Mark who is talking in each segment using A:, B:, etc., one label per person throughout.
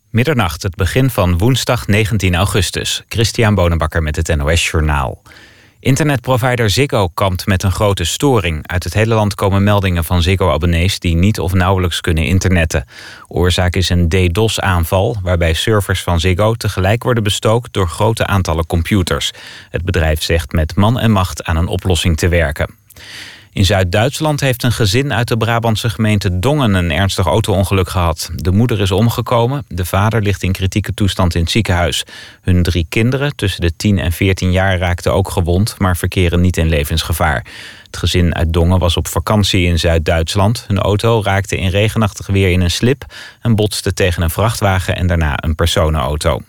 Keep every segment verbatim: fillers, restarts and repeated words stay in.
A: Middernacht, het begin van woensdag negentien augustus. Christian Bonenbakker met het N O S Journaal. Internetprovider Ziggo kampt met een grote storing. Uit het hele land komen meldingen van Ziggo-abonnees die niet of nauwelijks kunnen internetten. Oorzaak is een DDoS-aanval, waarbij servers van Ziggo tegelijk worden bestookt door grote aantallen computers. Het bedrijf zegt met man en macht aan een oplossing te werken. In Zuid-Duitsland heeft een gezin uit de Brabantse gemeente Dongen een ernstig auto-ongeluk gehad. De moeder is omgekomen, de vader ligt in kritieke toestand in het ziekenhuis. Hun drie kinderen, tussen de tien en veertien jaar, raakten ook gewond, maar verkeren niet in levensgevaar. Het gezin uit Dongen was op vakantie in Zuid-Duitsland. Hun auto raakte in regenachtig weer in een slip en botste tegen een vrachtwagen en daarna een personenauto.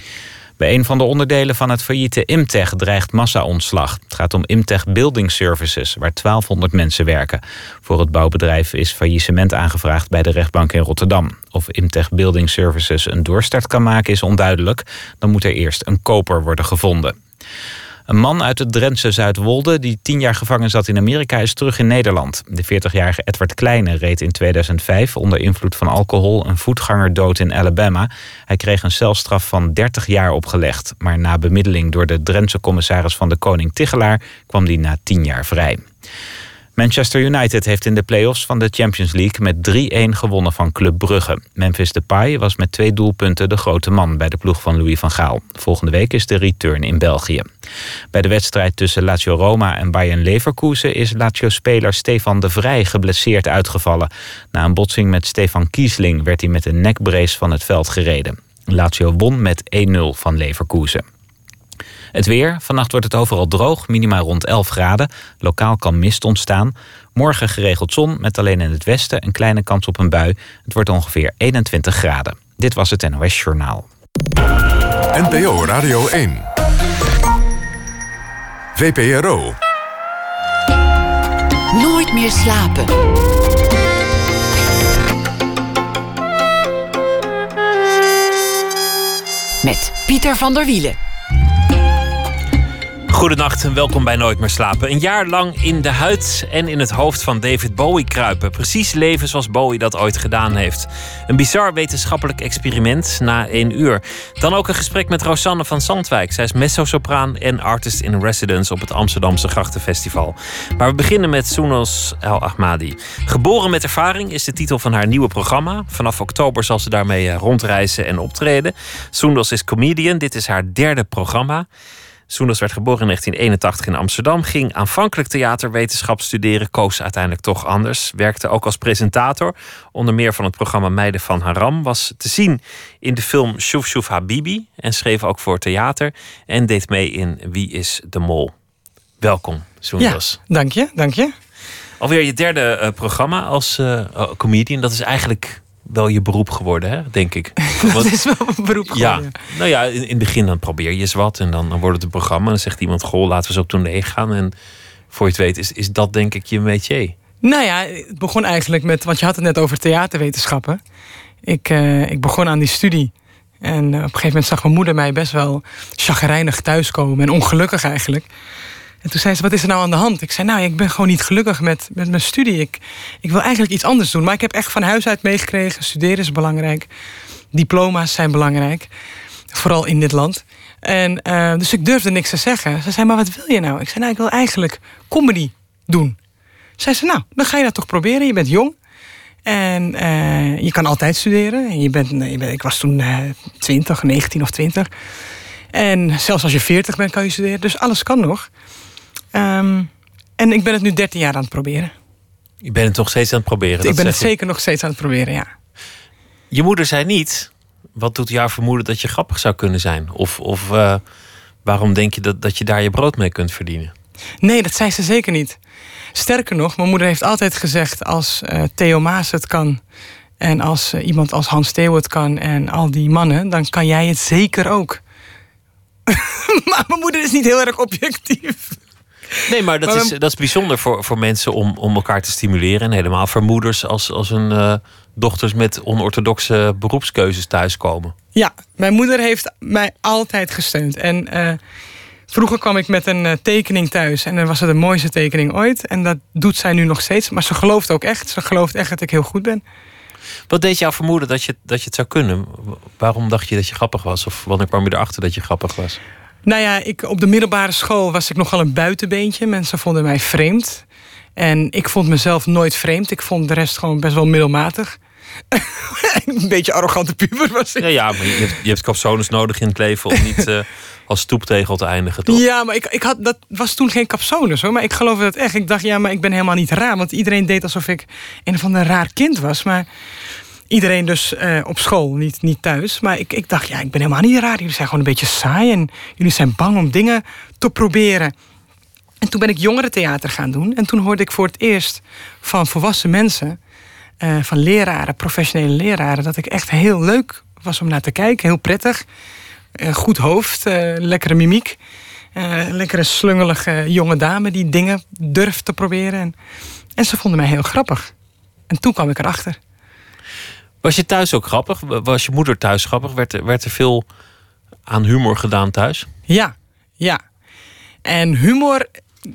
A: Bij een van de onderdelen van het failliete Imtech dreigt massa-ontslag. Het gaat om Imtech Building Services, waar twaalfhonderd mensen werken. Voor het bouwbedrijf is faillissement aangevraagd bij de rechtbank in Rotterdam. Of Imtech Building Services een doorstart kan maken is onduidelijk. Dan moet er eerst een koper worden gevonden. Een man uit het Drentse Zuidwolde die tien jaar gevangen zat in Amerika is terug in Nederland. De veertigjarige Edward Kleine reed in tweeduizend vijf onder invloed van alcohol een voetganger dood in Alabama. Hij kreeg een celstraf van dertig jaar opgelegd. Maar na bemiddeling door de Drentse commissaris van de Koning Tigelaar kwam hij na tien jaar vrij. Manchester United heeft in de play-offs van de Champions League met drie-een gewonnen van Club Brugge. Memphis Depay was met twee doelpunten de grote man bij de ploeg van Louis van Gaal. Volgende week is de return in België. Bij de wedstrijd tussen Lazio Roma en Bayern Leverkusen is Lazio-speler Stefan de Vrij geblesseerd uitgevallen. Na een botsing met Stefan Kiesling werd hij met een nekbrace van het veld gereden. Lazio won met een-nul van Leverkusen. Het weer. Vannacht wordt het overal droog, minimaal rond elf graden. Lokaal kan mist ontstaan. Morgen geregeld zon, met alleen in het westen een kleine kans op een bui. Het wordt ongeveer eenentwintig graden. Dit was het N O S Journaal.
B: N P O Radio één. V P R O.
C: Nooit meer slapen. Met Pieter van der Wielen.
D: Goedenacht en welkom bij Nooit meer slapen. Een jaar lang in de huid en in het hoofd van David Bowie kruipen. Precies leven zoals Bowie dat ooit gedaan heeft. Een bizar wetenschappelijk experiment na één uur. Dan ook een gesprek met Rosanne van Zandwijk. Zij is mezzosopraan en artist in residence op het Amsterdamse Grachtenfestival. Maar we beginnen met Soundos El Ahmadi. Geboren met ervaring is de titel van haar nieuwe programma. Vanaf oktober zal ze daarmee rondreizen en optreden. Soundos is comedian. Dit is haar derde programma. Soundos werd geboren in negentien eenentachtig in Amsterdam. Ging aanvankelijk theaterwetenschap studeren. Koos uiteindelijk toch anders. Werkte ook als presentator. Onder meer van het programma Meiden van Haram. Was te zien in de film Shuf Shuf Habibi. En schreef ook voor theater. En deed mee in Wie is de Mol. Welkom, Soundos.
E: Ja, dank je, dank je.
D: Alweer je derde uh, programma als uh, comedian. Dat is eigenlijk wel je beroep geworden, hè? Denk ik.
E: Dat is wel een beroep geworden.
D: Ja, nou ja, in, in het begin dan probeer je eens wat. En dan, dan wordt het een programma. En dan zegt iemand, goh, laten we eens op tournee gaan. En voor je het weet is, is dat denk ik je métier.
E: Nou ja, het begon eigenlijk met, want je had het net over theaterwetenschappen. Ik, uh, ik begon aan die studie. En uh, op een gegeven moment zag mijn moeder mij best wel chagrijnig thuiskomen. En ongelukkig eigenlijk. En toen zei ze, wat is er nou aan de hand? Ik zei, nou, ik ben gewoon niet gelukkig met, met mijn studie. Ik, ik wil eigenlijk iets anders doen. Maar ik heb echt van huis uit meegekregen. Studeren is belangrijk. Diploma's zijn belangrijk. Vooral in dit land. En uh, dus ik durfde niks te zeggen. Ze zei, maar wat wil je nou? Ik zei, nou, ik wil eigenlijk comedy doen. Zei ze, nou, dan ga je dat toch proberen. Je bent jong. En uh, je kan altijd studeren. Je bent, je bent, ik was toen uh, twintig, negentien of twintig. En zelfs als je veertig bent, kan je studeren. Dus alles kan nog. Um, en ik ben het nu dertien jaar aan het proberen.
D: Je bent het nog steeds aan het proberen?
E: Ik ben het zeker nog steeds aan het proberen, ja.
D: Je moeder zei niet, wat doet jou vermoeden dat je grappig zou kunnen zijn? Of, of uh, waarom denk je dat, dat je daar je brood mee kunt verdienen?
E: Nee, dat zei ze zeker niet. Sterker nog, mijn moeder heeft altijd gezegd, als uh, Theo Maas het kan en als uh, iemand als Hans Theo het kan en al die mannen, dan kan jij het zeker ook. Maar mijn moeder is niet heel erg objectief.
D: Nee, maar dat, maar is, dat is bijzonder voor, voor mensen om, om elkaar te stimuleren. En helemaal voor moeders als, als hun uh, dochters met onorthodoxe beroepskeuzes thuiskomen.
E: Ja, mijn moeder heeft mij altijd gesteund. En uh, vroeger kwam ik met een uh, tekening thuis. En dan was het de mooiste tekening ooit. En dat doet zij nu nog steeds. Maar ze gelooft ook echt. Ze gelooft echt dat ik heel goed ben.
D: Wat deed jou vermoeden dat je, dat je het zou kunnen? Waarom dacht je dat je grappig was? Of wanneer kwam je erachter dat je grappig was?
E: Nou ja, ik, op de middelbare school was ik nogal een buitenbeentje. Mensen vonden mij vreemd. En ik vond mezelf nooit vreemd. Ik vond de rest gewoon best wel middelmatig. Een beetje arrogante puber was ik.
D: Ja, ja maar je hebt, je hebt capsones nodig in het leven om niet uh, als stoeptegel te eindigen, toch?
E: Ja, maar ik, ik had, dat was toen geen capsones, hoor. Maar ik geloofde dat echt. Ik dacht, ja, maar ik ben helemaal niet raar. Want iedereen deed alsof ik een of ander raar kind was. Maar iedereen dus uh, op school, niet, niet thuis. Maar ik, ik dacht, ja, ik ben helemaal niet raar. Jullie zijn gewoon een beetje saai. En jullie zijn bang om dingen te proberen. En toen ben ik jongerentheater gaan doen. En toen hoorde ik voor het eerst van volwassen mensen... Uh, van leraren, professionele leraren... dat ik echt heel leuk was om naar te kijken. Heel prettig. Uh, goed hoofd, uh, lekkere mimiek. Uh, lekkere slungelige jonge dame die dingen durft te proberen. En, en ze vonden mij heel grappig. En toen kwam ik erachter.
D: Was je thuis ook grappig? Was je moeder thuis grappig? Werd er, werd er veel aan humor gedaan thuis?
E: Ja, ja. En humor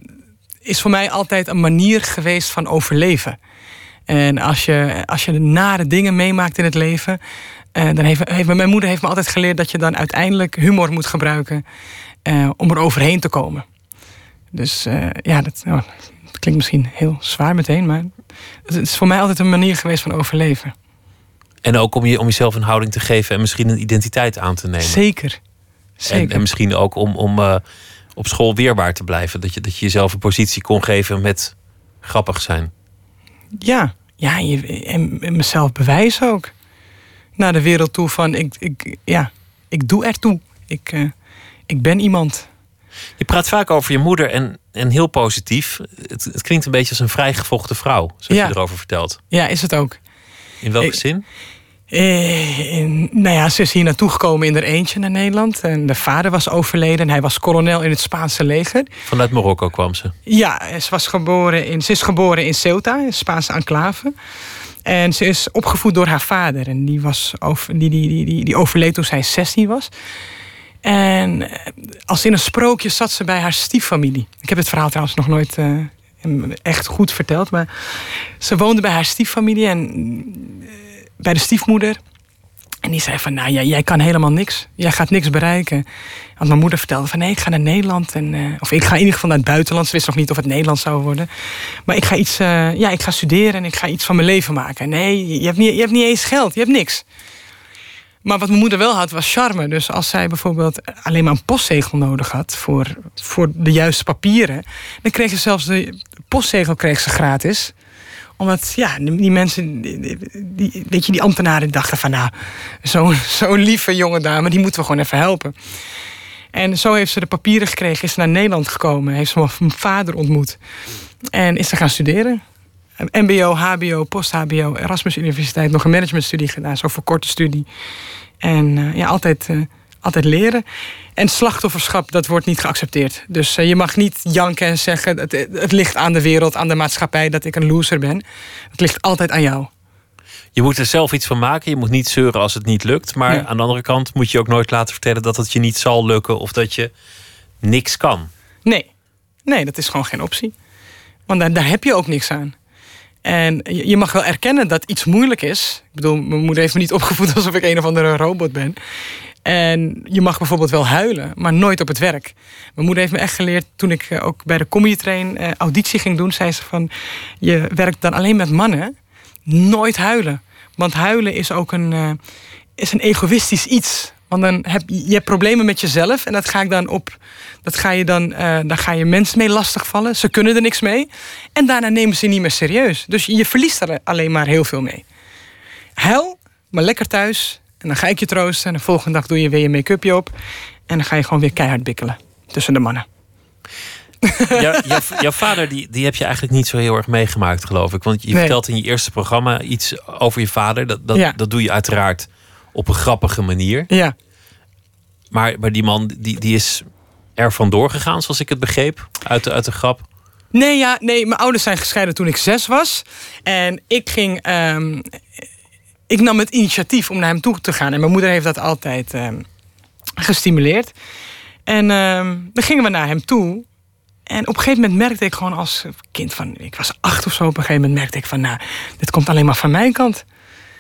E: is voor mij altijd een manier geweest van overleven. En als je, als je nare dingen meemaakt in het leven... Uh, dan heeft, heeft, mijn moeder heeft me altijd geleerd... dat je dan uiteindelijk humor moet gebruiken... Uh, om er overheen te komen. Dus uh, ja, dat, oh, dat klinkt misschien heel zwaar meteen... maar het is voor mij altijd een manier geweest van overleven.
D: En ook om, je, om jezelf een houding te geven... en misschien een identiteit aan te nemen.
E: Zeker. Zeker.
D: En, en misschien ook om, om uh, op school weerbaar te blijven. Dat je, dat je jezelf een positie kon geven met grappig zijn.
E: Ja, ja je, en, en mezelf bewijzen ook. Naar de wereld toe van, ik, ik, ja, ik doe ertoe. Ik, uh, ik ben iemand.
D: Je praat vaak over je moeder en, en heel positief. Het, het klinkt een beetje als een vrijgevochten vrouw, zoals
E: ja.
D: je erover vertelt.
E: Ja, is het ook.
D: In welke
E: ik,
D: zin?
E: Eh, in, nou ja, ze is hier naartoe gekomen in haar eentje naar Nederland. En de vader was overleden. Hij was kolonel in het Spaanse leger.
D: Vanuit Marokko kwam ze?
E: Ja, ze, was geboren in, ze is geboren in Ceuta, een Spaanse enclave. En ze is opgevoed door haar vader. En die, was over, die, die, die, die, die overleed toen zij zestien was. En als in een sprookje zat ze bij haar stieffamilie. Ik heb het verhaal trouwens nog nooit uh, echt goed verteld. Maar ze woonde bij haar stieffamilie en uh, bij de stiefmoeder. En die zei van, nou ja, jij kan helemaal niks. Jij gaat niks bereiken. Want mijn moeder vertelde van, nee, ik ga naar Nederland. En, uh, of ik ga in ieder geval naar het buitenland. Ze wist nog niet of het Nederlands zou worden. Maar ik ga iets, uh, ja, ik ga studeren en ik ga iets van mijn leven maken. Nee, je hebt niet, je hebt niet eens geld. Je hebt niks. Maar wat mijn moeder wel had, was charme. Dus als zij bijvoorbeeld alleen maar een postzegel nodig had... voor, voor de juiste papieren... dan kreeg ze zelfs de postzegel kreeg ze gratis. Omdat, ja, die mensen... Die, die, weet je, die ambtenaren dachten van... nou, zo'n zo'n lieve jonge dame, die moeten we gewoon even helpen. En zo heeft ze de papieren gekregen, is ze naar Nederland gekomen... heeft ze mijn vader ontmoet. En is ze gaan studeren. M B O, H B O, post-H B O, Erasmus Universiteit... nog een managementstudie gedaan, zo voor korte studie. En uh, ja, altijd, uh, altijd leren. En slachtofferschap, dat wordt niet geaccepteerd. Dus uh, je mag niet janken en zeggen... Het, het ligt aan de wereld, aan de maatschappij... dat ik een loser ben. Het ligt altijd aan jou.
D: Je moet er zelf iets van maken. Je moet niet zeuren als het niet lukt. Maar ja. aan de andere kant moet je ook nooit laten vertellen... dat het je niet zal lukken of dat je niks kan.
E: Nee, nee, dat is gewoon geen optie. Want daar, daar heb je ook niks aan. En je mag wel erkennen dat iets moeilijk is. Ik bedoel, mijn moeder heeft me niet opgevoed alsof ik een of andere robot ben. En je mag bijvoorbeeld wel huilen, maar nooit op het werk. Mijn moeder heeft me echt geleerd, toen ik ook bij de Comedy Train uh, auditie ging doen... zei ze van, je werkt dan alleen met mannen, nooit huilen. Want huilen is ook een, uh, is een egoïstisch iets. Want dan heb je, je hebt problemen met jezelf en dat ga ik dan op... Dat ga je dan, uh, daar ga je mensen mee lastigvallen. Ze kunnen er niks mee. En daarna nemen ze je niet meer serieus. Dus je verliest er alleen maar heel veel mee. Huil, maar lekker thuis. En dan ga ik je troosten. En de volgende dag doe je weer je make-upje op. En dan ga je gewoon weer keihard bikkelen. Tussen de mannen.
D: Ja, jouw, jouw vader, die, die heb je eigenlijk niet zo heel erg meegemaakt, geloof ik. Want je nee. vertelt in je eerste programma iets over je vader. Dat, dat, ja. dat doe je uiteraard op een grappige manier.
E: Ja.
D: Maar, maar die man, die, die is... er vandoor gegaan, zoals ik het begreep, uit de, uit de grap?
E: Nee, ja, nee, mijn ouders zijn gescheiden toen ik zes was. En ik ging... Um, ik nam het initiatief om naar hem toe te gaan. En mijn moeder heeft dat altijd um, gestimuleerd. En um, dan gingen we naar hem toe. En op een gegeven moment merkte ik gewoon als kind van... Ik was acht of zo, op een gegeven moment merkte ik van... nou, dit komt alleen maar van mijn kant.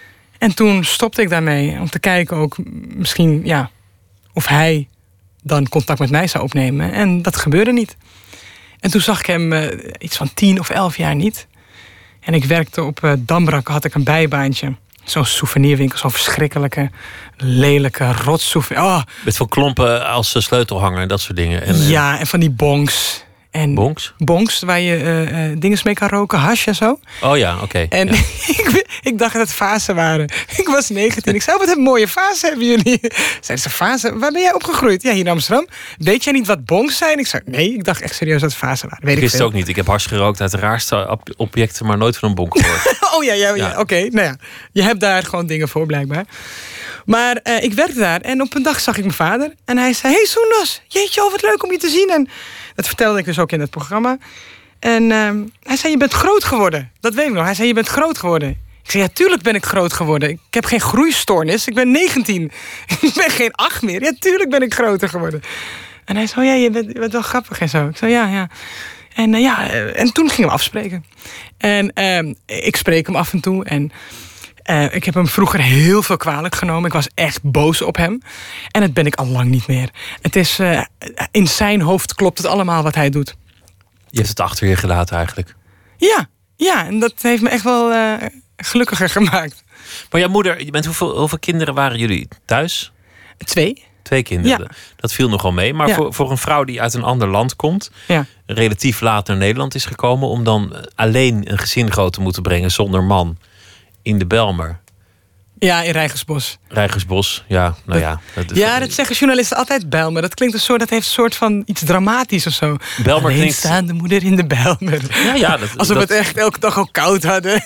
E: En toen stopte ik daarmee om te kijken ook misschien ja, of hij dan contact met mij zou opnemen. En dat gebeurde niet. En toen zag ik hem uh, iets van tien of elf jaar niet. En ik werkte op uh, Dambrak, had ik een bijbaantje. Zo'n souvenirwinkel, zo'n verschrikkelijke, lelijke rotsouvenir. Oh.
D: Met van klompen als sleutelhanger en dat soort dingen. En,
E: ja, en van die bongs. En
D: bongs?
E: Bongs, waar je uh, uh, dingen mee kan roken, hash en zo.
D: Oh ja, oké. Okay.
E: En
D: ja.
E: ik, ik dacht dat het vazen waren. Ik was negentien. Ik zei, wat een mooie vazen hebben jullie. Zeiden ze, vazen? Waar ben jij opgegroeid? Ja, hier in Amsterdam. Weet jij niet wat bongs zijn? Ik zei, nee, ik dacht echt serieus dat het vazen waren. Weet
D: ik wist
E: het
D: ook niet. Ik heb hash gerookt uit de raarste objecten, maar nooit van een bonk gehoord.
E: oh ja, ja, ja. ja. oké. Okay, nou ja, je hebt daar gewoon dingen voor blijkbaar. Maar uh, ik werkte daar en op een dag zag ik mijn vader. En hij zei, hey Soendos, jeetje, oh, wat leuk om je te zien. En dat vertelde ik dus ook in het programma. En uh, hij zei, je bent groot geworden. Dat weet ik nog. Hij zei, je bent groot geworden. Ik zei, ja, tuurlijk ben ik groot geworden. Ik heb geen groeistoornis. Ik ben negentien. Ik ben geen acht meer. Ja, tuurlijk ben ik groter geworden. En hij zei, oh, ja, je bent, je bent wel grappig en zo. Ik zei, ja, ja. En, uh, ja, en toen gingen we afspreken. En uh, ik spreek hem af en toe. En uh, ik heb hem vroeger heel veel kwalijk genomen. Ik was echt boos op hem. En dat ben ik al lang niet meer. Het is, uh, in zijn hoofd klopt het allemaal wat hij doet.
D: Je hebt het achter je gelaten eigenlijk.
E: Ja, ja, en dat heeft me echt wel uh, gelukkiger gemaakt.
D: Maar jouw moeder, je bent, hoeveel, hoeveel kinderen waren jullie thuis?
E: Twee.
D: Twee kinderen.
E: Ja.
D: Dat viel nogal mee. Maar
E: ja.
D: voor, voor een vrouw die uit een ander land komt,
E: ja.
D: relatief laat naar Nederland is gekomen, om dan alleen een gezin groot te moeten brengen zonder man in de Bijlmer.
E: Ja, in Rijgersbos.
D: Rijgersbos, ja. Nou
E: dat,
D: ja, dat, is
E: ja, dat zeggen journalisten altijd Bijlmer. Dat klinkt een soort, dat heeft een soort van iets dramatisch of zo.
D: Bijlmer
E: alleen
D: klinkt...
E: staande moeder in de Bijlmer.
D: Ja, ja. Dat,
E: Alsof
D: dat...
E: we het echt elke dag ook koud hadden.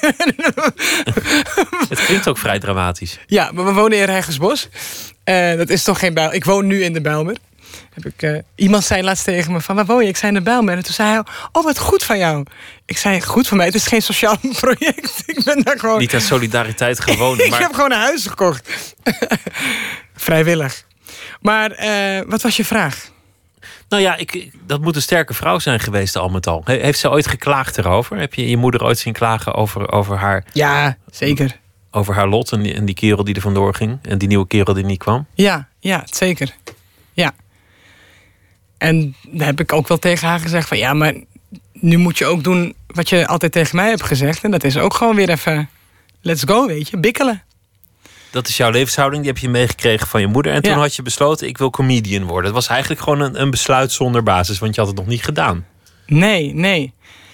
D: Het klinkt ook vrij dramatisch.
E: Ja, maar we wonen in Rijgersbos. Uh, dat is toch geen Bijlmer. Ik woon nu in de Bijlmer. Heb ik, uh, iemand zei laatst tegen me van, waar woon je? Ik zei in de Bijlmer. En toen zei hij, oh, wat goed van jou. Ik zei, goed van mij, het is geen sociaal project. Ik ben daar gewoon...
D: Niet aan solidariteit gewoon.
E: ik
D: maar...
E: heb gewoon een huis gekocht. Vrijwillig. Maar uh, wat was je vraag?
D: Nou ja, ik, dat moet een sterke vrouw zijn geweest al met al. He, heeft ze ooit geklaagd erover? Heb je je moeder ooit zien klagen over, over haar...
E: Ja, zeker.
D: Over haar lot en die, en die kerel die er vandoor ging. En die nieuwe kerel die niet kwam.
E: Ja, ja, zeker. Ja. En daar heb ik ook wel tegen haar gezegd van, ja, maar nu moet je ook doen wat je altijd tegen mij hebt gezegd. En dat is ook gewoon weer even, let's go, weet je, bikkelen.
D: Dat is jouw levenshouding, die heb je meegekregen van je moeder. En toen
E: ja.
D: had je besloten, ik wil comedian worden. Het was eigenlijk gewoon een, een besluit zonder basis, want je had het nog niet gedaan.
E: Nee, nee.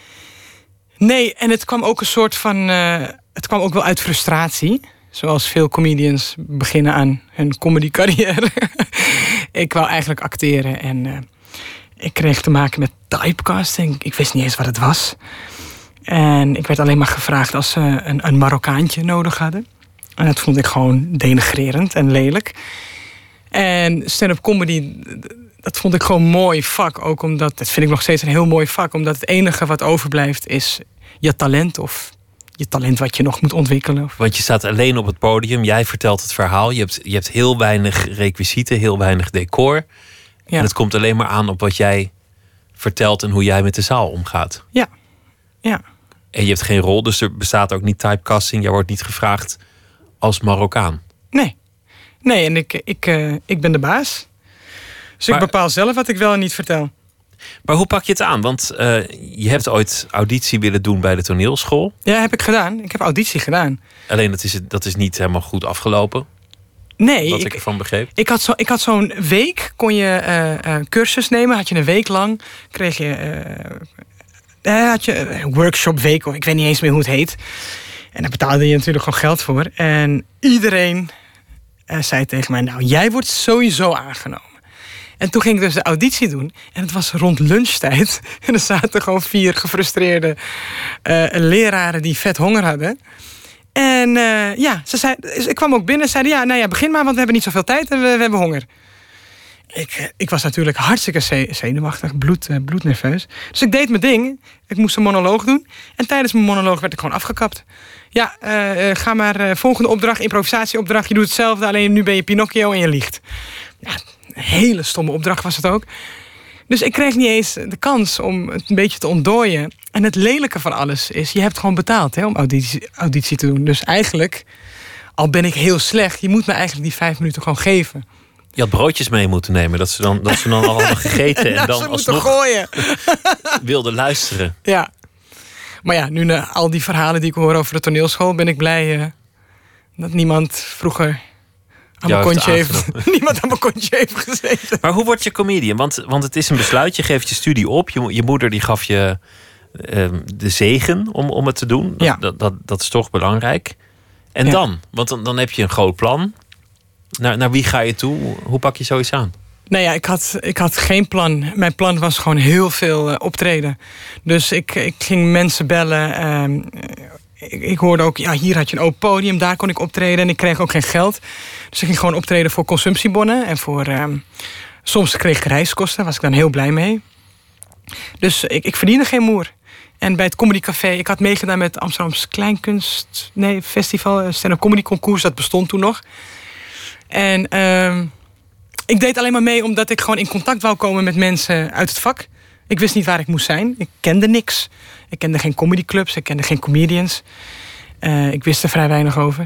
E: Nee, en het kwam ook een soort van, uh, het kwam ook wel uit frustratie. Zoals veel comedians beginnen aan hun comedycarrière. Ik wou eigenlijk acteren en uh, ik kreeg te maken met typecasting. Ik wist niet eens wat het was. En ik werd alleen maar gevraagd als ze een, een Marokkaantje nodig hadden. En dat vond ik gewoon denigrerend en lelijk. En stand-up comedy, dat vond ik gewoon een mooi vak. Ook omdat, dat vind ik nog steeds een heel mooi vak. Omdat het enige wat overblijft is je talent of je talent wat je nog moet ontwikkelen.
D: Want je staat alleen op het podium, jij vertelt het verhaal. Je hebt, je hebt heel weinig requisieten, heel weinig decor. Ja. En het komt alleen maar aan op wat jij vertelt en hoe jij met de zaal omgaat.
E: Ja, ja.
D: En je hebt geen rol, dus er bestaat ook niet typecasting. Jij wordt niet gevraagd als Marokkaan.
E: Nee, nee, en ik, ik, uh, ik ben de baas. Dus maar, ik bepaal zelf wat ik wel en niet vertel.
D: Maar hoe pak je het aan? Want uh, je hebt ooit auditie willen doen bij de toneelschool.
E: Ja, heb ik gedaan. Ik heb auditie gedaan.
D: Alleen dat is, dat is niet helemaal goed afgelopen.
E: Nee.
D: Wat
E: ik,
D: ik ervan begreep.
E: Ik had, zo, ik had zo'n week, kon je uh, uh, cursus nemen. Had je een week lang, kreeg je... Uh, uh, had je een workshopweek, of ik weet niet eens meer hoe het heet. En daar betaalde je natuurlijk gewoon geld voor. En iedereen uh, zei tegen mij, nou, jij wordt sowieso aangenomen. En toen ging ik dus de auditie doen. En het was rond lunchtijd. En er zaten gewoon vier gefrustreerde uh, leraren die vet honger hadden. En uh, ja, ze zei, ik kwam ook binnen en zeiden, ja, nou ja, begin maar, want we hebben niet zoveel tijd en we, we hebben honger. Ik, ik was natuurlijk hartstikke zenuwachtig, bloed, uh, bloednerveus. Dus ik deed mijn ding. Ik moest een monoloog doen. En tijdens mijn monoloog werd ik gewoon afgekapt. Ja, uh, uh, ga maar, uh, volgende opdracht, improvisatieopdracht. Je doet hetzelfde, alleen nu ben je Pinocchio en je liegt. Ja, een hele stomme opdracht was het ook. Dus ik kreeg niet eens de kans om het een beetje te ontdooien. En het lelijke van alles is, je hebt gewoon betaald hè, om auditie, auditie te doen. Dus eigenlijk, al ben ik heel slecht, je moet me eigenlijk die vijf minuten gewoon geven.
D: Je had broodjes mee moeten nemen, dat ze dan, dat ze dan al hadden gegeten en, en dan alsnog
E: gooien.
D: wilden luisteren.
E: Ja. Maar ja, nu na al die verhalen die ik hoor over de toneelschool, ben ik blij uh, dat niemand vroeger aan mijn kontje heeft, niemand aan mijn kontje heeft gezeten.
D: Maar hoe word je comedian? Want, want het is een besluit, je geeft je studie op. Je, je moeder die gaf je uh, de zegen om, om het te doen.
E: Ja.
D: Dat, dat, dat is toch belangrijk. En
E: ja.
D: dan? Want dan, dan heb je een groot plan. Naar, naar wie ga je toe? Hoe pak je zoiets aan?
E: Nou ja, ik had, ik had geen plan. Mijn plan was gewoon heel veel uh, optreden. Dus ik, ik ging mensen bellen. Um, ik, ik hoorde ook, ja, hier had je een open podium. Daar kon ik optreden en ik kreeg ook geen geld. Dus ik ging gewoon optreden voor consumptiebonnen. En voor, um, soms kreeg ik reiskosten. Daar was ik dan heel blij mee. Dus ik, ik verdiende geen moer. En bij het Comedy Café, ik had meegedaan met Amsterdamse Kleinkunst... Nee, festival, stand-up comedy concours. Dat bestond toen nog. En uh, ik deed alleen maar mee omdat ik gewoon in contact wou komen met mensen uit het vak. Ik wist niet waar ik moest zijn. Ik kende niks. Ik kende geen comedyclubs, ik kende geen comedians. Uh, ik wist er vrij weinig over.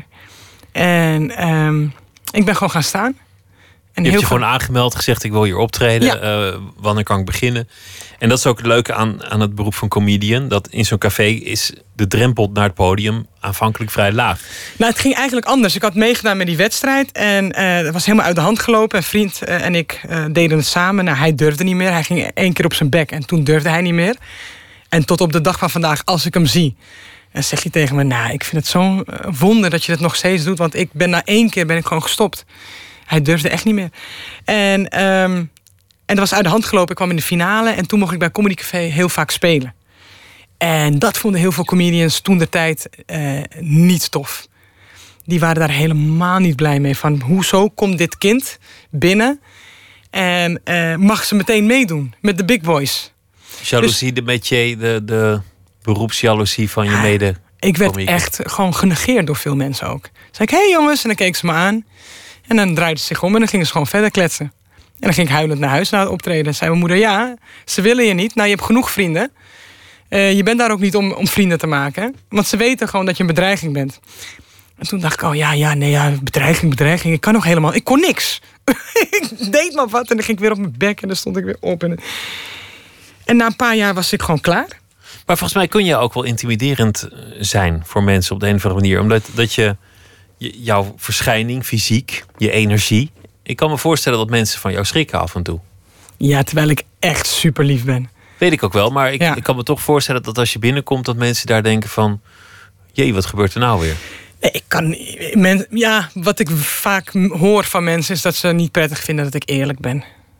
E: En um, ik ben gewoon gaan staan. En
D: je
E: heel
D: hebt je
E: veel...
D: gewoon aangemeld, gezegd ik wil hier optreden. Ja. Uh, wanneer kan ik beginnen? En dat is ook het leuke aan, aan het beroep van comedian. Dat in zo'n café is de drempel naar het podium aanvankelijk vrij laag.
E: Nou, het ging eigenlijk anders. Ik had meegedaan met die wedstrijd. En uh, dat was helemaal uit de hand gelopen. Een vriend uh, en ik uh, deden het samen. Nou, hij durfde niet meer. Hij ging één keer op zijn bek. En toen durfde hij niet meer. En tot op de dag van vandaag, als ik hem zie... En zeg je tegen me, nou, ik vind het zo'n wonder dat je dat nog steeds doet. Want ik ben na één keer ben ik gewoon gestopt. Hij durfde echt niet meer. En, um, en dat was uit de hand gelopen. Ik kwam in de finale. En toen mocht ik bij Comedy Café heel vaak spelen. En dat vonden heel veel comedians toen de tijd uh, niet tof. Die waren daar helemaal niet blij mee. Van, hoezo komt dit kind binnen en uh, mag ze meteen meedoen met de big boys?
D: Jaloezie, dus, de métier, de, de beroepsjaloezie van je mede.
E: Ik werd echt gewoon genegeerd door veel mensen ook. Dan zei ik, hé hey jongens, en dan keek ze me aan. En dan draaide ze zich om en dan gingen ze gewoon verder kletsen. En dan ging ik huilend naar huis na het optreden. En zei mijn moeder, ja, ze willen je niet. Nou, je hebt genoeg vrienden. Uh, je bent daar ook niet om, om vrienden te maken. Want ze weten gewoon dat je een bedreiging bent. En toen dacht ik, oh ja, ja, nee, ja, bedreiging, bedreiging. Ik kan nog helemaal, ik kon niks. Ik deed maar wat en dan ging ik weer op mijn bek en dan stond ik weer op. En, en na een paar jaar was ik gewoon klaar.
D: Maar volgens mij kun je ook wel intimiderend zijn voor mensen op de een of andere manier. Omdat dat je, je jouw verschijning, fysiek, je energie... Ik kan me voorstellen dat mensen van jou schrikken af en toe.
E: Ja, terwijl ik echt super lief ben.
D: Weet ik ook wel, maar ik,
E: ja.
D: ik kan me toch voorstellen dat als je binnenkomt... dat mensen daar denken van... jee, wat gebeurt er nou weer?
E: Nee, ik kan, men, ja, wat ik vaak hoor van mensen... is dat ze niet prettig vinden dat ik eerlijk ben.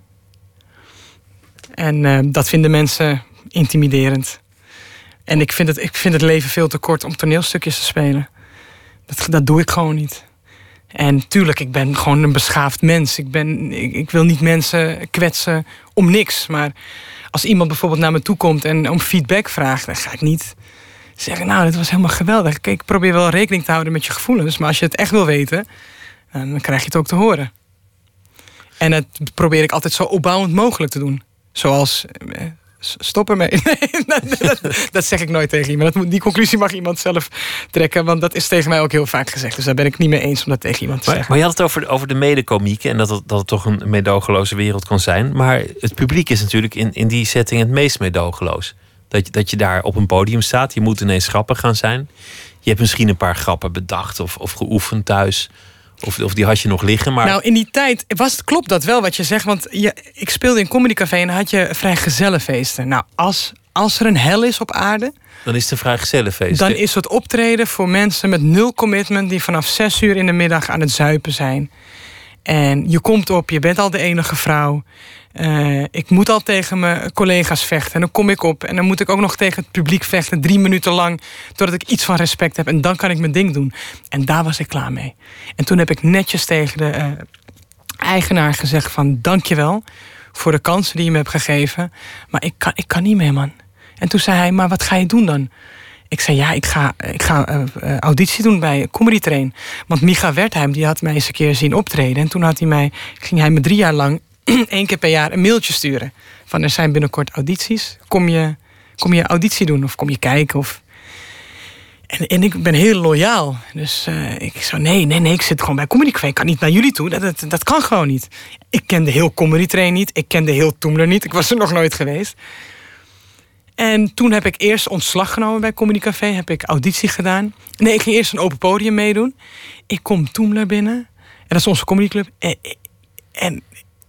E: En uh, dat vinden mensen intimiderend. En ik vind, het, ik vind het leven veel te kort om toneelstukjes te spelen. Dat, dat doe ik gewoon niet. En tuurlijk, ik ben gewoon een beschaafd mens. Ik, ben, ik, ik wil niet mensen kwetsen om niks. Maar als iemand bijvoorbeeld naar me toe komt en om feedback vraagt... dan ga ik niet zeggen, nou, dit was helemaal geweldig. Kijk, ik probeer wel rekening te houden met je gevoelens. Maar als je het echt wil weten, dan krijg je het ook te horen. En dat probeer ik altijd zo opbouwend mogelijk te doen. Zoals... Stop ermee. Nee, dat, dat, dat zeg ik nooit tegen iemand. Dat moet, die conclusie mag iemand zelf trekken. Want dat is tegen mij ook heel vaak gezegd. Dus daar ben ik niet mee eens om dat tegen iemand te
D: maar,
E: zeggen.
D: Maar je had het over, over de medekomieken. En dat het, dat het toch een meedogenloze wereld kan zijn. Maar het publiek is natuurlijk in, in die setting het meest meedogenloos. Dat je, dat je daar op een podium staat. Je moet ineens grappig gaan zijn. Je hebt misschien een paar grappen bedacht of, of geoefend thuis. Of, of die had je nog liggen. Maar...
E: Nou, in die tijd was, klopt dat wel wat je zegt. Want je, ik speelde in Comedy Café en dan had je vrijgezellenfeesten. Nou, als, als er een hel is op aarde...
D: Dan is het een vrijgezellenfeest.
E: Dan is het optreden voor mensen met nul commitment... die vanaf zes uur in de middag aan het zuipen zijn. En je komt op, je bent al de enige vrouw. Uh, ik moet al tegen mijn collega's vechten. En dan kom ik op. En dan moet ik ook nog tegen het publiek vechten. Drie minuten lang. Totdat ik iets van respect heb. En dan kan ik mijn ding doen. En daar was ik klaar mee. En toen heb ik netjes tegen de uh, eigenaar gezegd van... dankjewel voor de kansen die je me hebt gegeven. Maar ik kan, ik kan niet meer, man. En toen zei hij, maar wat ga je doen dan? Ik zei, ja, ik ga, ik ga uh, uh, auditie doen bij Comedy Train. Want Micha Wertheim, die had mij eens een keer zien optreden. En toen had hij mij, ging hij me drie jaar lang... één keer per jaar een mailtje sturen. Van er zijn binnenkort audities. Kom je, kom je auditie doen of kom je kijken? Of... En, en ik ben heel loyaal. Dus uh, ik zei, nee, nee, nee, ik zit gewoon bij Comedy Café. Ik kan niet naar jullie toe. Dat, dat, dat kan gewoon niet. Ik kende heel Comedy Train niet. Ik kende heel Toemler niet. Ik was er nog nooit geweest. En toen heb ik eerst ontslag genomen bij Comedy Café. Heb ik auditie gedaan. Nee, ik ging eerst een open podium meedoen. Ik kom Toemler binnen. En dat is onze comedyclub. En, en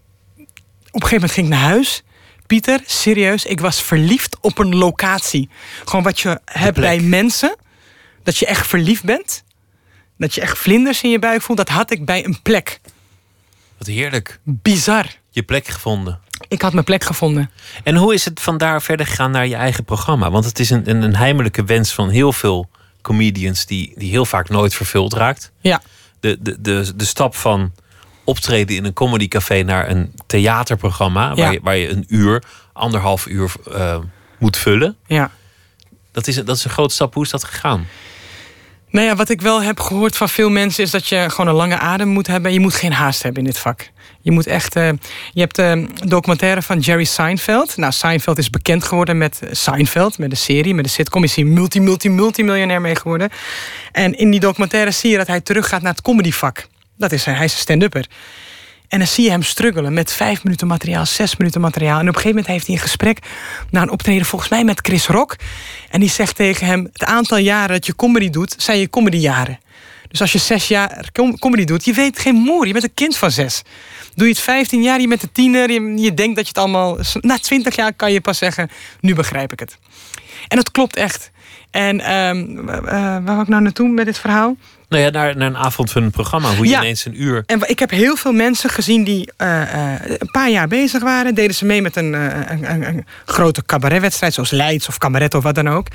E: op een gegeven moment ging ik naar huis. Pieter, serieus, ik was verliefd op een locatie. Gewoon wat je hebt bij mensen. Dat je echt verliefd bent. Dat je echt vlinders in je buik voelt. Dat had ik bij een plek.
D: Wat heerlijk.
E: Bizar.
D: Je plek gevonden.
E: Ik had mijn plek gevonden.
D: En hoe is het vandaar verder gegaan naar je eigen programma? Want het is een, een, een heimelijke wens van heel veel comedians... die, die heel vaak nooit vervuld raakt.
E: Ja.
D: De, de, de, de stap van optreden in een comedycafé naar een theaterprogramma...
E: Ja.
D: Waar, je, waar je een uur, anderhalf uur uh, moet vullen.
E: Ja.
D: Dat is, dat is een grote stap. Hoe is dat gegaan?
E: Nou ja, wat ik wel heb gehoord van veel mensen... is dat je gewoon een lange adem moet hebben. Je moet geen haast hebben in dit vak. Je moet echt... Uh, je hebt de uh, documentaire van Jerry Seinfeld. Nou, Seinfeld is bekend geworden met Seinfeld. Met de serie, met de sitcom. Is hij multi, multi, multimiljonair mee geworden. En in die documentaire zie je dat hij teruggaat naar het comedyvak. Dat is hij. Hij is een stand-upper. En dan zie je hem struggelen met vijf minuten materiaal, zes minuten materiaal. En op een gegeven moment heeft hij een gesprek na een optreden volgens mij met Chris Rock. En die zegt tegen hem, het aantal jaren dat je comedy doet, zijn je comedyjaren. Dus als je zes jaar comedy doet, je weet geen moer. Je bent een kind van zes. Doe je het vijftien jaar, je bent een tiener. Je, je denkt dat je het allemaal... Na twintig jaar kan je pas zeggen, nu begrijp ik het. En dat klopt echt. En um, uh, waar wou ik nou naartoe met dit verhaal?
D: Nou ja, naar, naar een avondvullend programma. Hoe je ja. ineens een uur...
E: En ik heb heel veel mensen gezien die uh, uh, een paar jaar bezig waren. Deden ze mee met een, uh, een, een, een grote cabaretwedstrijd, zoals Leids of Cabaret of wat dan ook.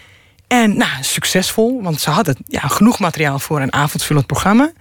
E: En nou, succesvol, want ze hadden ja, genoeg materiaal voor een avondvullend programma.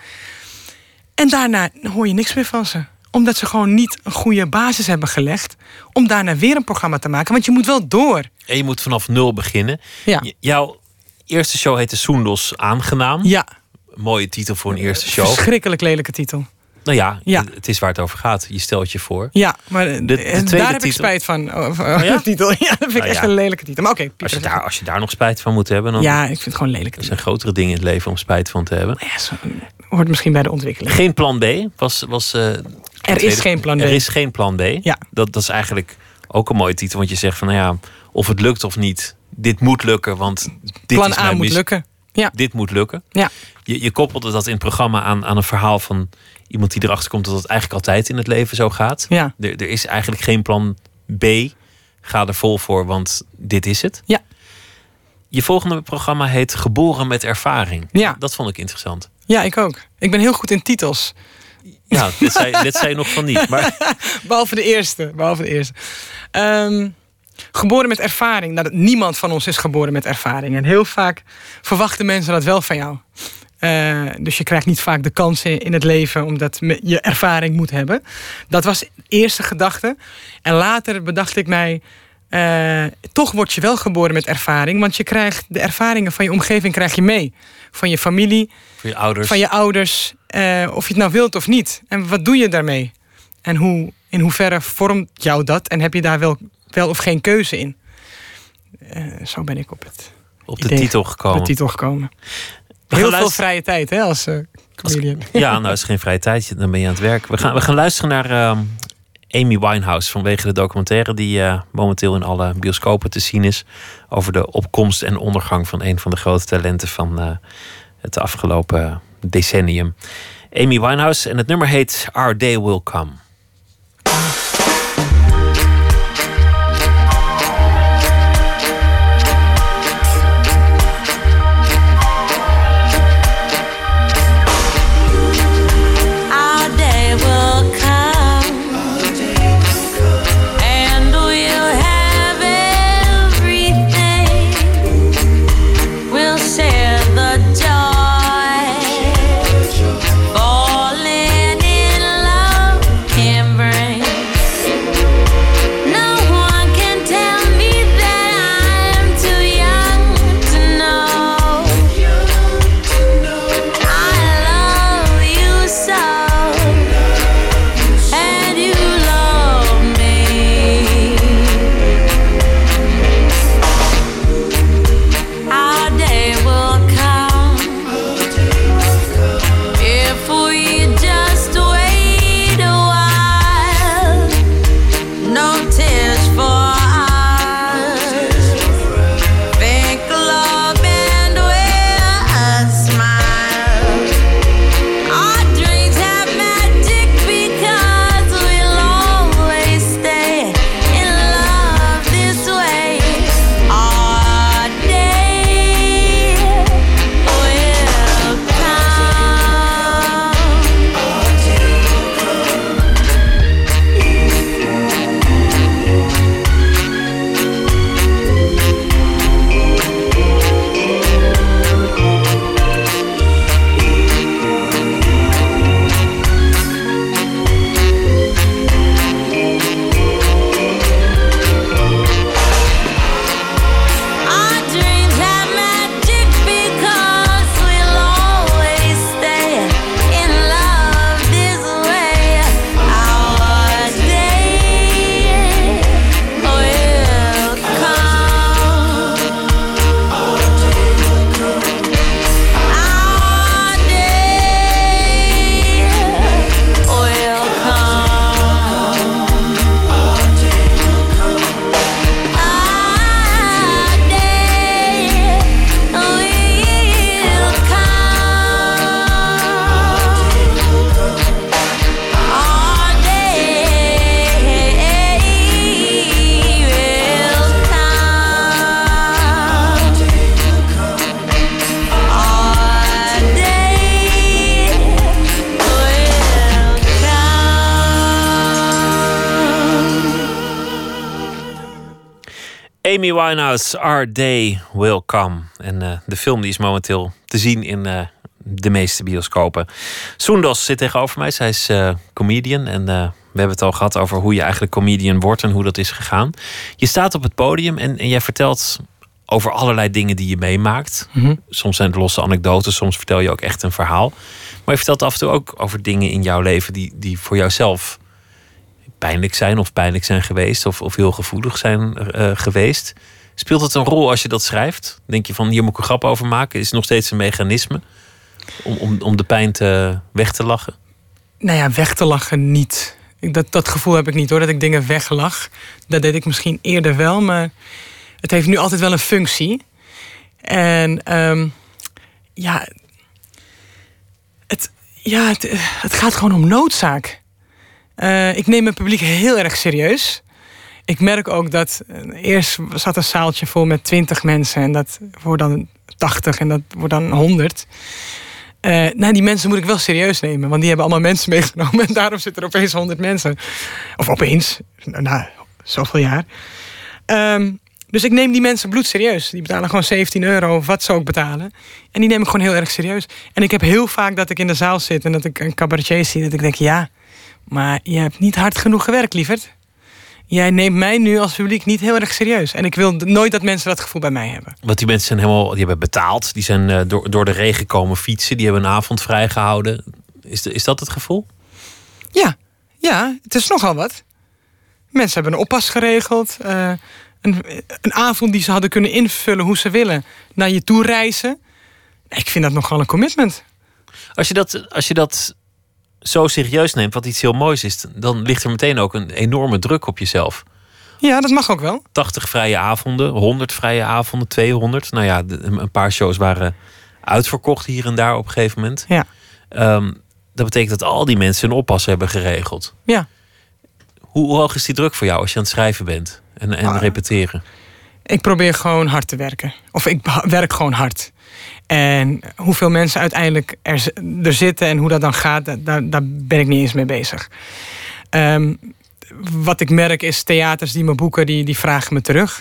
E: En daarna hoor je niks meer van ze. Omdat ze gewoon niet een goede basis hebben gelegd om daarna weer een programma te maken. Want je moet wel door.
D: En je moet vanaf nul beginnen.
E: Ja.
D: J- jouw eerste show heette Soendos Aangenaam.
E: Ja.
D: Mooie titel voor een eerste show.
E: Verschrikkelijk lelijke titel.
D: Nou ja,
E: ja,
D: het is waar het over gaat. Je stelt je voor.
E: Ja, maar de, de daar
D: titel...
E: heb ik spijt van. Over,
D: oh ja?
E: de titel. Ja, dat vind ik
D: nou
E: echt
D: ja.
E: een lelijke titel. Maar oké, okay,
D: als, je daar, als je daar nog spijt van moet hebben... dan
E: ja, ik vind het gewoon lelijk.
D: Er zijn grotere dingen in het leven om spijt van te hebben.
E: Ja, zo hoort misschien bij de ontwikkeling.
D: Geen plan B was... was uh,
E: er tweede... is geen plan B.
D: Er is geen plan B.
E: Ja.
D: Dat, dat is eigenlijk ook een mooie titel. Want je zegt van, nou ja, of het lukt of niet. Dit moet lukken, want dit
E: plan
D: is
E: A
D: mijn
E: moet
D: mis-
E: lukken. Ja.
D: Dit moet lukken.
E: Ja.
D: Je, je koppelde dat in het programma aan, aan een verhaal van iemand die erachter komt dat het eigenlijk altijd in het leven zo gaat.
E: Ja.
D: Er, er is eigenlijk geen plan B. Ga er vol voor, want dit is het.
E: Ja.
D: Je volgende programma heet Geboren met Ervaring.
E: Ja.
D: Dat vond ik interessant.
E: Ja, ik ook. Ik ben heel goed in titels.
D: Ja, dit zei, dit zei je nog van niet. Maar...
E: behalve de eerste. Behalve de eerste. Um, geboren met ervaring. Nou, niemand van ons is geboren met ervaring. En heel vaak verwachten mensen dat wel van jou. Uh, dus je krijgt niet vaak de kansen in het leven omdat je ervaring moet hebben. Dat was de eerste gedachte. En later bedacht ik mij... Uh, toch word je wel geboren met ervaring. Want je krijgt de ervaringen van je omgeving krijg je mee. Van je familie.
D: Van je ouders.
E: Van je ouders. Uh, of je het nou wilt of niet. En wat doe je daarmee? En hoe, in hoeverre vormt jou dat? En heb je daar wel, wel of geen keuze in? Uh, zo ben ik op het
D: Op de titel gekomen.
E: Op de titel gekomen. Heel veel luisteren... vrije tijd, hè, als uh, comedian.
D: Als, ja, nou is geen vrije tijd, dan ben je aan het werk. We gaan, we gaan luisteren naar uh, Amy Winehouse vanwege de documentaire die uh, momenteel in alle bioscopen te zien is over de opkomst en ondergang van een van de grote talenten van uh, het afgelopen decennium. Amy Winehouse en het nummer heet Our Day Will Come.
F: Falling in love.
D: Amy Winehouse, Our Day Will Come. En uh, de film die is momenteel te zien in uh, de meeste bioscopen. Soendos zit tegenover mij. Zij is uh, comedian. En uh, we hebben het al gehad over hoe je eigenlijk comedian wordt en hoe dat is gegaan. Je staat op het podium en, en jij vertelt over allerlei dingen die je meemaakt.
E: Mm-hmm.
D: Soms zijn het losse anekdotes, soms vertel je ook echt een verhaal. Maar je vertelt af en toe ook over dingen in jouw leven die, die voor jouzelf pijnlijk zijn of pijnlijk zijn geweest of, of heel gevoelig zijn uh, geweest. Speelt het een rol als je dat schrijft? Denk je van, hier moet ik een grap over maken? Is het nog steeds een mechanisme om, om, om de pijn te, weg te lachen?
E: Nou ja, weg te lachen niet. Ik, dat, dat gevoel heb ik niet hoor, dat ik dingen weglach. Dat deed ik misschien eerder wel, maar het heeft nu altijd wel een functie. En um, ja, het, ja het, het gaat gewoon om noodzaak. Uh, ik neem mijn publiek heel erg serieus. Ik merk ook dat uh, eerst zat een zaaltje vol met twintig mensen en dat wordt dan tachtig en dat wordt dan honderd. Uh, nou, die mensen moet ik wel serieus nemen, want die hebben allemaal mensen meegenomen en daarom zitten er opeens honderd mensen. Of opeens, na zoveel jaar. Um, dus ik neem die mensen bloedserieus. Die betalen gewoon zeventien euro of wat ze ook betalen. En die neem ik gewoon heel erg serieus. En ik heb heel vaak dat ik in de zaal zit en dat ik een cabaretier zie, dat ik denk, ja, maar je hebt niet hard genoeg gewerkt, lieverd. Jij neemt mij nu als publiek niet heel erg serieus. En ik wil nooit dat mensen dat gevoel bij mij hebben.
D: Want die mensen zijn helemaal, die hebben betaald. Die zijn uh, door, door de regen komen fietsen. Die hebben een avond vrijgehouden. Is, de, is dat het gevoel?
E: Ja, ja, het is nogal wat. Mensen hebben een oppas geregeld. Uh, een, een avond die ze hadden kunnen invullen hoe ze willen. Naar je toe reizen. Ik vind dat nogal een commitment.
D: Als je dat... Als je dat zo serieus neemt, wat iets heel moois is, dan ligt er meteen ook een enorme druk op jezelf.
E: Ja, dat mag ook wel.
D: tachtig vrije avonden, honderd vrije avonden, tweehonderd. Nou ja, een paar shows waren uitverkocht hier en daar op een gegeven moment.
E: Ja.
D: Um, dat betekent dat al die mensen een oppas hebben geregeld.
E: Ja.
D: Hoe, hoe hoog is die druk voor jou als je aan het schrijven bent en, en ah, repeteren?
E: Ik probeer gewoon hard te werken. Of ik werk gewoon hard. En hoeveel mensen uiteindelijk er, er zitten en hoe dat dan gaat, daar, daar ben ik niet eens mee bezig. Um, wat ik merk is theaters die me boeken, die, die vragen me terug.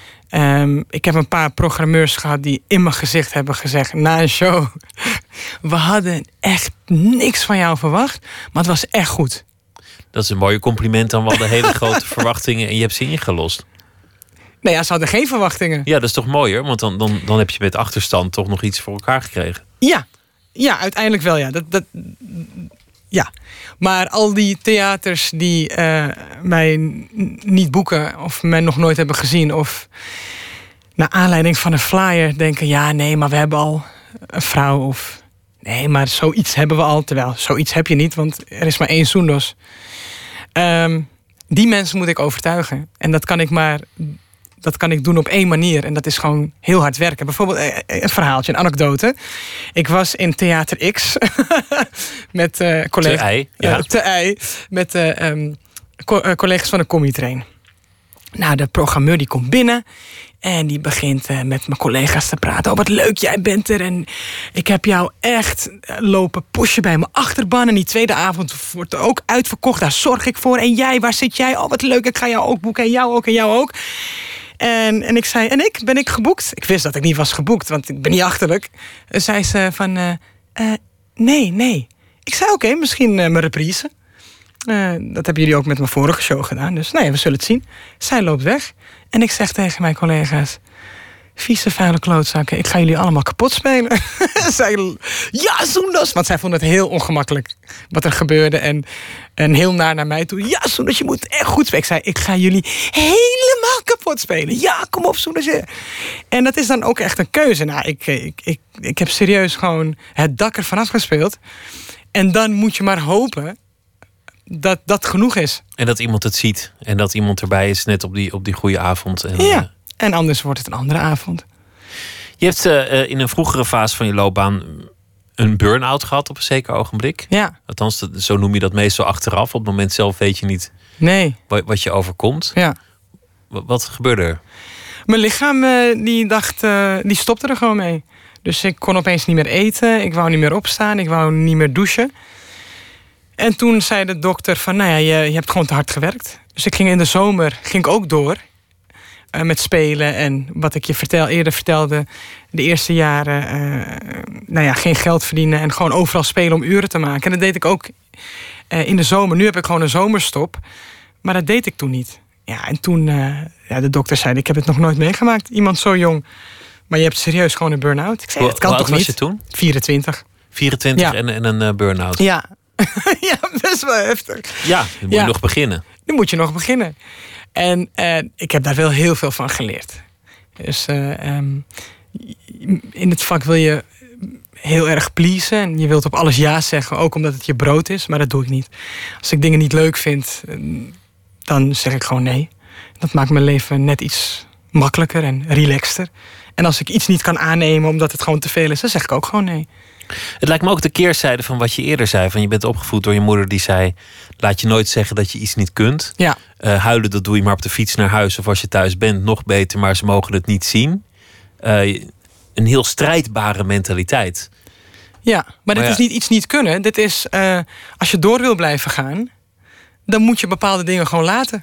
E: Um, ik heb een paar programmeurs gehad die in mijn gezicht hebben gezegd na een show, we hadden echt niks van jou verwacht, maar het was echt goed.
D: Dat is een mooie compliment dan wel de hele grote verwachtingen en je hebt ze ingelost.
E: Nee, ja, ze hadden geen verwachtingen.
D: Ja, dat is toch mooier? Want dan, dan, dan heb je met achterstand toch nog iets voor elkaar gekregen.
E: Ja, ja, uiteindelijk wel, ja. Dat, dat, ja. Maar al die theaters die uh, mij n- niet boeken of mij nog nooit hebben gezien, of naar aanleiding van een flyer denken, ja, nee, maar we hebben al een vrouw, of nee, maar zoiets hebben we al. Terwijl, zoiets heb je niet, want er is maar één Soendos. Um, die mensen moet ik overtuigen. En dat kan ik maar... Dat kan ik doen op één manier. En dat is gewoon heel hard werken. Bijvoorbeeld een verhaaltje, een anekdote. Ik was in Theater X. met uh, collega's.
D: Te ei. Ja.
E: Uh, te ei. Met uh, um, co- uh, collega's van de Comedy Train. Nou, de programmeur die komt binnen. En die begint uh, met mijn collega's te praten. Oh, wat leuk, jij bent er. En ik heb jou echt lopen pushen bij mijn achterban. En die tweede avond wordt ook uitverkocht. Daar zorg ik voor. En jij, waar zit jij? Oh, wat leuk, ik ga jou ook boeken. En jou ook, en jou ook. En, en ik zei, en ik? Ben ik geboekt? Ik wist dat ik niet was geboekt, want ik ben niet achterlijk. En zei ze van, uh, uh, nee, nee. Ik zei, oké, okay, misschien uh, mijn reprise. Uh, dat hebben jullie ook met mijn vorige show gedaan. Dus nou ja, we zullen het zien. Zij loopt weg. En ik zeg tegen mijn collega's, vieze vuile klootzakken, ik ga jullie allemaal kapot spelen. Zij, ja, Soendos! Want zij vonden het heel ongemakkelijk wat er gebeurde. En, en heel naar naar mij toe. Ja, Soendos, je moet echt goed spelen. Ik zei, ik ga jullie helemaal kapot spelen. Ja, kom op, Soendos. En dat is dan ook echt een keuze. Nou, ik, ik, ik, ik heb serieus gewoon het dak ervan afgespeeld. En dan moet je maar hopen dat dat genoeg is.
D: En dat iemand het ziet. En dat iemand erbij is net op die, op die goede avond. En,
E: ja.
D: Uh,
E: En anders wordt het een andere avond.
D: Je hebt uh, in een vroegere fase van je loopbaan een burn-out gehad op een zeker ogenblik.
E: Ja.
D: Althans, zo noem je dat meestal achteraf. Op het moment zelf weet je niet
E: nee.
D: wat, wat je overkomt.
E: Ja.
D: Wat, wat gebeurde er?
E: Mijn lichaam uh, die dacht, uh, die stopte er gewoon mee. Dus ik kon opeens niet meer eten. Ik wou niet meer opstaan. Ik wou niet meer douchen. En toen zei de dokter van, nou ja, je, je hebt gewoon te hard gewerkt. Dus ik ging in de zomer ging ik ook door. uh, met spelen. En wat ik je vertel, eerder vertelde, de eerste jaren uh, nou ja, geen geld verdienen en gewoon overal spelen om uren te maken. En dat deed ik ook uh, in de zomer. Nu heb ik gewoon een zomerstop. Maar dat deed ik toen niet. Ja, en toen, uh, ja, de dokter zei, ik heb het nog nooit meegemaakt. Iemand zo jong. Maar je hebt serieus gewoon een burn-out. Ik zei,
D: Hoe,
E: het kan
D: hoe
E: toch
D: oud
E: niet?
D: was je toen?
E: vierentwintig.
D: vierentwintig
E: Ja.
D: en, en een uh, burn-out.
E: Ja. Ja, best wel heftig.
D: Ja, dan moet
E: Ja.
D: je nog beginnen.
E: Nu moet je nog beginnen. En uh, ik heb daar wel heel veel van geleerd. Dus uh, um, in het vak wil je heel erg pleasen. En je wilt op alles ja zeggen, ook omdat het je brood is. Maar dat doe ik niet. Als ik dingen niet leuk vind, dan zeg ik gewoon nee. Dat maakt mijn leven net iets makkelijker en relaxter. En als ik iets niet kan aannemen omdat het gewoon te veel is, dan zeg ik ook gewoon nee.
D: Het lijkt me ook de keerzijde van wat je eerder zei. Van je bent opgevoed door je moeder die zei, laat je nooit zeggen dat je iets niet kunt.
E: Ja.
D: Uh, huilen, dat doe je maar op de fiets naar huis. Of als je thuis bent, nog beter, maar ze mogen het niet zien. Uh, een heel strijdbare mentaliteit.
E: Ja, maar,
D: Maar
E: dit
D: ja.
E: is niet iets niet kunnen. Dit is, uh, als je door wil blijven gaan, dan moet je bepaalde dingen gewoon laten.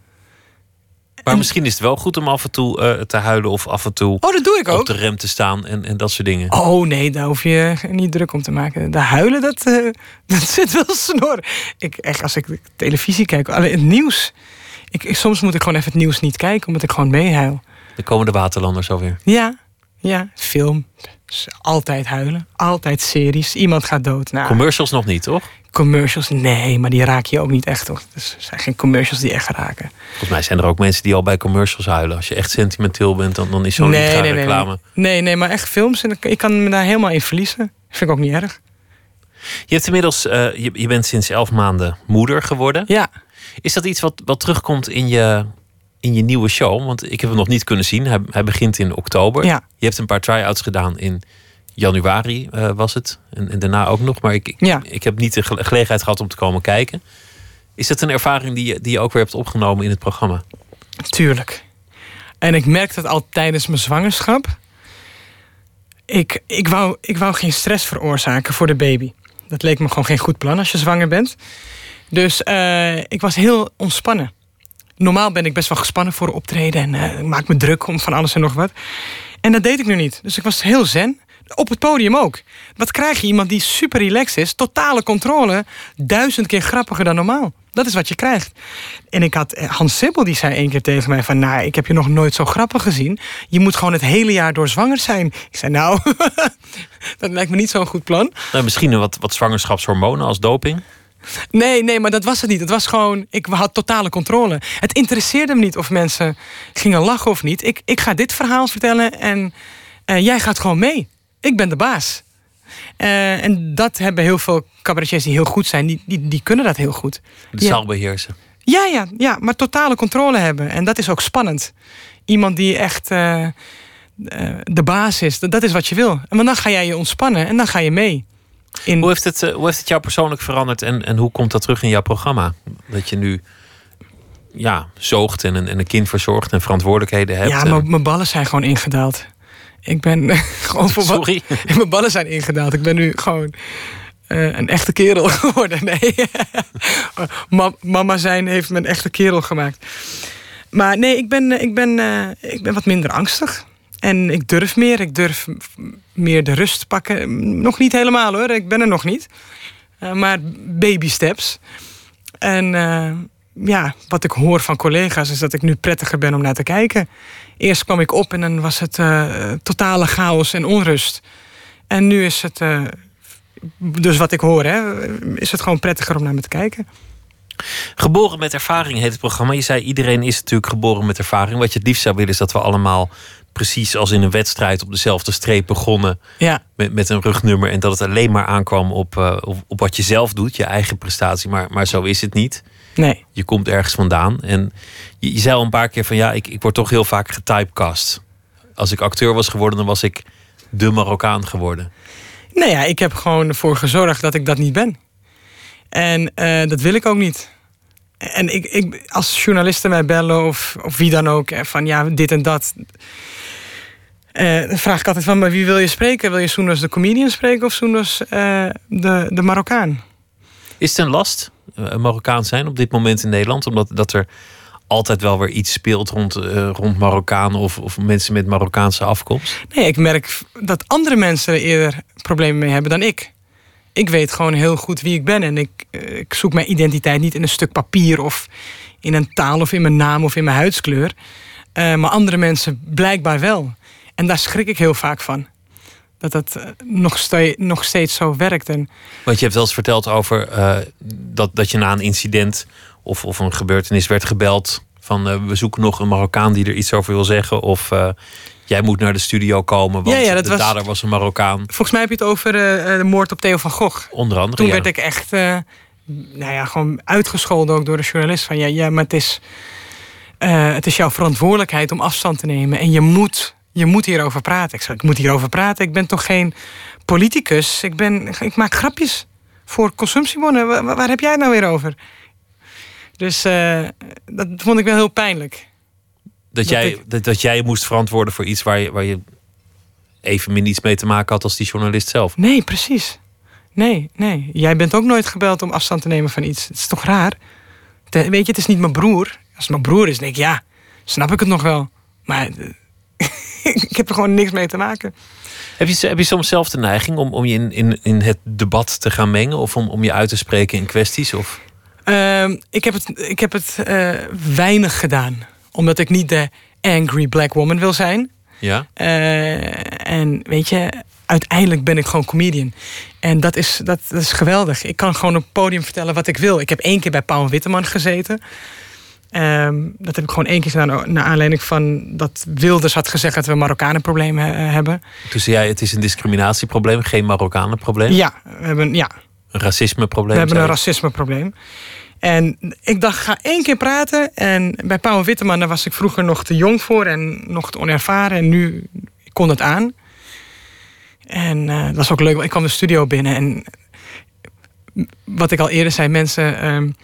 D: Maar
E: En-
D: misschien is het wel goed om af en toe uh, te huilen of af en toe
E: Oh, dat doe ik
D: op
E: ook.
D: de rem te staan en, en dat soort dingen.
E: Oh nee, daar hoef je niet druk om te maken. De huilen, dat, uh, dat zit wel snor. Ik, echt, als ik televisie kijk, alleen het nieuws. Ik, ik, soms moet ik gewoon even het nieuws niet kijken, omdat ik gewoon meehuil.
D: Dan komen de waterlanders alweer.
E: Ja, ja, film. Dus altijd huilen. Altijd series. Iemand gaat dood. Nou,
D: Commercials nog niet, toch?
E: commercials, nee, maar die raak je ook niet echt, toch? Dus er zijn geen commercials die echt raken.
D: Volgens mij zijn er ook mensen die al bij commercials huilen. Als je echt sentimenteel bent, dan, dan is zo'n
E: nee,
D: nee,
E: nee, nee,
D: reclame.
E: nee. Nee, nee, maar echt films. En ik kan me daar helemaal in verliezen. Vind ik ook niet erg.
D: Je hebt inmiddels, uh, je, je bent sinds elf maanden moeder geworden.
E: Ja.
D: Is dat iets wat, wat terugkomt in je, in je nieuwe show? Want ik heb hem nog niet kunnen zien. Hij, hij begint in oktober.
E: Ja.
D: Je hebt een paar try-outs gedaan in januari, uh, was het. En, en daarna ook nog. Maar ik, ik,
E: Ja.
D: ik heb niet de gele- gelegenheid gehad om te komen kijken. Is dat een ervaring die je, die je ook weer hebt opgenomen in het programma?
E: Tuurlijk. En ik merkte het al tijdens mijn zwangerschap. Ik, ik, wou, ik wou geen stress veroorzaken voor de baby. Dat leek me gewoon geen goed plan als je zwanger bent. Dus uh, ik was heel ontspannen. Normaal ben ik best wel gespannen voor optreden. En uh, ik maak me druk om van alles en nog wat. En dat deed ik nu niet. Dus ik was heel zen. Op het podium ook. Wat krijg je? Iemand die super relaxed is. Totale controle. Duizend keer grappiger dan normaal. Dat is wat je krijgt. En ik had Hans Sibbel, die zei één keer tegen mij van, nou, ik heb je nog nooit zo grappig gezien. Je moet gewoon het hele jaar door zwanger zijn. Ik zei, nou, dat lijkt me niet zo'n goed plan.
D: Nou, misschien een wat, wat zwangerschapshormonen als doping?
E: Nee, nee, maar dat was het niet. Het was gewoon, ik had totale controle. Het interesseerde me niet of mensen gingen lachen of niet. Ik, ik ga dit verhaal vertellen en uh, jij gaat gewoon mee. Ik ben de baas. Uh, en dat hebben heel veel cabaretiers die heel goed zijn. Die, die, die kunnen dat heel goed.
D: De
E: Ja.
D: zaal beheersen.
E: Ja, ja, ja, maar totale controle hebben. En dat is ook spannend. Iemand die echt uh, uh, de baas is. Dat, dat is wat je wil. En dan ga jij je ontspannen en dan ga je mee. In...
D: Hoe heeft het, uh, hoe heeft het jou persoonlijk veranderd en, en hoe komt dat terug in jouw programma? Dat je nu ja, zoogt en een, en een kind verzorgt en verantwoordelijkheden hebt.
E: Ja,
D: en...
E: mijn ballen zijn gewoon ingedaald. Ik ben gewoon voor
D: Sorry?
E: Mijn ballen zijn ingedaald. Ik ben nu gewoon uh, een echte kerel geworden. Nee. Ma- mama zijn heeft me een echte kerel gemaakt. Maar nee, ik ben, ik ben, uh, ik ben wat minder angstig. En ik durf meer. Ik durf meer de rust pakken. Nog niet helemaal hoor. Ik ben er nog niet. Uh, maar baby steps. En uh, ja, wat ik hoor van collega's is dat ik nu prettiger ben om naar te kijken. Eerst kwam ik op en dan was het uh, totale chaos en onrust. En nu is het, uh, dus wat ik hoor, hè, is het gewoon prettiger om naar me te kijken.
D: Geboren met ervaring heet het programma. Je zei iedereen is natuurlijk geboren met ervaring. Wat je het liefst zou willen is dat we allemaal precies als in een wedstrijd op dezelfde streep begonnen.
E: Ja.
D: Met, met een rugnummer en dat het alleen maar aankwam op, uh, op, op wat je zelf doet, je eigen prestatie. Maar, maar zo is het niet.
E: Nee.
D: Je komt ergens vandaan. En je, je zei al een paar keer van ja, ik, ik word toch heel vaak getypecast. Als ik acteur was geworden, dan was ik de Marokkaan geworden.
E: Nou ja, ik heb gewoon ervoor gezorgd dat ik dat niet ben. En uh, dat wil ik ook niet. En ik, ik, als journalisten mij bellen of, of wie dan ook, van ja, dit en dat. Uh, dan vraag ik altijd van, maar wie wil je spreken? Wil je Soendos de comedian spreken of Soendos uh, de, de Marokkaan?
D: Is het een last, uh, Marokkaan zijn op dit moment in Nederland? Omdat dat er altijd wel weer iets speelt rond, uh, rond Marokkanen of, of mensen met Marokkaanse afkomst?
E: Nee, ik merk dat andere mensen er eerder problemen mee hebben dan ik. Ik weet gewoon heel goed wie ik ben. En ik, uh, ik zoek mijn identiteit niet in een stuk papier of in een taal of in mijn naam of in mijn huidskleur. Uh, maar andere mensen blijkbaar wel. En daar schrik ik heel vaak van. Dat dat uh, nog, ste- nog steeds zo werkt. En
D: Want je hebt wel eens verteld over uh, dat, dat je na een incident of, of een gebeurtenis werd gebeld van uh, we zoeken nog een Marokkaan die er iets over wil zeggen. Of uh, jij moet naar de studio komen, want
E: ja, ja, dat
D: de
E: was,
D: dader was een Marokkaan.
E: Volgens mij heb je het over uh, de moord op Theo van Gogh.
D: Onder andere,
E: Toen
D: ja.
E: werd ik echt uh, nou ja, gewoon uitgescholden ook door de journalist. Van ja, ja maar het is, uh, het is jouw verantwoordelijkheid om afstand te nemen. En je moet, je moet hierover praten. Ik zei, ik moet hierover praten. Ik ben toch geen politicus. Ik, ben, ik maak grapjes voor consumptiebonnen. Waar, waar heb jij het nou weer over? Dus uh, dat vond ik wel heel pijnlijk.
D: Dat,
E: dat
D: jij,
E: ik...
D: dat, dat jij moest verantwoorden voor iets waar je, waar je evenmin iets mee te maken had als die journalist zelf.
E: Nee, precies. Nee, nee. Jij bent ook nooit gebeld om afstand te nemen van iets. Het is toch raar? De, weet je, het is niet mijn broer. Als het mijn broer is, denk ik, ja, snap ik het nog wel. Maar ik heb er gewoon niks mee te maken.
D: Heb je, heb je soms zelf de neiging om, om je in, in, in het debat te gaan mengen? Of om, om je uit te spreken in kwesties? Of...
E: Uh, ik heb het, ik heb het uh, weinig gedaan. Omdat ik niet de angry black woman wil zijn.
D: Ja.
E: Uh, en weet je, uiteindelijk ben ik gewoon comedian. En dat is, dat, dat is geweldig. Ik kan gewoon op het podium vertellen wat ik wil. Ik heb één keer bij Paul Witteman gezeten. Um, dat heb ik gewoon één keer gedaan naar aanleiding van dat Wilders had gezegd dat we Marokkanenproblemen uh, hebben.
D: Toen zei jij, het is een discriminatieprobleem, geen Marokkanenprobleem?
E: Ja, we hebben, ja.
D: Een racismeprobleem?
E: We hebben een racismeprobleem. En ik dacht, ga één keer praten. En bij Paul Witteman, daar was ik vroeger nog te jong voor en nog te onervaren. En nu kon het aan. En uh, dat was ook leuk, want ik kwam de studio binnen. En wat ik al eerder zei, mensen um,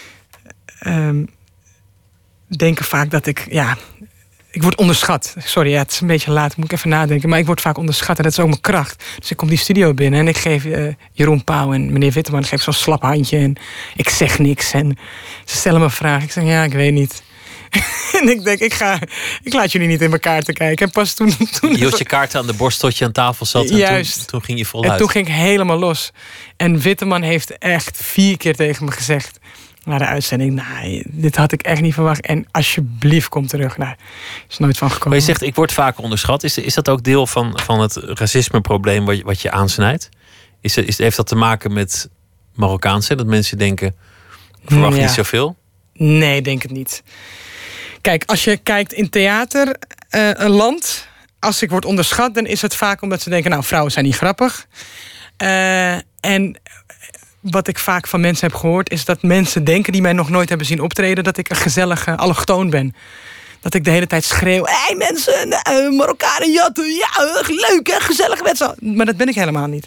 E: um, denken vaak dat ik... ja, ik word onderschat. Sorry, ja, het is een beetje laat, moet ik even nadenken. Maar ik word vaak onderschat en dat is ook mijn kracht. Dus ik kom die studio binnen en ik geef uh, Jeroen Pauw en meneer Witteman geef zo'n slap handje. En ik zeg niks. En ze stellen me vragen. Ik zeg, ja, ik weet niet. En ik denk, ik, ga, ik laat jullie niet in mijn kaarten kijken. En pas toen... toen
D: je hield je kaarten aan de borst tot je aan tafel zat. En
E: juist.
D: Toen, toen ging je voluit.
E: En toen ging ik helemaal los. En Witteman heeft echt vier keer tegen me gezegd... na de uitzending, nou, dit had ik echt niet verwacht. En alsjeblieft, kom terug. Nou, is nooit van gekomen.
D: Maar je zegt, ik word vaak onderschat. Is, is dat ook deel van, van het racismeprobleem wat je, wat je aansnijdt? Is, is, heeft dat te maken met Marokkaans zijn? Dat mensen denken, ik verwacht ja. niet zoveel?
E: Nee, denk het niet. Kijk, als je kijkt in theater, uh, een land... als ik word onderschat, dan is het vaak omdat ze denken... nou, vrouwen zijn niet grappig. Uh, en... wat ik vaak van mensen heb gehoord... is dat mensen denken die mij nog nooit hebben zien optreden... dat ik een gezellige allochtoon ben. Dat ik de hele tijd schreeuw... hé hey mensen, uh, Marokkanen jatten... ja, leuk hè, gezellig met z'n... Maar dat ben ik helemaal niet.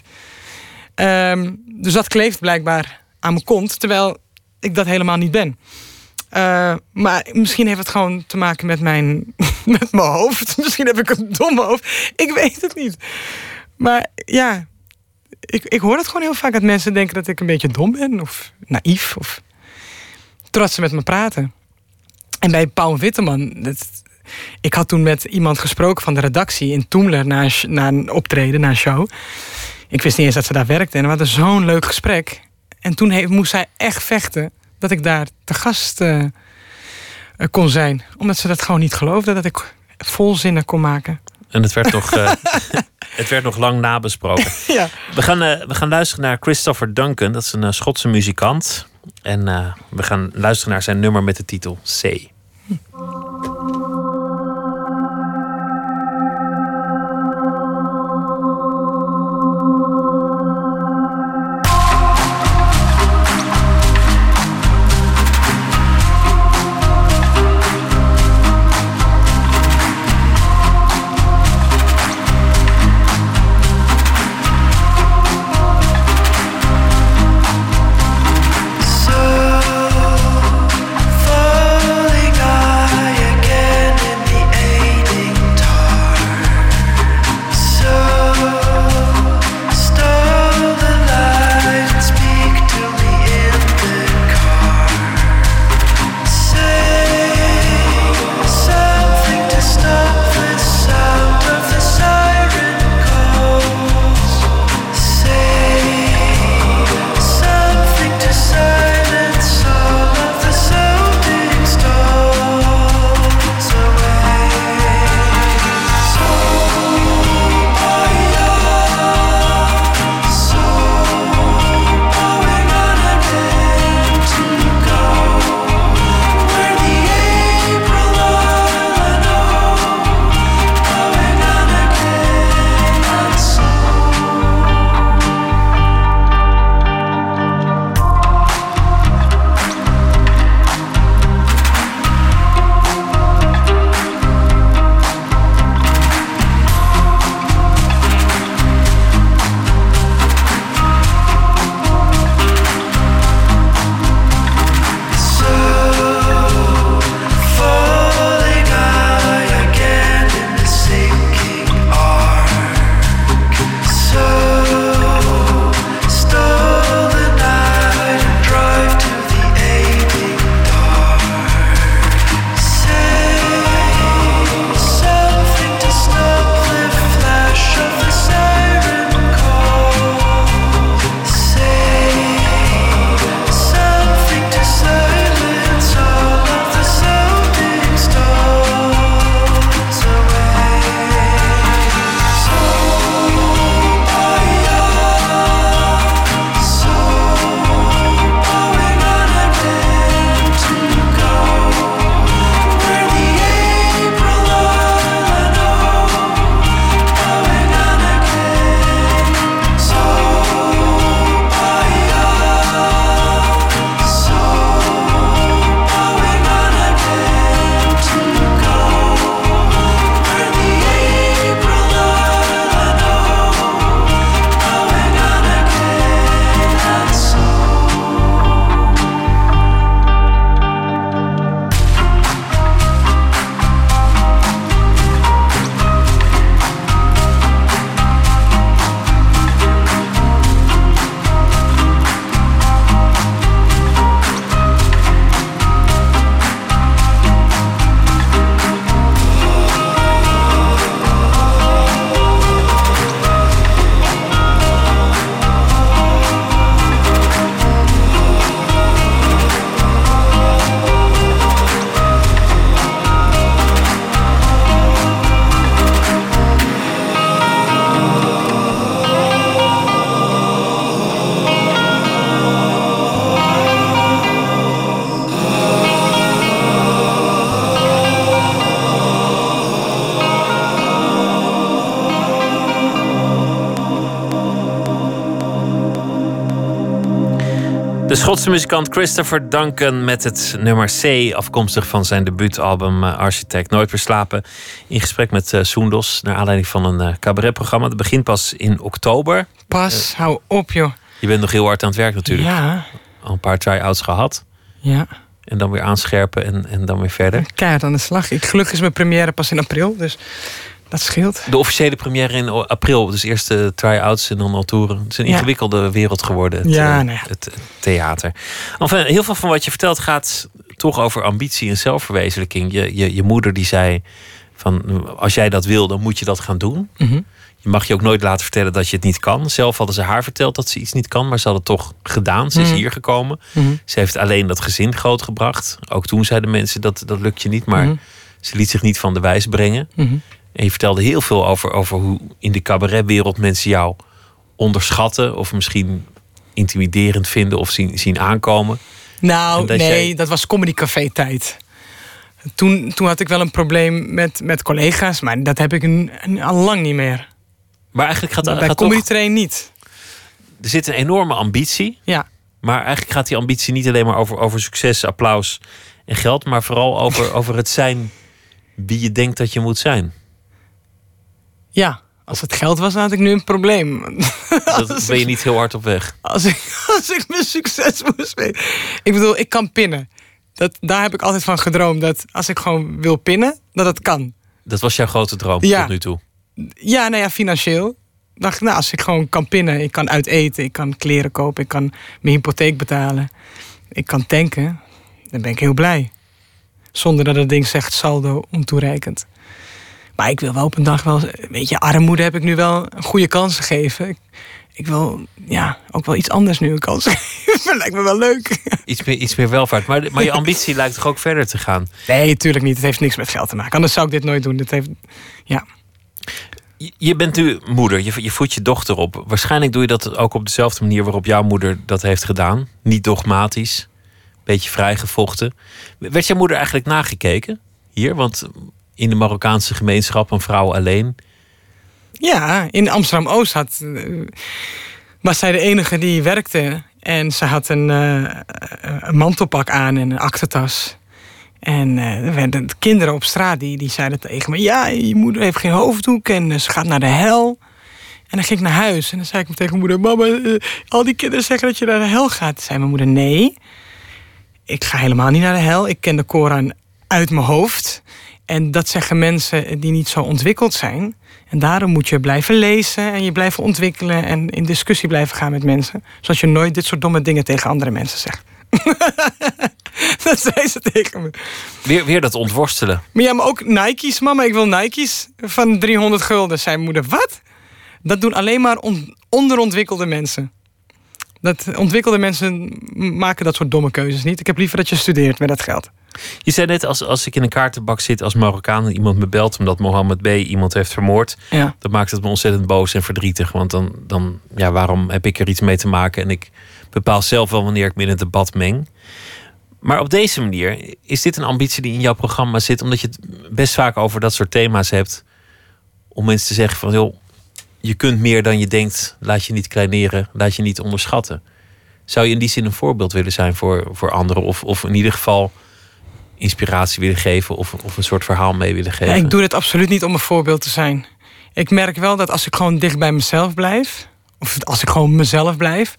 E: Um, dus dat kleeft blijkbaar aan mijn kont... terwijl ik dat helemaal niet ben. Uh, maar misschien heeft het gewoon te maken met mijn, met mijn hoofd. Misschien heb ik een domme hoofd. Ik weet het niet. Maar ja... Ik, ik hoor het gewoon heel vaak dat mensen denken dat ik een beetje dom ben. Of naïef. Of totdat ze met me praten. En bij Paul Witteman... Dat, ik had toen met iemand gesproken van de redactie in Toemler... na een, na een optreden, na een show. Ik wist niet eens dat ze daar werkte. En we hadden zo'n leuk gesprek. En toen heeft, moest zij echt vechten... dat ik daar te gast uh, kon zijn. Omdat ze dat gewoon niet geloofde. Dat ik volzinnen kon maken.
D: En het werd nog, uh, het werd nog lang nabesproken.
E: Ja.
D: We gaan, uh, we gaan luisteren naar Christopher Duncan. Dat is een uh, Schotse muzikant. En uh, we gaan luisteren naar zijn nummer met de titel C. Hm.
F: Falling
D: Schotse muzikant Christopher Duncan met het nummer C, afkomstig van zijn debuutalbum uh, Architect. Nooit meer slapen. In gesprek met uh, Soendos, naar aanleiding van een uh, cabaretprogramma. Dat begint pas in oktober.
E: Pas, uh, hou op joh.
D: Je bent nog heel hard aan het werk natuurlijk.
E: Ja.
D: Al een paar try-outs gehad.
E: Ja.
D: En dan weer aanscherpen en, en dan weer verder.
E: Keihard aan de slag. Ik, gelukkig is mijn première pas in april, dus dat scheelt.
D: De officiële première in april, dus eerst de try-outs en dan al toeren. Het is een
E: Ja.
D: ingewikkelde wereld geworden, het,
E: Ja,
D: uh,
E: nou ja.
D: het theater. Enfin, heel veel van wat je vertelt gaat toch over ambitie en zelfverwezenlijking. Je, je, je moeder die zei van, als jij dat wil, dan moet je dat gaan doen.
E: Mhm.
D: Je mag je ook nooit laten vertellen dat je het niet kan. Zelf hadden ze haar verteld dat ze iets niet kan, maar ze had het toch gedaan. Ze is
E: Mhm.
D: hier gekomen.
E: Mhm.
D: Ze heeft alleen dat gezin grootgebracht. Ook toen zeiden mensen dat dat lukt je niet, maar
E: Mhm.
D: ze liet zich niet van de wijs brengen.
E: Mhm.
D: En je vertelde heel veel over, over hoe in de cabaretwereld mensen jou onderschatten. Of misschien intimiderend vinden of zien, zien aankomen.
E: Nou,
D: En dat
E: nee,
D: jij-
E: dat was Comedy Café tijd. Toen, toen had ik wel een probleem met, met collega's, maar dat heb ik een, een, al lang niet meer.
D: Maar eigenlijk gaat,
E: Bij
D: gaat
E: Comedy
D: toch,
E: Train niet.
D: er zit een enorme ambitie.
E: Ja.
D: Maar eigenlijk gaat die ambitie niet alleen maar over, over succes, applaus en geld. Maar vooral over, over het zijn wie je denkt dat je moet zijn.
E: Ja, als het geld was, dan had ik nu een probleem.
D: Dat ben je niet heel hard op weg.
E: Als ik, als ik mijn succes moest weten. Ik bedoel, ik kan pinnen. Dat, daar heb ik altijd van gedroomd. Dat als ik gewoon wil pinnen, dat het kan.
D: Dat was jouw grote droom
E: Ja.
D: tot nu toe.
E: Ja, nou ja, financieel. Dacht ik, nou, als ik gewoon kan pinnen, ik kan uit eten, ik kan kleren kopen, ik kan mijn hypotheek betalen, ik kan tanken, dan ben ik heel blij. Zonder dat het ding zegt saldo ontoereikend. Maar ik wil wel op een dag wel, weet je, armoede heb ik nu wel een goede kans gegeven. Ik, ik wil, ja, ook wel iets anders nu een kans geven. Lijkt me wel leuk.
D: Iets meer, iets meer welvaart. Maar, maar je ambitie lijkt toch ook verder te gaan.
E: Nee, tuurlijk niet. Het heeft niks met geld te maken. Anders zou ik dit nooit doen. Dit heeft, ja.
D: Je- Je bent nu moeder, je, je voedt je dochter op. Waarschijnlijk doe je dat ook op dezelfde manier waarop jouw moeder dat heeft gedaan. Niet dogmatisch, beetje vrijgevochten. Werd jouw moeder eigenlijk nagekeken hier? Want in de Marokkaanse gemeenschap een vrouw alleen.
E: Ja, in Amsterdam-Oost had, uh, was zij de enige die werkte. En ze had een, uh, een mantelpak aan en een aktentas. En uh, er werden kinderen op straat die, die zeiden tegen me... ja, je moeder heeft geen hoofddoek en uh, ze gaat naar de hel. En dan ging ik naar huis en dan zei ik tegen mijn moeder... mama, uh, al die kinderen zeggen dat je naar de hel gaat. Toen zei mijn moeder, nee, ik ga helemaal niet naar de hel. Ik ken de Koran uit mijn hoofd. En dat zeggen mensen die niet zo ontwikkeld zijn. En daarom moet je blijven lezen en je blijven ontwikkelen... en in discussie blijven gaan met mensen. Zodat je nooit dit soort domme dingen tegen andere mensen zegt. Dat zei ze tegen me.
D: Weer, weer dat ontworstelen.
E: Maar ja, maar ook Nike's. Mama, ik wil Nike's van driehonderd gulden. Zei mijn moeder, wat? Dat doen alleen maar on- onderontwikkelde mensen. Dat ontwikkelde mensen maken dat soort domme keuzes niet. Ik heb liever dat je studeert met dat geld.
D: Je zei net, als, als ik in een kaartenbak zit als Marokkaan... en iemand me belt omdat Mohammed B. iemand heeft vermoord...
E: Ja.
D: dan maakt het me ontzettend boos en verdrietig. Want dan, dan ja, waarom heb ik er iets mee te maken? En ik bepaal zelf wel wanneer ik me in het debat meng. Maar op deze manier, is dit een ambitie die in jouw programma zit... omdat je het best vaak over dat soort thema's hebt... om mensen te zeggen van... joh, je kunt meer dan je denkt, laat je niet kleineren... laat je niet onderschatten. Zou je in die zin een voorbeeld willen zijn voor, voor anderen? Of, of in ieder geval inspiratie willen geven... Of, of een soort verhaal mee willen geven?
E: Ja, ik doe dit absoluut niet om een voorbeeld te zijn. Ik merk wel dat als ik gewoon dicht bij mezelf blijf... of als ik gewoon mezelf blijf...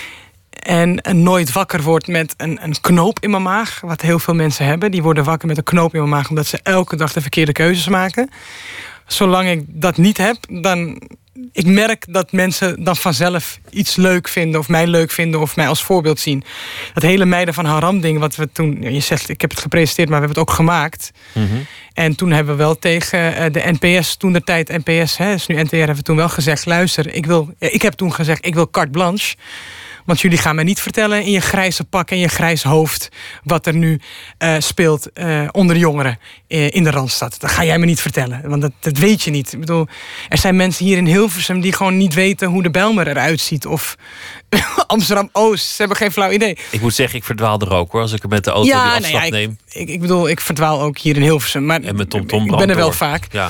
E: en nooit wakker word met een, een knoop in mijn maag... wat heel veel mensen hebben. Die worden wakker met een knoop in mijn maag... omdat ze elke dag de verkeerde keuzes maken. Zolang ik dat niet heb, dan... Ik merk dat mensen dan vanzelf iets leuk vinden... of mij leuk vinden of mij als voorbeeld zien. Dat hele Meiden van Haram ding wat we toen... Je zegt, ik heb het gepresenteerd, maar we hebben het ook gemaakt.
D: Mm-hmm.
E: En toen hebben we wel tegen de N P S, toen de tijd N P S... Hè, dus nu N T R, hebben we toen wel gezegd... luister, ik, wil, ik heb toen gezegd, ik wil carte blanche... Want jullie gaan mij niet vertellen in je grijze pak en je grijs hoofd... wat er nu uh, speelt uh, onder jongeren uh, in de Randstad. Dat ga jij me niet vertellen, want dat, dat weet je niet. Ik bedoel, er zijn mensen hier in Hilversum die gewoon niet weten... hoe de Bijlmer eruit ziet of Amsterdam-Oost. Ze hebben geen flauw idee.
D: Ik moet zeggen, ik verdwaal er ook hoor. Als ik er met de auto die afslag
E: nee, ja,
D: neem.
E: Ik, ik, ik bedoel, ik verdwaal ook hier in Hilversum. Maar
D: En met Tom Tom
E: ik ben er wel
D: door.
E: vaak.
D: Ja.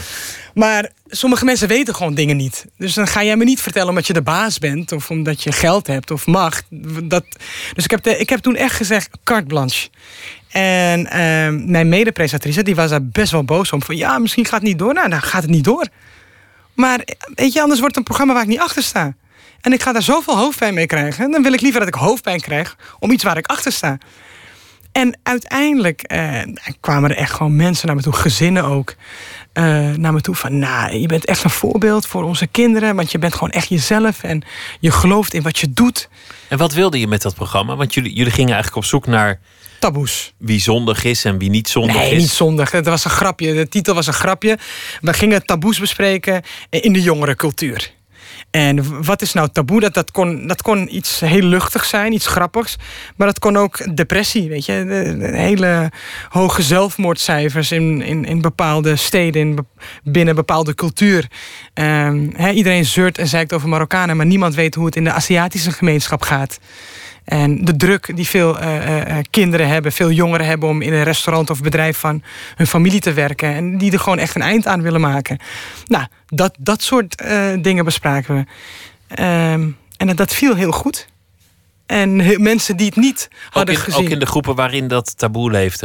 E: Maar sommige mensen weten gewoon dingen niet. Dus dan ga jij me niet vertellen omdat je de baas bent... of omdat je geld hebt of macht. Dat, dus ik heb, de, ik heb toen echt gezegd, carte blanche. En uh, mijn mede-presentatrice, die was daar best wel boos om. Van ja, misschien gaat het niet door. Nou, dan gaat het niet door. Maar weet je, anders wordt het een programma waar ik niet achter sta. En ik ga daar zoveel hoofdpijn mee krijgen. Dan wil ik liever dat ik hoofdpijn krijg om iets waar ik achter sta. En uiteindelijk uh, kwamen er echt gewoon mensen naar me toe, gezinnen ook, uh, naar me toe van, nou, je bent echt een voorbeeld voor onze kinderen, want je bent gewoon echt jezelf en je gelooft in wat je doet.
D: En wat wilde je met dat programma? Want jullie, jullie gingen eigenlijk op zoek naar
E: taboes.
D: Wie zondig is en wie niet zondig
E: nee,
D: is.
E: Nee, niet zondig. Het was een grapje. De titel was een grapje. We gingen taboes bespreken in de jongerencultuur. En wat is nou taboe? Dat, dat, kon, dat kon iets heel luchtigs zijn, iets grappigs. Maar dat kon ook depressie, weet je. De, de hele hoge zelfmoordcijfers in, in, in bepaalde steden, in, binnen bepaalde cultuur. Um, he, iedereen zeurt en zeikt over Marokkanen, maar niemand weet hoe het in de Aziatische gemeenschap gaat. En de druk die veel uh, uh, kinderen hebben, veel jongeren hebben om in een restaurant of bedrijf van hun familie te werken. En die er gewoon echt een eind aan willen maken. Nou, dat, dat soort uh, dingen bespraken we. Um, en dat viel heel goed. En he, mensen die het niet hadden
D: ook in,
E: gezien.
D: Ook in de groepen waarin dat taboe leefde?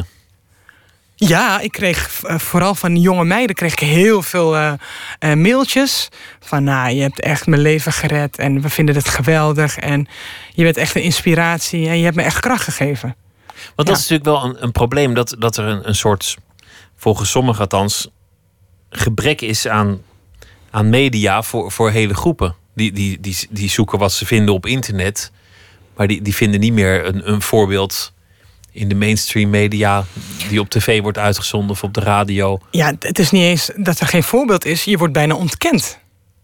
E: Ja, ik kreeg uh, vooral van jonge meiden kreeg ik heel veel uh, uh, mailtjes. Van nou, je hebt echt mijn leven gered. En we vinden het geweldig. En je bent echt een inspiratie. En je hebt me echt kracht gegeven.
D: Want dat ja. is natuurlijk wel een, een probleem. Dat, dat er een, een soort, volgens sommigen althans, gebrek is aan, aan media voor, voor hele groepen. Die, die, die, die zoeken wat ze vinden op internet. Maar die, die vinden niet meer een, een voorbeeld in de mainstream media die op tv wordt uitgezonden of op de radio.
E: Ja, het is niet eens dat er geen voorbeeld is. Je wordt bijna ontkend.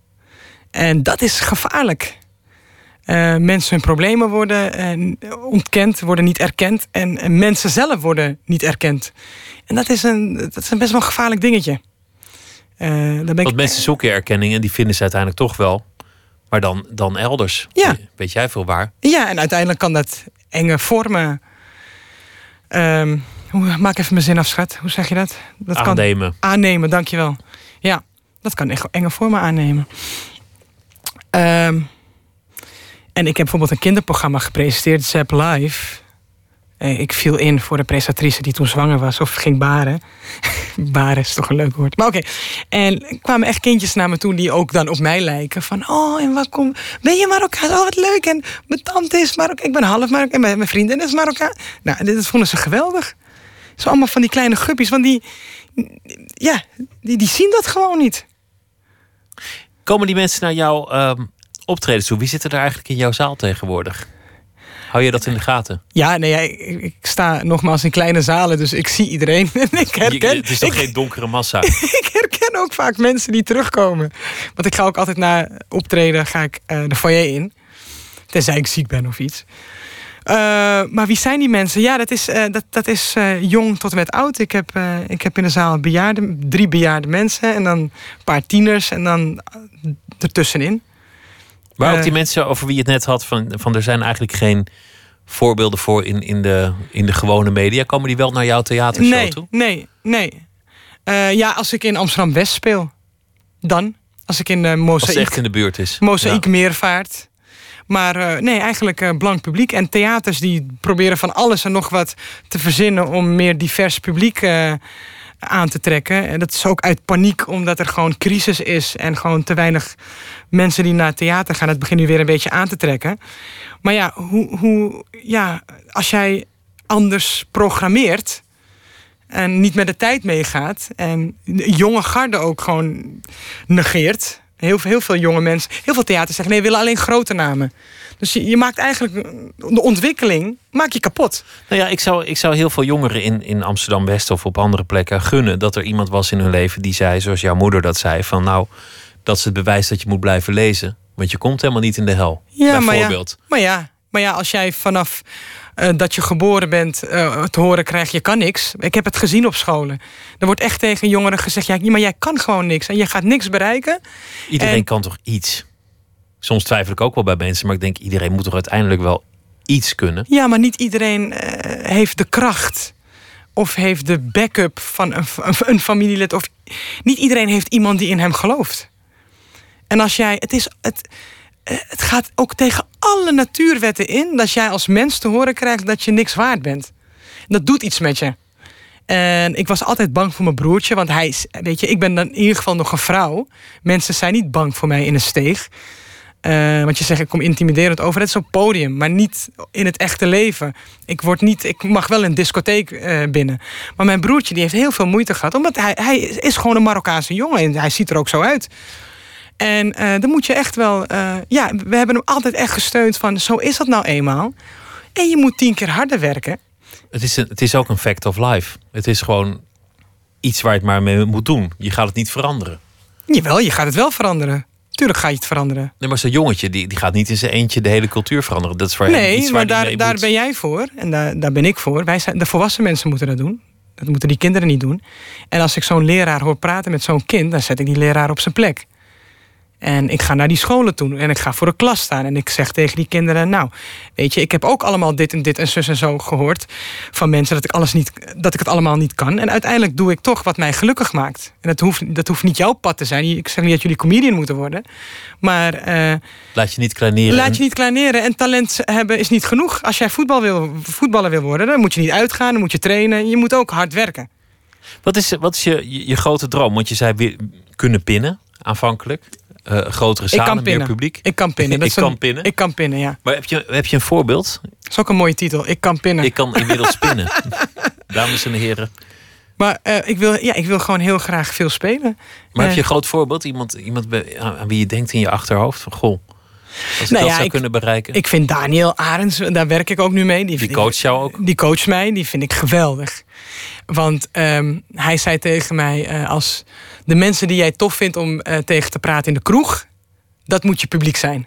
E: En dat is gevaarlijk. Uh, mensen hun problemen worden uh, ontkend, worden niet erkend. En uh, mensen zelf worden niet erkend. En dat is een, dat is een best wel een gevaarlijk dingetje. Uh, daar ben
D: Want
E: ik...
D: mensen zoeken erkenning en die vinden ze uiteindelijk toch wel. Maar dan, dan elders.
E: Ja.
D: Weet jij veel waar?
E: Ja, en uiteindelijk kan dat enge vormen. Um, hoe, maak even mijn zin af, schat. Hoe zeg je dat? dat
D: aannemen.
E: Kan, aannemen, dankjewel. Ja, dat kan echt enge vormen aannemen. Um, en ik heb bijvoorbeeld een kinderprogramma gepresenteerd, Zap Live. Ik viel in voor de presentatrice die toen zwanger was of ging baren. Baren is toch een leuk woord. Maar oké. Okay. En er kwamen echt kindjes naar me toe die ook dan op mij lijken. Van, oh, en wat kom... Ben je Marokkaan? Oh, wat leuk. En mijn tante is Marokkaan. Ik ben half Marokkaan. En mijn, mijn vriendin is Marokkaan. Nou, dit vonden ze geweldig. Zo allemaal van die kleine guppies. Want die... Ja, die, die zien dat gewoon niet.
D: Komen die mensen naar jouw uh, optredens toe? Wie zit er eigenlijk in jouw zaal tegenwoordig? Hou je dat in de gaten?
E: Ja, nee, ja, ik, ik sta nogmaals in kleine zalen, dus ik zie iedereen. ik herken,
D: je, het is toch
E: ik,
D: geen donkere massa?
E: ik herken ook vaak mensen die terugkomen. Want ik ga ook altijd na optreden ga ik, uh, de foyer in. Tenzij ik ziek ben of iets. Uh, maar wie zijn die mensen? Ja, dat is, uh, dat, dat is uh, jong tot en met oud. Ik heb, uh, ik heb in de zaal bejaarde, drie bejaarde mensen. En dan een paar tieners. En dan ertussenin.
D: Maar ook die mensen over wie je het net had, van, van er zijn eigenlijk geen voorbeelden voor in, in, de, in de gewone media. Komen die wel naar jouw theatershow
E: nee,
D: toe?
E: Nee, nee. Uh, ja, als ik in Amsterdam-West speel. Dan. Als ik in uh, Mozaïek...
D: Als het echt in de buurt is.
E: Mozaïek ja. Meervaart. Maar uh, nee, eigenlijk uh, blank publiek. En theaters die proberen van alles en nog wat te verzinnen om meer divers publiek uh, aan te trekken. En dat is ook uit paniek, omdat er gewoon crisis is en gewoon te weinig mensen die naar het theater gaan. Het begint nu weer een beetje aan te trekken. Maar ja, hoe, hoe, ja, als jij anders programmeert en niet met de tijd meegaat en jonge garde ook gewoon negeert. Heel, heel veel jonge mensen, heel veel theaters zeggen nee, we willen alleen grote namen. Dus je, je maakt eigenlijk de ontwikkeling maak je kapot.
D: Nou ja, ik zou, ik zou heel veel jongeren in, in Amsterdam-West of op andere plekken gunnen dat er iemand was in hun leven die zei, zoals jouw moeder dat zei, van nou, dat is het bewijs dat je moet blijven lezen. Want je komt helemaal niet in de hel.
E: Ja,
D: bijvoorbeeld.
E: Maar ja, maar ja, maar ja, als jij vanaf uh, dat je geboren bent uh, te horen krijgt, je kan niks. Ik heb het gezien op scholen. Er wordt echt tegen jongeren gezegd, ja, maar jij kan gewoon niks. En je gaat niks bereiken.
D: Iedereen
E: en...
D: kan toch iets? Soms twijfel ik ook wel bij mensen, maar ik denk iedereen moet toch uiteindelijk wel iets kunnen?
E: Ja, maar niet iedereen uh, heeft de kracht of heeft de backup van een, een, een familielid of niet iedereen heeft iemand die in hem gelooft. En als jij, het is, het, het gaat ook tegen alle natuurwetten in dat jij als mens te horen krijgt dat je niks waard bent. Dat doet iets met je. En ik was altijd bang voor mijn broertje, want hij is, weet je, ik ben dan in ieder geval nog een vrouw. Mensen zijn niet bang voor mij in een steeg. Uh, want je zegt, ik kom intimiderend over. Het is zo'n podium, maar niet in het echte leven. Ik, word niet, ik mag wel een discotheek uh, binnen. Maar mijn broertje die heeft heel veel moeite gehad. Omdat hij, hij is gewoon een Marokkaanse jongen. En hij ziet er ook zo uit. En uh, dan moet je echt wel... Uh, ja, we hebben hem altijd echt gesteund van... zo is dat nou eenmaal. En je moet tien keer harder werken.
D: Het is, een, het is ook een fact of life. Het is gewoon iets waar je het maar mee moet doen. Je gaat het niet veranderen.
E: Jawel, je gaat het wel veranderen. Tuurlijk ga je het veranderen.
D: Nee, maar zo'n jongetje die, die gaat niet in zijn eentje de hele cultuur veranderen. Dat is voor
E: nee,
D: iets
E: maar
D: waar
E: daar, daar
D: moet...
E: ben jij voor. En daar, daar ben ik voor. Wij zijn, de volwassen mensen moeten dat doen. Dat moeten die kinderen niet doen. En als ik zo'n leraar hoor praten met zo'n kind... dan zet ik die leraar op zijn plek. En ik ga naar die scholen toe. En ik ga voor de klas staan. En ik zeg tegen die kinderen... nou, weet je, ik heb ook allemaal dit en dit en zus en zo gehoord... van mensen dat ik, alles niet, dat ik het allemaal niet kan. En uiteindelijk doe ik toch wat mij gelukkig maakt. En dat hoeft, dat hoeft niet jouw pad te zijn. Ik zeg niet dat jullie comedian moeten worden. Maar... Uh,
D: laat je niet kleineren.
E: Laat je niet kleineren. En talent hebben is niet genoeg. Als jij voetbal wil, voetballer wil worden... dan moet je niet uitgaan, dan moet je trainen. Je moet ook hard werken.
D: Wat is, wat is je, je, je grote droom? Want je zei weer kunnen pinnen, aanvankelijk... Uh, grotere zalen, meer publiek.
E: Ik kan pinnen. Dat
D: ik kan
E: een,
D: pinnen?
E: Ik kan pinnen, ja.
D: Maar heb je, heb je een voorbeeld?
E: Dat is ook een mooie titel. Ik kan pinnen.
D: Ik kan inmiddels pinnen. Dames en heren.
E: Maar uh, ik, wil, ja, ik wil gewoon heel graag veel spelen.
D: Maar
E: uh,
D: heb je een groot voorbeeld? Iemand, iemand bij, aan wie je denkt in je achterhoofd? Van, goh, als ik
E: nou
D: dat
E: ja,
D: zou
E: ik,
D: kunnen bereiken.
E: Ik vind Daniel Arends, daar werk ik ook nu mee. Die,
D: die coacht jou ook?
E: Die coacht mij, die vind ik geweldig. Want um, hij zei tegen mij... Uh, als de mensen die jij tof vindt om uh, tegen te praten in de kroeg... dat moet je publiek zijn.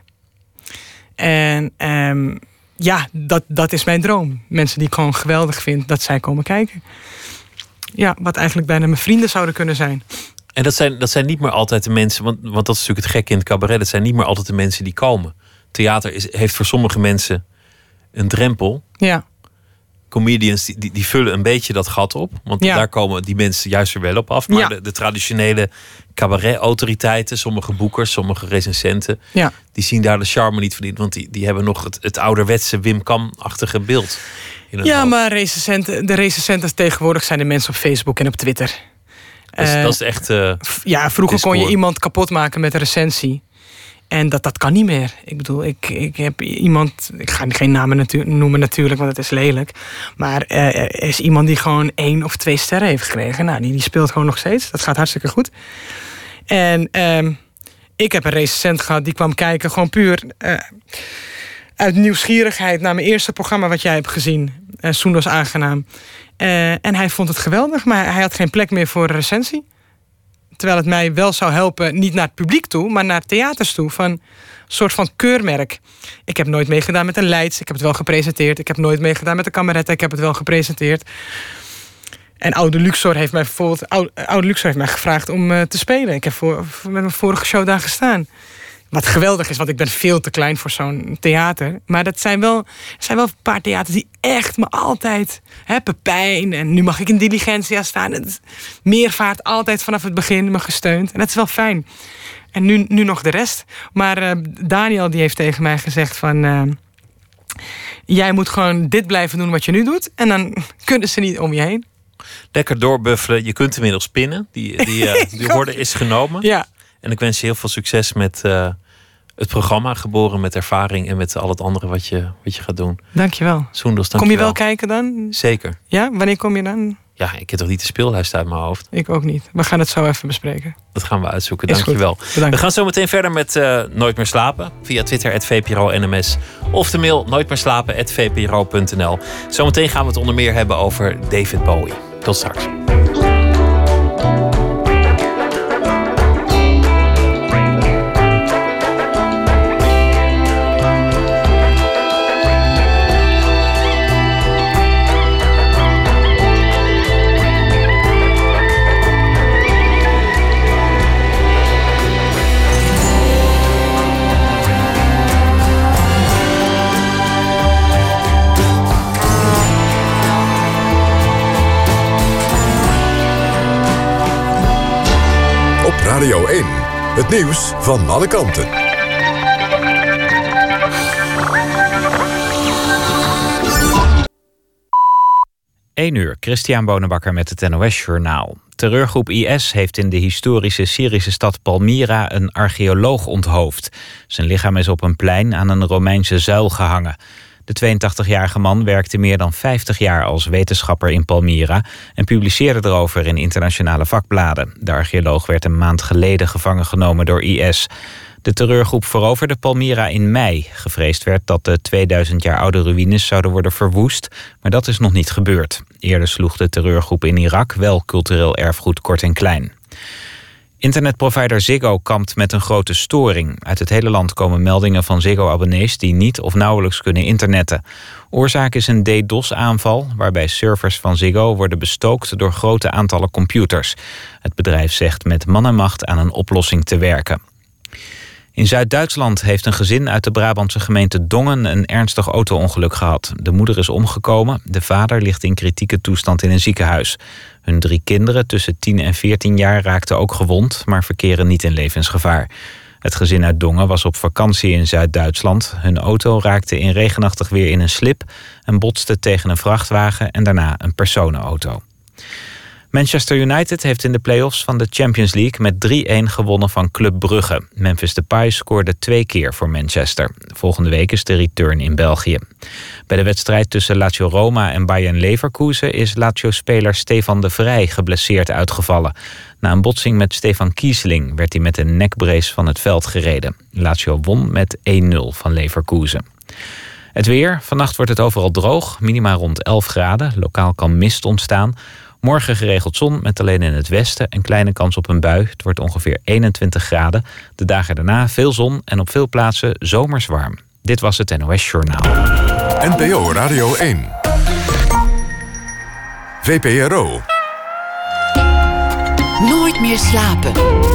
E: En um, ja, dat, dat is mijn droom. Mensen die ik gewoon geweldig vind, dat zij komen kijken. Ja, wat eigenlijk bijna mijn vrienden zouden kunnen zijn.
D: En dat zijn, dat zijn niet meer altijd de mensen... Want, want dat is natuurlijk het gekke in het cabaret... dat zijn niet meer altijd de mensen die komen. Theater is, heeft voor sommige mensen een drempel.
E: Ja.
D: Comedians die, die, die vullen een beetje dat gat op. Want ja. daar komen die mensen juist weer wel op af. Maar ja. de, de traditionele cabaret-autoriteiten... sommige boekers, sommige recensenten...
E: Ja.
D: die zien daar de charme niet van in. Want die, die hebben nog het, het ouderwetse Wim Kam-achtige beeld.
E: Ja, hoofd. Maar recensenten, de recensenten tegenwoordig zijn de mensen op Facebook en op Twitter.
D: Dat is, uh, dat is echt... Uh,
E: ja, vroeger kon je iemand kapot maken met een recensie. En dat, dat kan niet meer. Ik bedoel, ik, ik heb iemand... Ik ga geen namen natu- noemen natuurlijk, want het is lelijk. Maar uh, er is iemand die gewoon één of twee sterren heeft gekregen. Nou, die, die speelt gewoon nog steeds. Dat gaat hartstikke goed. En um, ik heb een recensent gehad die kwam kijken... gewoon puur uh, uit nieuwsgierigheid... naar mijn eerste programma wat jij hebt gezien. Uh, Soendos Aangenaam. Uh, en hij vond het geweldig, maar hij had geen plek meer voor een recensie. Terwijl het mij wel zou helpen, niet naar het publiek toe... maar naar theaters toe, van een soort van keurmerk. Ik heb nooit meegedaan met een Leids, ik heb het wel gepresenteerd. Ik heb nooit meegedaan met de Kameretten, ik heb het wel gepresenteerd. En Oude Luxor heeft mij bijvoorbeeld... Oude, Oude Luxor heeft mij gevraagd om uh, te spelen. Ik heb voor, voor, met mijn vorige show daar gestaan. Wat geweldig is, want ik ben veel te klein voor zo'n theater. Maar dat zijn wel, er zijn wel een paar theaters die echt me altijd... Hè, Pepijn, en nu mag ik in Diligentia staan. Het, Meervaart, altijd vanaf het begin me gesteund. En dat is wel fijn. En nu, nu nog de rest. Maar uh, Daniel die heeft tegen mij gezegd van... Uh, jij moet gewoon dit blijven doen wat je nu doet. En dan kunnen ze niet om je heen.
D: Lekker doorbuffelen. Je kunt inmiddels pinnen. Die, die, uh, die orde is genomen.
E: Ja.
D: En ik wens je heel veel succes met uh, het programma. Geboren met ervaring en met al het andere wat je, wat je gaat doen.
E: Dankjewel.
D: Soendos, dank
E: kom je
D: je wel.
E: wel kijken dan?
D: Zeker.
E: Ja, wanneer kom je dan?
D: Ja, ik heb toch niet de speellijst uit mijn hoofd?
E: Ik ook niet. We gaan het zo even bespreken.
D: Dat gaan we uitzoeken.
E: Is
D: dank je wel.
E: Bedankt.
D: We gaan zo meteen verder met uh, Nooit meer slapen. Via Twitter, at V P R O N M S. Of de mail nooitmeerslapen, at V P R O punt N L. Zometeen gaan we het onder meer hebben over David Bowie. Tot straks.
B: Radio één. Het nieuws van alle kanten.
A: één uur, Christian Bonenbakker met het N O S-journaal. Terreurgroep I S heeft in de historische Syrische stad Palmyra een archeoloog onthoofd. Zijn lichaam is op een plein aan een Romeinse zuil gehangen. De tweeëntachtigjarige man werkte meer dan vijftig jaar als wetenschapper in Palmyra en publiceerde erover in internationale vakbladen. De archeoloog werd een maand geleden gevangen genomen door I S. De terreurgroep veroverde Palmyra in mei. Gevreesd werd dat de tweeduizend jaar oude ruïnes zouden worden verwoest, maar dat is nog niet gebeurd. Eerder sloeg de terreurgroep in Irak wel cultureel erfgoed kort en klein. Internetprovider Ziggo kampt met een grote storing. Uit het hele land komen meldingen van Ziggo-abonnees die niet of nauwelijks kunnen internetten. Oorzaak is een DDoS-aanval waarbij servers van Ziggo worden bestookt door grote aantallen computers. Het bedrijf zegt met man en macht aan een oplossing te werken. In Zuid-Duitsland heeft een gezin uit de Brabantse gemeente Dongen een ernstig auto-ongeluk gehad. De moeder is omgekomen, de vader ligt in kritieke toestand in een ziekenhuis. Hun drie kinderen tussen tien en veertien jaar raakten ook gewond, maar verkeren niet in levensgevaar. Het gezin uit Dongen was op vakantie in Zuid-Duitsland. Hun auto raakte in regenachtig weer in een slip en botste tegen een vrachtwagen en daarna een personenauto. Manchester United heeft in de play-offs van de Champions League met drie-een gewonnen van Club Brugge. Memphis Depay scoorde twee keer voor Manchester. Volgende week is de return in België. Bij de wedstrijd tussen Lazio Roma en Bayern Leverkusen is Lazio-speler Stefan de Vrij geblesseerd uitgevallen. Na een botsing met Stefan Kiesling werd hij met een nekbrace van het veld gereden. Lazio won met één nul van Leverkusen. Het weer. Vannacht wordt het overal droog, minima rond elf graden. Lokaal kan mist ontstaan. Morgen geregeld zon met alleen in het westen een kleine kans op een bui. Het wordt ongeveer eenentwintig graden. De dagen daarna veel zon en op veel plaatsen zomers warm. Dit was het N O S-journaal.
B: N P O Radio één. V P R O.
C: Nooit meer slapen.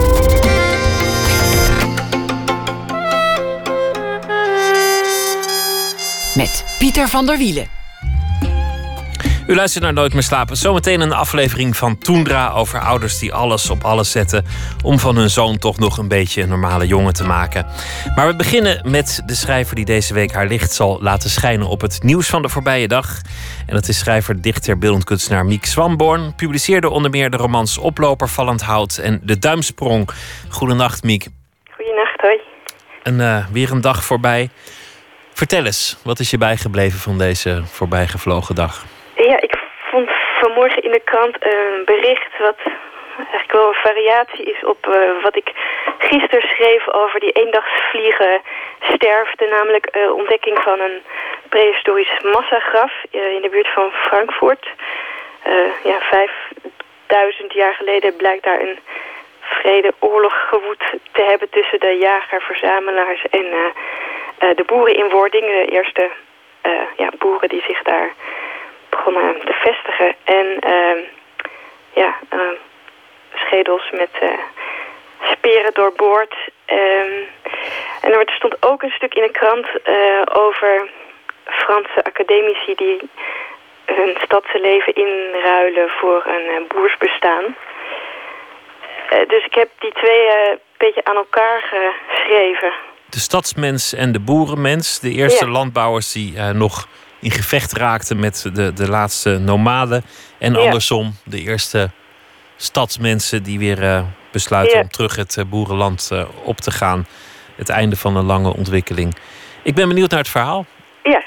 C: Met Pieter van der Wielen.
D: U luistert naar Nooit meer slapen. Zometeen een aflevering van Toendra over ouders die alles op alles zetten om van hun zoon toch nog een beetje een normale jongen te maken. Maar we beginnen met de schrijver die deze week haar licht zal laten schijnen op het nieuws van de voorbije dag. En dat is schrijver, dichter, beeldend kunstenaar Miek Swamborn. Publiceerde onder meer de romans Oploper, Vallend Hout en De Duimsprong. Goedenacht, Miek.
F: Goedenacht, hoi.
D: En uh, weer een dag voorbij. Vertel eens, wat is je bijgebleven van deze voorbijgevlogen dag?
F: Ja, ik vond vanmorgen in de krant een bericht wat eigenlijk wel een variatie is op uh, wat ik gisteren schreef over die eendagsvliegen sterfte. Namelijk uh, ontdekking van een prehistorisch massagraf uh, in de buurt van Frankfurt. Uh, ja, vijfduizend jaar geleden blijkt daar een vredeoorlog gewoed te hebben tussen de jager-verzamelaars en uh, uh, de boeren in Wording. De eerste uh, ja, boeren die zich daar begonnen te vestigen. En uh, ja, uh, schedels met uh, speren doorboord. Um, en er stond ook een stuk in de krant uh, over Franse academici die hun stadse leven inruilen voor een uh, boersbestaan. Uh, dus ik heb die twee een uh, beetje aan elkaar geschreven.
D: De stadsmens en de boerenmens. De eerste
F: ja.
D: landbouwers die uh, nog in gevecht raakten met de, de laatste nomaden. En
F: ja.
D: andersom, de eerste stadsmensen die weer uh, besluiten
F: ja.
D: om terug het uh, boerenland uh, op te gaan. Het einde van een lange ontwikkeling. Ik ben benieuwd naar het verhaal.
F: Ja.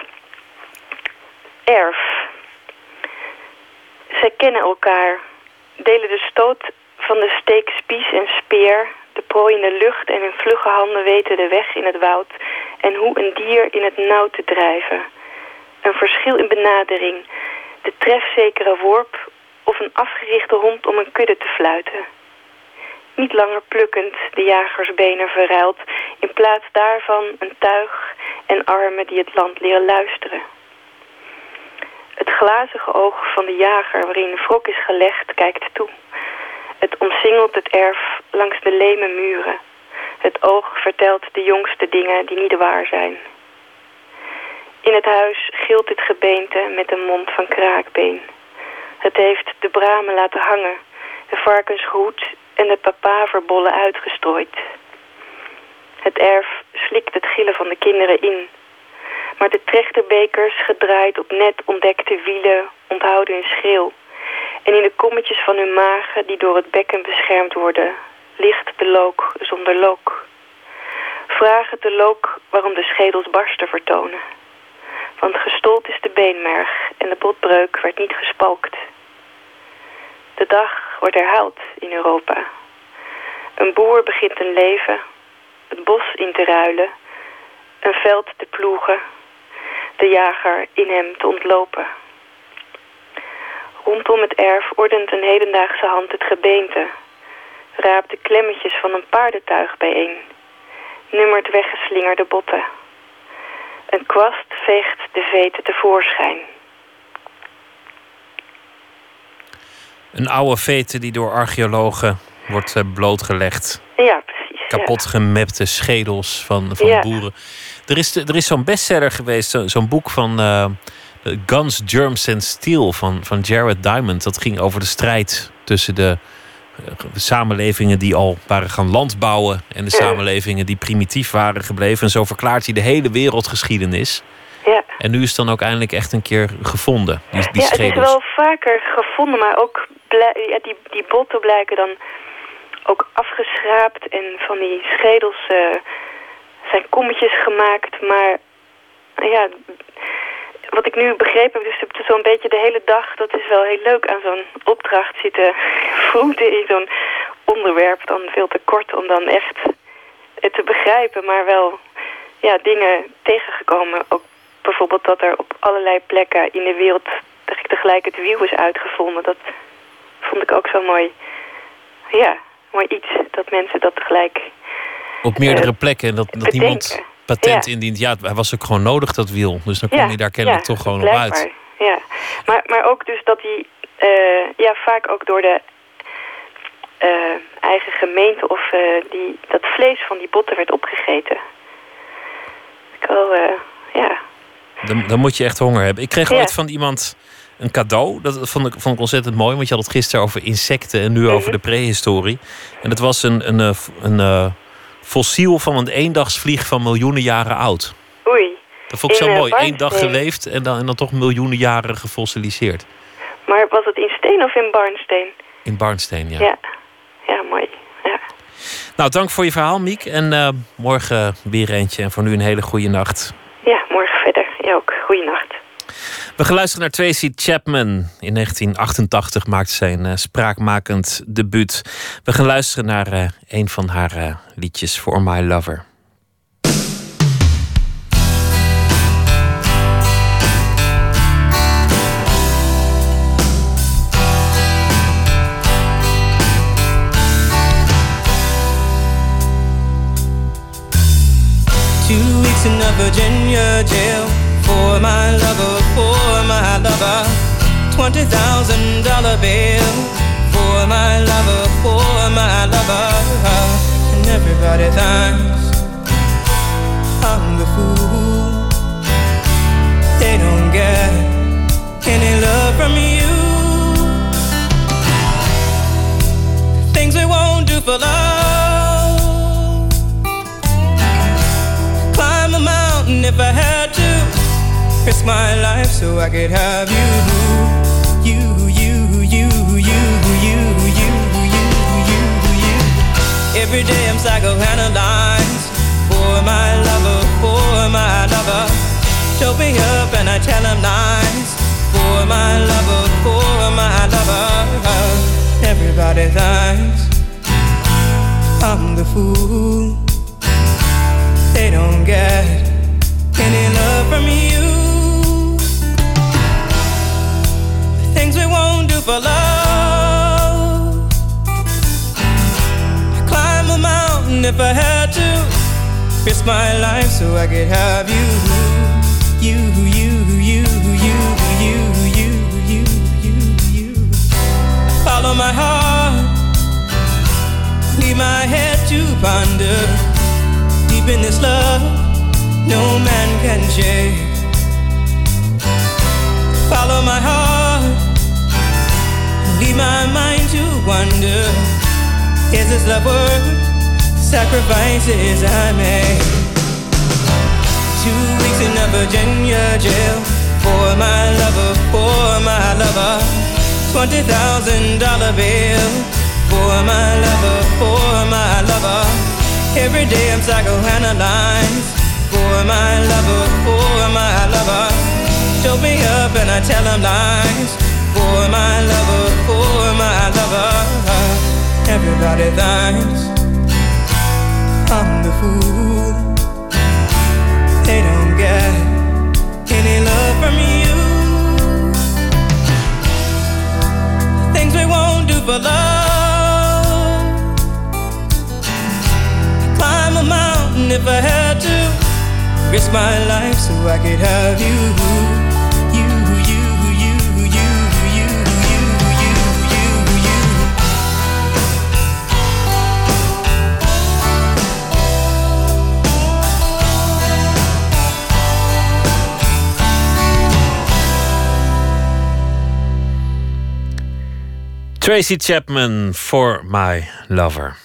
F: Erf. Zij kennen elkaar. Delen de stoot van de steek, spies en speer. De prooi in de lucht en hun vlugge handen weten de weg in het woud. En hoe een dier in het nauw te drijven. Een verschil in benadering. De trefzekere worp of een afgerichte hond om een kudde te fluiten. Niet langer plukkend de jagersbenen verruild. In plaats daarvan een tuig en armen die het land leren luisteren. Het glazige oog van de jager waarin een wrok is gelegd kijkt toe. Het omsingelt het erf langs de leme muren. Het oog vertelt de jongste dingen die niet waar zijn. In het huis gilt dit gebeente met een mond van kraakbeen. Het heeft de bramen laten hangen, de varkens gehoed en de papaverbollen uitgestrooid. Het erf slikt het gillen van de kinderen in. Maar de trechterbekers, gedraaid op net ontdekte wielen, onthouden hun schreeuw. En in de kommetjes van hun magen, die door het bekken beschermd worden, ligt de look zonder look. Vraag het de look waarom de schedels barsten vertonen. Want gestold is de beenmerg en de botbreuk werd niet gespalkt. De dag wordt herhaald in Europa. Een boer begint een leven, het bos in te ruilen, een veld te ploegen, de jager in hem te ontlopen. Rondom het erf ordent een hedendaagse hand het gebeente, raapt de klemmetjes van een paardentuig bijeen, nummert weggeslingerde botten. Een kwast veegt de veten tevoorschijn.
D: Een oude vete die door archeologen wordt uh, blootgelegd.
F: Ja, precies.
D: Kapot gemepte schedels van, van
F: ja.
D: boeren. Er is, er is zo'n bestseller geweest, zo, zo'n boek van uh, Guns, Germs and Steel van, van Jared Diamond. Dat ging over de strijd tussen de uh, samenlevingen die al waren gaan landbouwen en de
F: ja.
D: samenlevingen die primitief waren gebleven. En zo verklaart hij de hele wereldgeschiedenis.
F: Ja.
D: En nu is het dan ook eindelijk echt een keer gevonden, die, die
F: ja,
D: schedels.
F: het is wel vaker gevonden, maar ook blij, ja, die, die botten blijken dan ook afgeschraapt. En van die schedels uh, zijn kommetjes gemaakt. Maar ja, wat ik nu begrepen heb, dus ik heb zo'n beetje de hele dag, dat is wel heel leuk aan zo'n opdracht zitten vroeten in zo'n onderwerp. Dan veel te kort om dan echt het te begrijpen, maar wel ja, dingen tegengekomen. Ook bijvoorbeeld dat er op allerlei plekken in de wereld tegelijk het wiel is uitgevonden. Dat vond ik ook zo mooi. Ja, mooi iets. Dat mensen dat tegelijk
D: op meerdere
F: uh,
D: plekken. En dat, dat
F: bedenken.
D: niemand patent
F: ja.
D: indient. Ja, hij was ook gewoon nodig, dat wiel. Dus dan kom je
F: ja,
D: daar kennelijk
F: ja,
D: toch gewoon
F: blijkbaar.
D: op uit.
F: Ja, maar, maar ook dus dat die uh, ja, vaak ook door de uh, eigen gemeente of uh, die, dat vlees van die botten werd opgegeten. Ik wel, uh, ja...
D: Dan, dan moet je echt honger hebben. Ik kreeg
F: ja.
D: ooit van iemand een cadeau. Dat vond ik, vond ik ontzettend mooi. Want je had het gisteren over insecten en nu mm-hmm. over de prehistorie. En dat was een, een, een, een uh, fossiel van een eendagsvlieg van miljoenen jaren oud.
F: Oei.
D: Dat vond ik
F: in,
D: zo
F: uh,
D: mooi.
F: Barnsteen.
D: Eén dag geleefd en dan, en dan toch miljoenen jaren gefossiliseerd.
F: Maar was het in steen of in barnsteen?
D: In barnsteen, ja.
F: Ja, ja mooi. Ja.
D: Nou, dank voor je verhaal, Miek. En uh, morgen weer eentje. En voor nu een hele goede nacht.
F: Ja, morgen verder. Ja, ook. Goeienacht.
D: We gaan luisteren naar Tracy Chapman. In negentien achtentachtig maakte zij een uh, spraakmakend debuut. We gaan luisteren naar uh, een van haar uh, liedjes, For My Lover.
G: Two weeks in a Virginia jail for my lover, for my lover. Twenty thousand dollar bail for my lover, for my lover. And everybody thinks I'm the fool. They don't get any love from you. Things we won't do for love. Climb a mountain if I had to. Risk my life so I could have you. You, you, you, you, you, you, you, you, you. Every day I'm psychoanalyzed for my lover, for my lover. Choke me up and I tell him lies for my lover, for my lover. Everybody thinks I'm the fool. They don't get any love from you. Things we won't do for love. I'd climb a mountain if I had to. Risk my life so I could have you. You, you, you, you, you, you, you, you, you. Follow my heart. Leave my head to ponder. Deep in this love, no man can shake. Follow my heart. Leave my mind to wander. Is this love worth sacrifices I made? Two weeks in a Virginia jail for my lover, for my lover. Twenty thousand dollar bill for my lover, for my lover. Every day I'm psychoanalyzed for my lover, for my lover. Show me up and I tell him lies for my lover, for my lover. Everybody thinks I'm the fool. They don't get any love from you. Things we won't do for love. I'd climb a mountain if I had to. Risk my life so I could have you. You, you, you, you, you, you, you, you, you.
D: Tracy Chapman, For My Lover.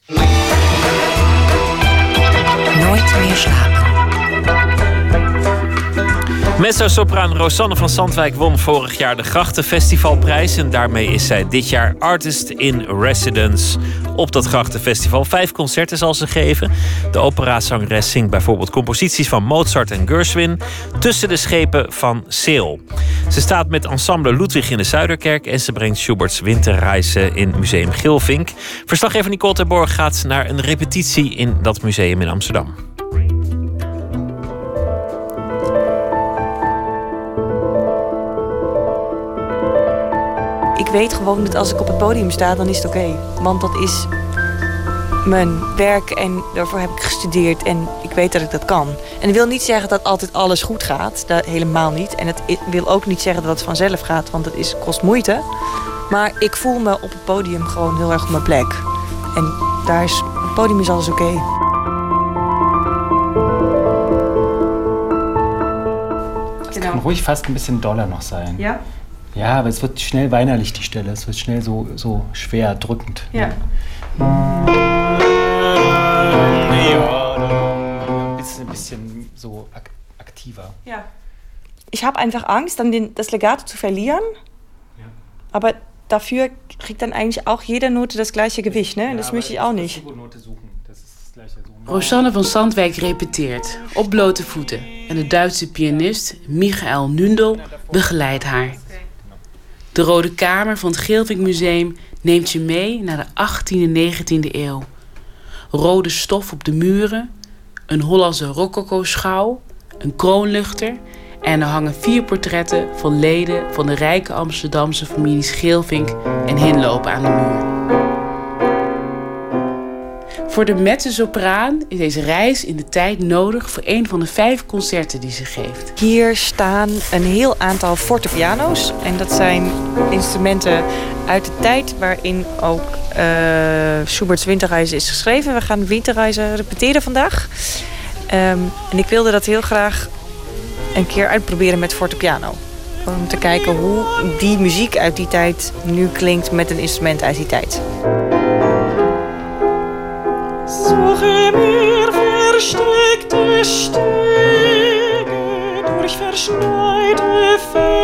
C: Nooit meer slapen.
D: Mezzo-sopraan Rosanne van Zandwijk won vorig jaar de Grachtenfestivalprijs. En daarmee is zij dit jaar Artist in Residence op dat Grachtenfestival. Vijf concerten zal ze geven. De operazangeres zingt bijvoorbeeld composities van Mozart en Gershwin tussen de schepen van Seel. Ze staat met ensemble Ludwig in de Zuiderkerk en ze brengt Schuberts Winterreise in Museum Gilvink. Verslaggever Nicole Terborg gaat naar een repetitie in dat museum in Amsterdam.
H: Ik weet gewoon dat als ik op het podium sta, dan is het oké. Okay. Want dat is mijn werk en daarvoor heb ik gestudeerd en ik weet dat ik dat kan. En dat wil niet zeggen dat altijd alles goed gaat. Dat helemaal niet. En het wil ook niet zeggen dat het vanzelf gaat, want het is, kost moeite. Maar ik voel me op het podium gewoon heel erg op mijn plek. En daar is, op het podium is alles oké. Okay.
I: Es kann ruhig fast ein bisschen doller noch sein.
H: Ja?
I: Ja, aber es wird schnell weinerlich, die Stelle. Es wird schnell so, so schwer, drückend.
H: Ja.
I: Ja, ein bisschen so ak aktiver.
H: Ja. Ich habe einfach Angst, dann den, das Legato zu verlieren. Ja. Aber dafür kriegt dann eigentlich auch jede Note das gleiche Gewicht, ne? Ja, das möchte ich auch nicht.
J: Rosanne van Zandwijk repeteert op blote voeten en de Duitse pianist Michael Nundel begeleidt haar. De Rode Kamer van het Gilvink Museum neemt je mee naar de achttiende en negentiende eeuw. Rode stof op de muren, een Hollandse rococo-schouw, een kroonluchter en er hangen vier portretten van leden van de rijke Amsterdamse families Gilvink en Hinlopen aan de muur. Voor de mezzosopraan is deze reis in de tijd nodig voor een van de vijf concerten die ze geeft.
H: Hier staan een heel aantal fortepiano's. En dat zijn instrumenten uit de tijd waarin ook uh, Schuberts Winterreise is geschreven. We gaan Winterreise repeteren vandaag. Um, en ik wilde dat heel graag een keer uitproberen met fortepiano. Om te kijken hoe die muziek uit die tijd nu klinkt met een instrument uit die tijd.
G: Suche mir versteckte Stege durch verschneite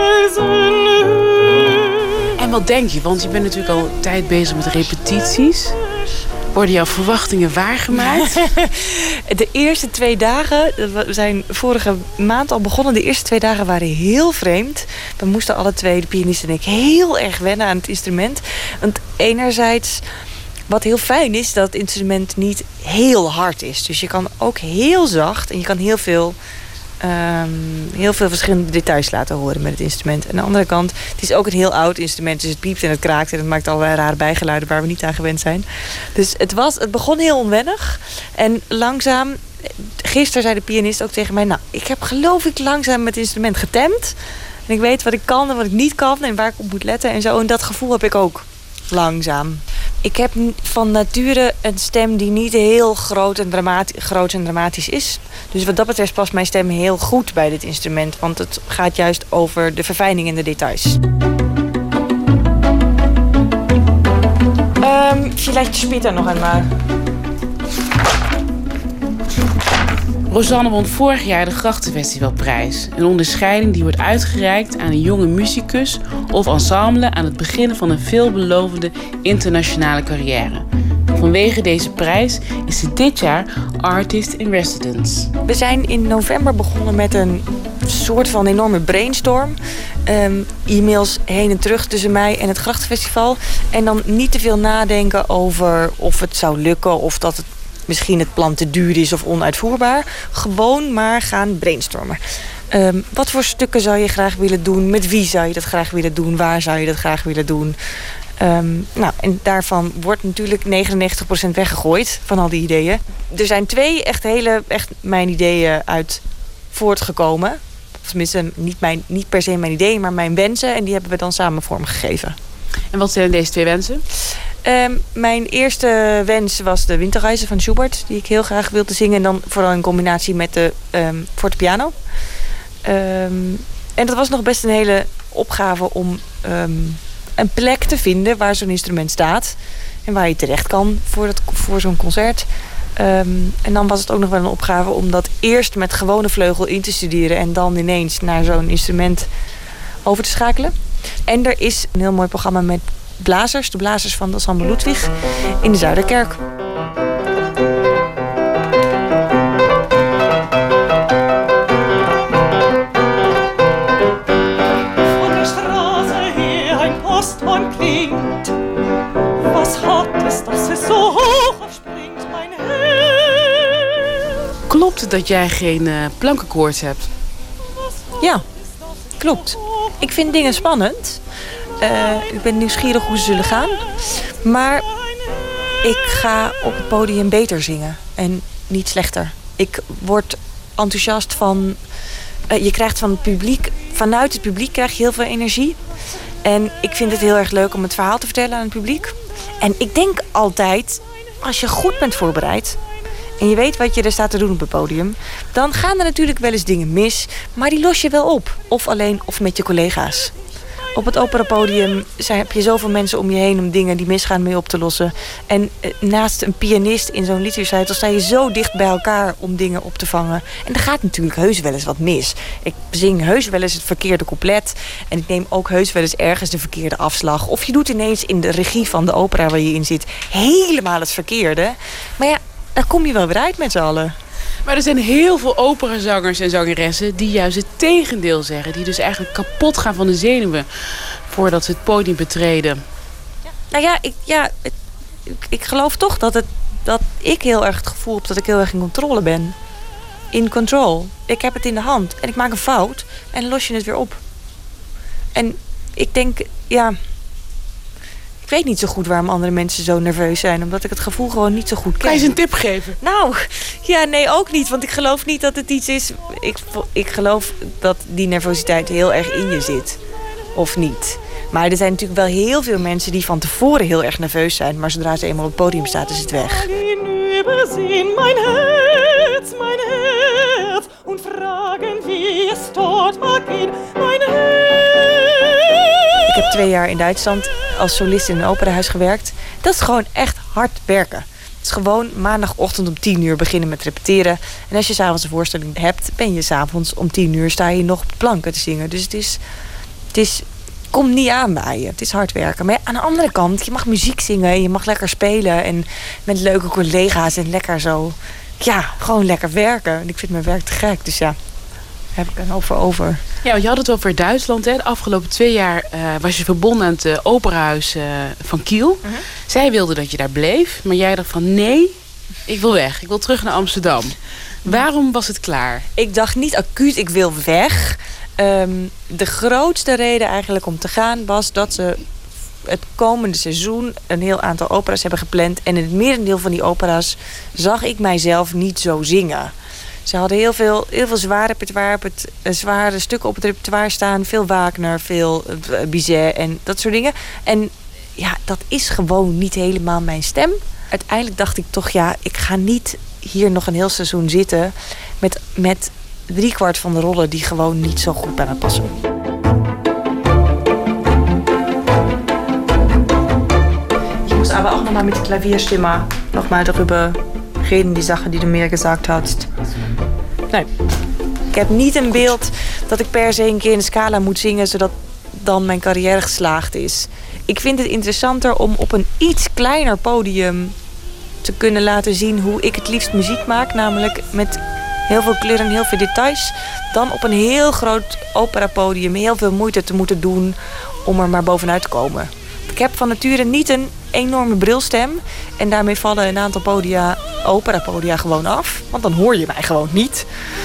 G: Felsenhöhen.
J: En wat denk je? Want je bent natuurlijk al een tijd bezig met repetities. Worden jouw verwachtingen waargemaakt?
H: De eerste twee dagen, we zijn vorige maand al begonnen. De eerste twee dagen waren heel vreemd. We moesten alle twee, de pianist en ik, heel erg wennen aan het instrument. Want enerzijds, wat heel fijn is, dat het instrument niet heel hard is. Dus je kan ook heel zacht en je kan heel veel, um, heel veel verschillende details laten horen met het instrument. Aan de andere kant, het is ook een heel oud instrument. Dus het piept en het kraakt en het maakt allerlei rare bijgeluiden waar we niet aan gewend zijn. Dus het, was, het begon heel onwennig. En langzaam, gisteren zei de pianist ook tegen mij, nou, ik heb geloof ik langzaam met het instrument getemd. En ik weet wat ik kan en wat ik niet kan en waar ik op moet letten en zo. En dat gevoel heb ik ook. Langzaam. Ik heb van nature een stem die niet heel groot en, dramatisch, groot en dramatisch is. Dus wat dat betreft past mijn stem heel goed bij dit instrument. Want het gaat juist over de verfijning en de details. Uh, Um, vielleicht später nog einmal.
J: Rosanne won vorig jaar de Grachtenfestivalprijs. Een onderscheiding die wordt uitgereikt aan een jonge muzikus of ensemble aan het begin van een veelbelovende internationale carrière. Vanwege deze prijs is ze dit jaar Artist in Residence.
H: We zijn in november begonnen met een soort van enorme brainstorm. Um, e-mails heen en terug tussen mij en het Grachtenfestival. En dan niet te veel nadenken over of het zou lukken of dat het misschien het plan te duur is of onuitvoerbaar. Gewoon maar gaan brainstormen. Um, wat voor stukken zou je graag willen doen? Met wie zou je dat graag willen doen? Waar zou je dat graag willen doen? Um, nou, en daarvan wordt natuurlijk negenennegentig procent weggegooid van al die ideeën. Er zijn twee echt hele, echt mijn ideeën uit voortgekomen. Of tenminste, niet, mijn, niet per se mijn ideeën, maar mijn wensen. En die hebben we dan samen vormgegeven.
J: En wat zijn deze twee wensen?
H: Um, mijn eerste wens was de Winterreise van Schubert, die ik heel graag wilde zingen. En dan vooral in combinatie met de um, fortepiano. Um, en dat was nog best een hele opgave om um, een plek te vinden waar zo'n instrument staat. En waar je terecht kan voor, het, voor zo'n concert. Um, en dan was het ook nog wel een opgave om dat eerst met gewone vleugel in te studeren. En dan ineens naar zo'n instrument over te schakelen. En er is een heel mooi programma met blazers. De blazers van de Ensemble Ludwig in de Zuiderkerk.
K: Van der Straße her ein Posthorn klingt. Was hat es, dass es so hoch aufspringt, mein Herr?
J: Klopt het dat jij geen uh, plankenkoorts hebt?
H: Ja, klopt. Ik vind dingen spannend. Uh, ik ben nieuwsgierig hoe ze zullen gaan. Maar ik ga op het podium beter zingen. En niet slechter. Ik word enthousiast van... Uh, je krijgt van het publiek... Vanuit het publiek krijg je heel veel energie. En ik vind het heel erg leuk om het verhaal te vertellen aan het publiek. En ik denk altijd... Als je goed bent voorbereid... En je weet wat je er staat te doen op het podium... Dan gaan er natuurlijk wel eens dingen mis. Maar die los je wel op. Of alleen of met je collega's. Op het operapodium heb je zoveel mensen om je heen om dingen die misgaan mee op te lossen. En naast een pianist in zo'n liedrecital sta je zo dicht bij elkaar om dingen op te vangen. En er gaat natuurlijk heus wel eens wat mis. Ik zing heus wel eens het verkeerde couplet. En ik neem ook heus wel eens ergens de verkeerde afslag. Of je doet ineens in de regie van de opera waar je in zit helemaal het verkeerde. Maar ja, daar kom je wel weer uit met z'n allen.
J: Maar er zijn heel veel operazangers en zangeressen die juist het tegendeel zeggen. Die dus eigenlijk kapot gaan van de zenuwen voordat ze het podium betreden.
H: Nou ja, ik, ja, het, ik, ik geloof toch dat, het, dat ik heel erg het gevoel heb dat ik heel erg in controle ben. In control. Ik heb het in de hand en ik maak een fout en dan los je het weer op. En ik denk, ja... Ik weet niet zo goed waarom andere mensen zo nerveus zijn. Omdat ik het gevoel gewoon niet zo goed ken.
J: Kan je eens een tip geven?
H: Nou, ja, nee, ook niet. Want ik geloof niet dat het iets is... Ik, ik geloof dat die nervositeit heel erg in je zit. Of niet. Maar er zijn natuurlijk wel heel veel mensen die van tevoren heel erg nerveus zijn. Maar zodra ze eenmaal op het podium staat, is het weg.
K: Übersehen mein Herz, mein Herz. Und fragen wie es dort mag gehen, mein Herz.
H: Ik heb twee jaar in Duitsland als solist in een operahuis gewerkt. Dat is gewoon echt hard werken. Het is gewoon maandagochtend om tien uur beginnen met repeteren. En als je s'avonds een voorstelling hebt, ben je s'avonds om tien uur sta je nog op de planken te zingen. Dus het is, het is, komt niet aan bij je. Het is hard werken. Maar aan de andere kant, je mag muziek zingen en je mag lekker spelen. En met leuke collega's en lekker zo, ja, gewoon lekker werken. En ik vind mijn werk te gek, dus ja. Heb ik een hoop voor over.
J: Ja, want je had het over Duitsland. Hè? De afgelopen twee jaar uh, was je verbonden aan het uh, operahuis uh, van Kiel. Uh-huh. Zij wilde dat je daar bleef. Maar jij dacht van nee, ik wil weg. Ik wil terug naar Amsterdam. Waarom was het klaar?
H: Ik dacht niet acuut, ik wil weg. Um, de grootste reden eigenlijk om te gaan was dat ze het komende seizoen een heel aantal opera's hebben gepland. En in het merendeel van die opera's zag ik mijzelf niet zo zingen. Ze hadden heel veel, heel veel zwaar repertoire, op het, uh, zware stukken op het repertoire staan. Veel Wagner, veel uh, Bizet en dat soort dingen. En ja, dat is gewoon niet helemaal mijn stem. Uiteindelijk dacht ik toch, ja, ik ga niet hier nog een heel seizoen zitten met, met driekwart van de rollen die gewoon niet zo goed bij me passen. aber auch nochmal mit der Klavierstimme nochmal darüber reden, die Sachen die du meer gesagt hast. Nee. Ik heb niet een beeld dat ik per se een keer in de Scala moet zingen, zodat dan mijn carrière geslaagd is. Ik vind het interessanter om op een iets kleiner podium te kunnen laten zien hoe ik het liefst muziek maak. Namelijk met heel veel kleur en heel veel details. Dan op een heel groot operapodium heel veel moeite te moeten doen om er maar bovenuit te komen. Ik heb van nature niet een enorme brilstem. En daarmee vallen een aantal podia, operapodia gewoon af. Want dan hoor je mij gewoon niet.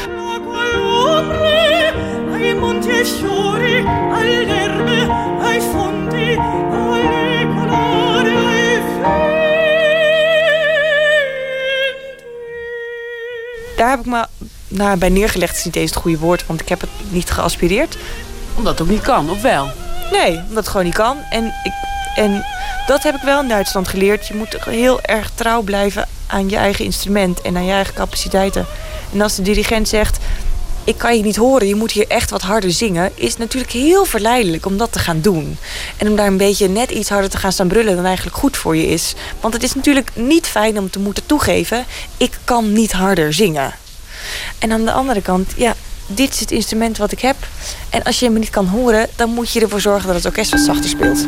H: Daar heb ik me nou, bij neergelegd, is niet eens het goede woord, want ik heb het niet geaspireerd.
J: Omdat het ook niet kan, of wel?
H: Nee, omdat het gewoon niet kan. En, ik, en dat heb ik wel in Duitsland geleerd. Je moet heel erg trouw blijven aan je eigen instrument en aan je eigen capaciteiten. En als de dirigent zegt, ik kan je niet horen, je moet hier echt wat harder zingen, is het natuurlijk heel verleidelijk om dat te gaan doen. En om daar een beetje net iets harder te gaan staan brullen dan eigenlijk goed voor je is. Want het is natuurlijk niet fijn om te moeten toegeven, ik kan niet harder zingen. En aan de andere kant, ja, dit is het instrument wat ik heb. En als je me niet kan horen, dan moet je ervoor zorgen dat het orkest wat zachter speelt.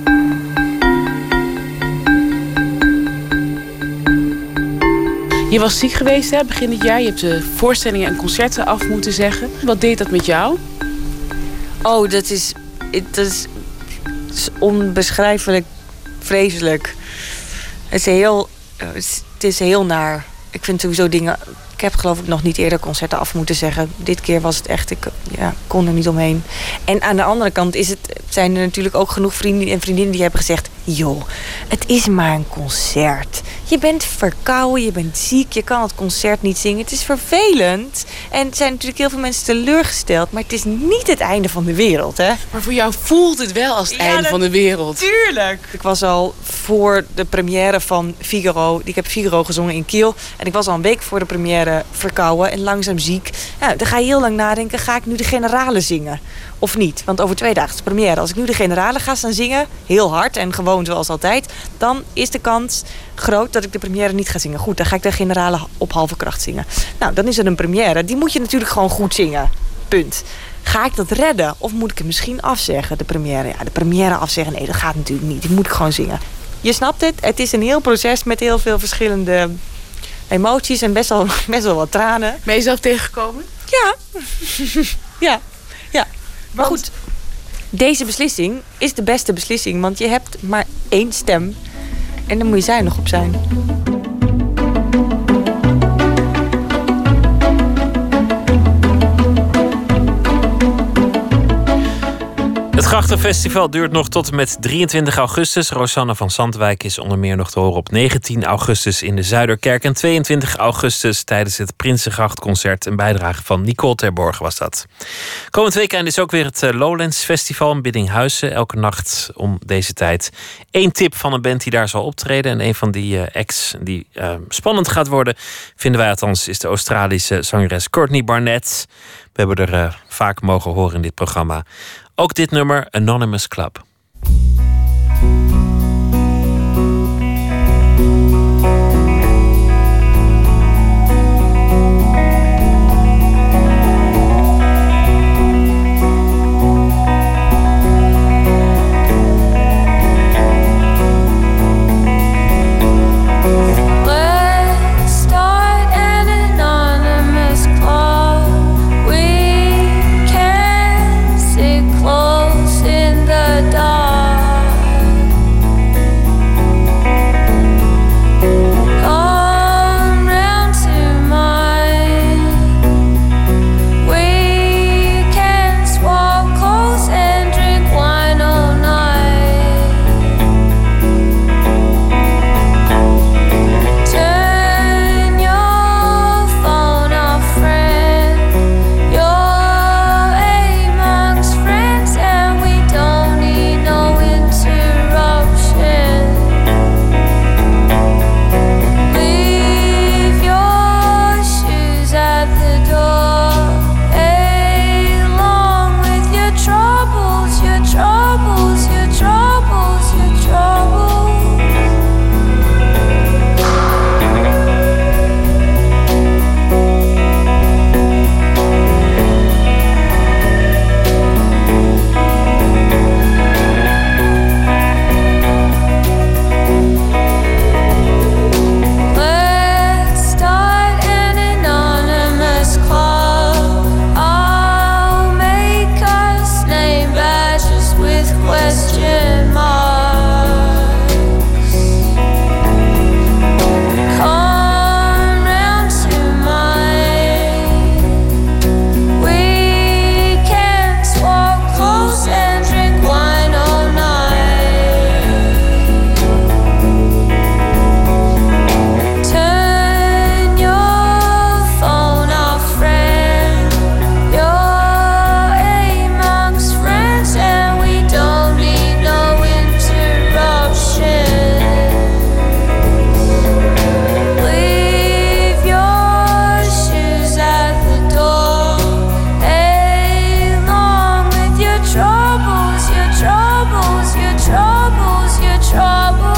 J: Je was ziek geweest, hè, begin dit jaar. Je hebt de voorstellingen en concerten af moeten zeggen. Wat deed dat met jou?
H: Oh, dat is, dat is, dat is onbeschrijfelijk vreselijk. Het is heel, het is heel naar. Ik vind sowieso dingen... Ik heb geloof ik nog niet eerder concerten af moeten zeggen. Dit keer was het echt, ik ja, kon er niet omheen. En aan de andere kant is het, zijn er natuurlijk ook genoeg vrienden en vriendinnen die hebben gezegd, joh, het is maar een concert. Je bent verkouden, je bent ziek, je kan het concert niet zingen. Het is vervelend. En er zijn natuurlijk heel veel mensen teleurgesteld, maar het is niet het einde van de wereld, hè?
J: Maar voor jou voelt het wel als het ja, einde dat, van de wereld.
H: Tuurlijk. Ik was al voor de première van Figaro. Ik heb Figaro gezongen in Kiel. En ik was al een week voor de première verkouden en langzaam ziek. Nou, dan ga je heel lang nadenken, ga ik nu de generale zingen? Of niet? Want over twee dagen is de première. Als ik nu de generale ga staan zingen, heel hard en gewoon zoals altijd, dan is de kans groot dat ik de première niet ga zingen. Goed, dan ga ik de generale op halve kracht zingen. Nou, dan is er een première. Die moet je natuurlijk gewoon goed zingen. Punt. Ga ik dat redden? Of moet ik het misschien afzeggen, de première? Ja, de première afzeggen, nee, dat gaat natuurlijk niet. Die moet ik gewoon zingen. Je snapt het. Het is een heel proces met heel veel verschillende emoties en best wel, best wel wat tranen.
J: Ben je zelf tegengekomen?
H: Ja. ja. Ja. Maar goed, deze beslissing is de beste beslissing. Want je hebt maar één stem. En daar moet je zuinig op zijn.
D: Het Grachtenfestival duurt nog tot en met drieëntwintig augustus. Rosanne van Zandwijk is onder meer nog te horen op negentien augustus in de Zuiderkerk. En tweeëntwintig augustus tijdens het Prinsengrachtconcert. Een bijdrage van Nicole Terborg was dat. Komend weekend is ook weer het Lowlands Festival in Biddinghuizen. Elke nacht om deze tijd. Eén tip van een band die daar zal optreden. En een van die uh, acts die uh, spannend gaat worden, vinden wij althans, is de Australische zangeres Courtney Barnett. We hebben er uh, vaak mogen horen in dit programma. Ook dit nummer, Anonymous Club.
L: Close in the dark. question marks. Come round to mine. We can walk close and drink wine all night. Turn your phone off, friend. You're amongst friends, and we don't need no interruption. Leave your shoes at the door. Along with your troubles, your troubles, your troubles, your troubles.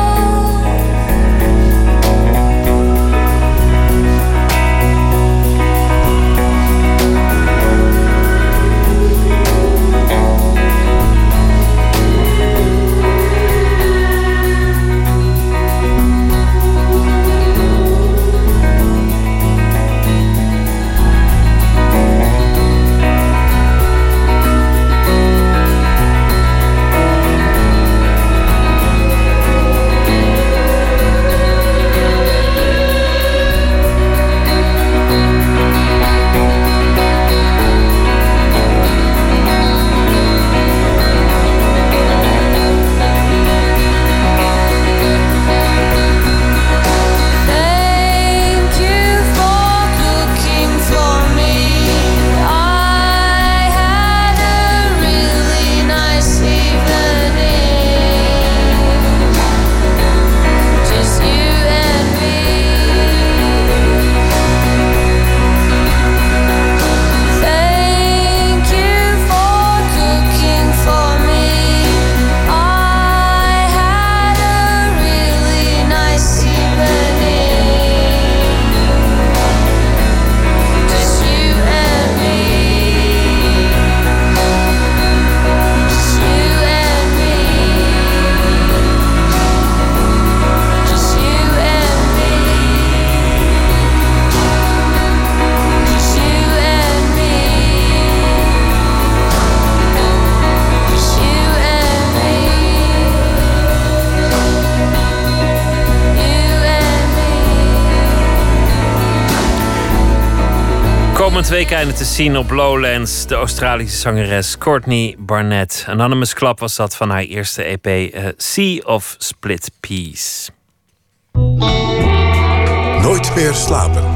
L: Thank you for cooking for me. I had a really nice evening. Just you and me. Thank you for cooking for me. I had a really nice evening. Just you and me. Just you and me. Just you and me. Just you and me. Just you and me. You and me.
D: Komend weekende te zien op Lowlands de Australische zangeres Courtney Barnett. Anonymous Club was dat van haar eerste E P eh, Sea of Split Peas.
B: Nooit meer slapen.